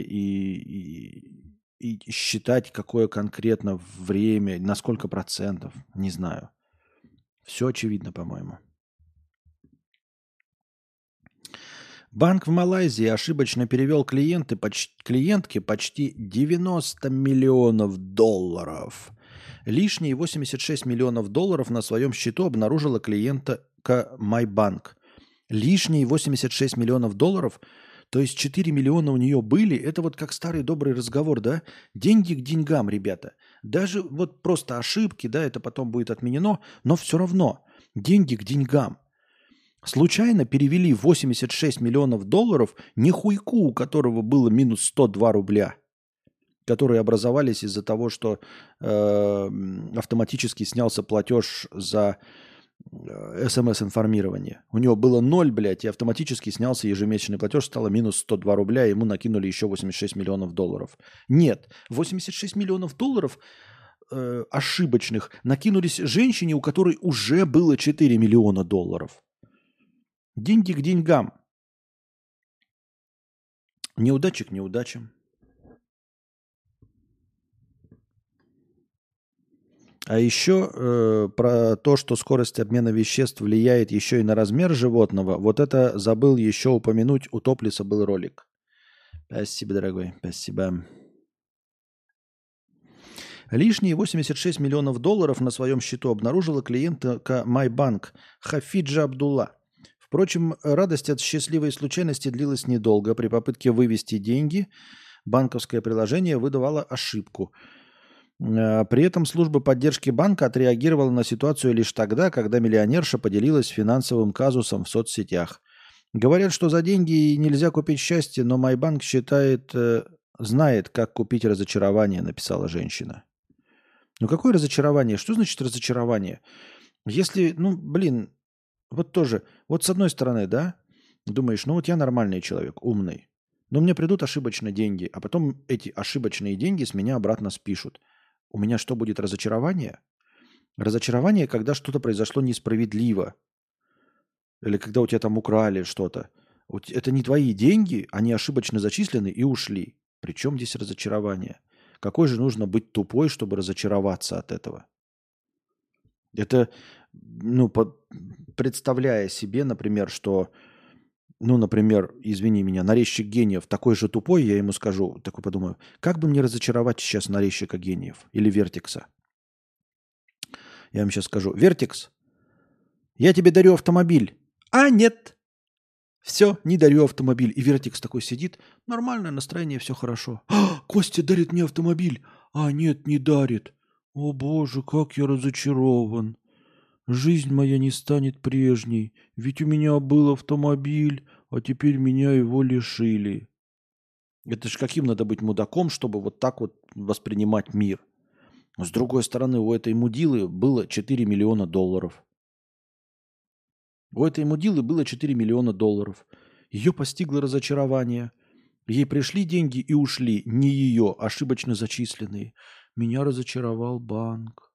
и считать, какое конкретно время, на сколько процентов? Не знаю. Все очевидно, по-моему. Банк в Малайзии ошибочно перевел клиентке почти 90 миллионов долларов. Лишние 86 миллионов долларов на своем счету обнаружила клиентка MyBank. Лишние 86 миллионов долларов, то есть 4 миллиона у нее были. Это вот как старый добрый разговор, да? Деньги к деньгам, ребята. Даже вот просто ошибки, да, это потом будет отменено, но все равно деньги к деньгам. Случайно перевели 86 миллионов долларов не хуйку, у которого было минус 102 рубля, которые образовались из-за того, что автоматически снялся платеж за СМС-информирование. У него было 0, блядь, и автоматически снялся ежемесячный платеж, стало минус 102 рубля, и ему накинули еще 86 миллионов долларов. Нет, 86 миллионов долларов ошибочных накинулись женщине, у которой уже было 4 миллиона долларов. Деньги к деньгам. Неудачи к неудачам. А еще про то, что скорость обмена веществ влияет еще и на размер животного, вот это забыл еще упомянуть, у Топлиса был ролик. Спасибо, дорогой, спасибо. Лишние 86 миллионов долларов на своем счету обнаружила клиентка MyBank Хафиджа Абдулла. Впрочем, радость от счастливой случайности длилась недолго. При попытке вывести деньги банковское приложение выдавало ошибку. При этом служба поддержки банка отреагировала на ситуацию лишь тогда, когда миллионерша поделилась финансовым казусом в соцсетях. Говорят, что за деньги нельзя купить счастье, но MyBank знает, как купить разочарование, написала женщина. Ну какое разочарование? Что значит разочарование? Если, вот тоже, вот с одной стороны, да, думаешь, вот я нормальный человек, умный, но мне придут ошибочно деньги, а потом эти ошибочные деньги с меня обратно спишут. У меня что будет, разочарование? Разочарование, когда что-то произошло несправедливо. Или когда у тебя там украли что-то. Это не твои деньги, они ошибочно зачислены и ушли. Причем здесь разочарование? Какой же нужно быть тупой, чтобы разочароваться от этого? Это, представляя себе, например, что, например, извини меня, нарезчик гениев такой же тупой, я ему скажу, такой подумаю, как бы мне разочаровать сейчас нарезчика гениев или Вертикса? Я им сейчас скажу, Вертикс, я тебе дарю автомобиль. А нет, все, не дарю автомобиль. И Вертикс такой сидит, нормальное настроение, все хорошо. Костя дарит мне автомобиль. А нет, не дарит. О боже, как я разочарован. Жизнь моя не станет прежней, ведь у меня был автомобиль, а теперь меня его лишили. Это ж каким надо быть мудаком, чтобы вот так вот воспринимать мир? С другой стороны, у этой мудилы было 4 миллиона долларов. У этой мудилы было 4 миллиона долларов. Ее постигло разочарование. Ей пришли деньги и ушли, не ее, ошибочно зачисленные. Меня разочаровал банк.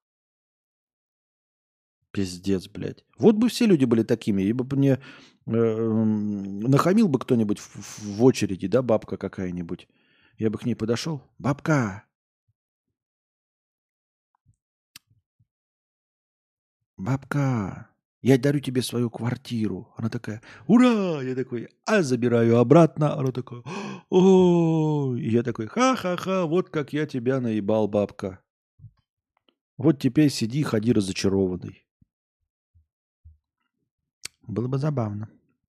Пиздец, блядь. Вот бы все люди были такими. И бы мне нахамил бы кто-нибудь в очереди, да, бабка какая-нибудь. Я бы к ней подошел. Бабка! Бабка! Я дарю тебе свою квартиру. Она такая, ура! Я такой, забираю обратно. Она такая, о! Я такой, ха-ха-ха, вот как я тебя наебал, бабка. Вот теперь сиди, ходи разочарованный. Было бы забавно.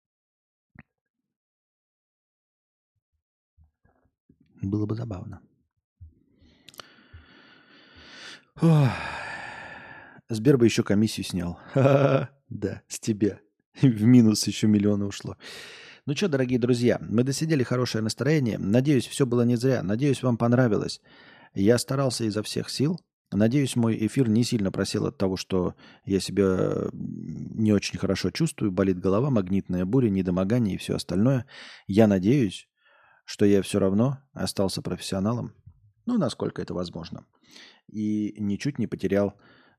Было бы забавно. Ох. Сбер бы еще комиссию снял. Да, с тебя. В минус еще миллионы ушло. Ну что, дорогие друзья, мы досидели хорошее настроение. Надеюсь, все было не зря. Надеюсь, вам понравилось. Я старался изо всех сил. Надеюсь, мой эфир не сильно просел от того, что я себя не очень хорошо чувствую. Болит голова, магнитная буря, недомогание и все остальное. Я надеюсь, что я все равно остался профессионалом. Насколько это возможно. И ничуть не потерял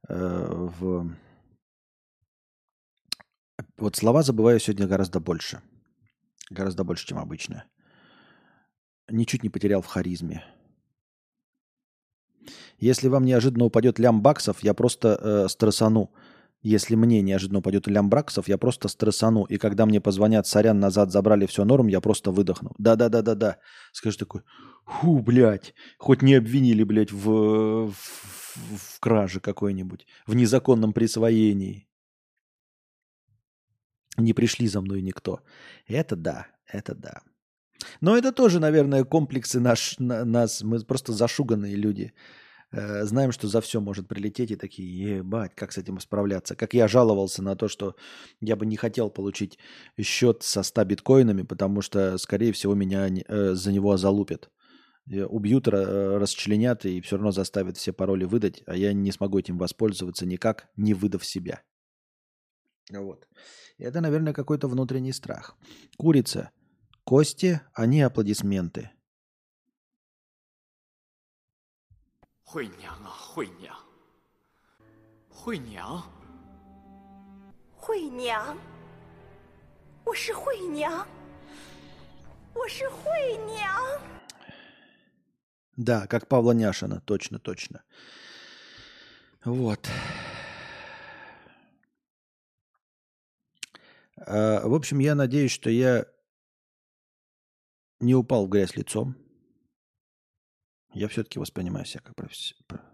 Вот слова забываю сегодня гораздо больше. Гораздо больше, чем обычно. Ничуть не потерял в харизме. Если вам неожиданно упадет лям баксов, я просто стрессану. Если мне неожиданно упадет лямбраксов, я просто стрессану. И когда мне позвонят, сорян, назад забрали, все норм, я просто выдохну. Да-да-да-да-да. Скажешь такой, фу, блядь, хоть не обвинили, блядь, в краже какой-нибудь, в незаконном присвоении. Не пришли за мной никто. Это да, это да. Но это тоже, наверное, комплексы нас. Мы просто зашуганные люди. Знаем, что за все может прилететь, и такие, ебать, как с этим справляться. Как я жаловался на то, что я бы не хотел получить счет со 100 биткоинами, потому что, скорее всего, меня за него залупят. Убьют, расчленят и все равно заставят все пароли выдать, а я не смогу этим воспользоваться никак, не выдав себя. Вот. Это, наверное, какой-то внутренний страх. Курица. Кости, а не аплодисменты. 惠娘啊，惠娘，惠娘， 惠娘，我是惠娘，我是惠娘。 Да, как Павла Няшина, точно, точно. Вот. В общем, я надеюсь, что я не упал в грязь лицом. Я все-таки воспринимаю себя как профессионал.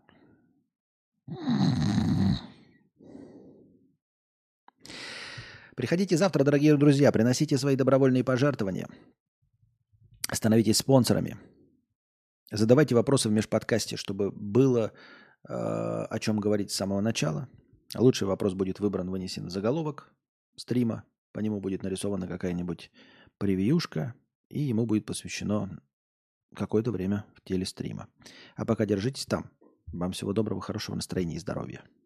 Приходите завтра, дорогие друзья, приносите свои добровольные пожертвования. Становитесь спонсорами. Задавайте вопросы в межподкасте, чтобы было о чем говорить с самого начала. Лучший вопрос будет выбран, вынесен в заголовок стрима. По нему будет нарисована какая-нибудь превьюшка, и ему будет посвящено какое-то время в теле стрима. А пока держитесь там. Вам всего доброго, хорошего настроения и здоровья.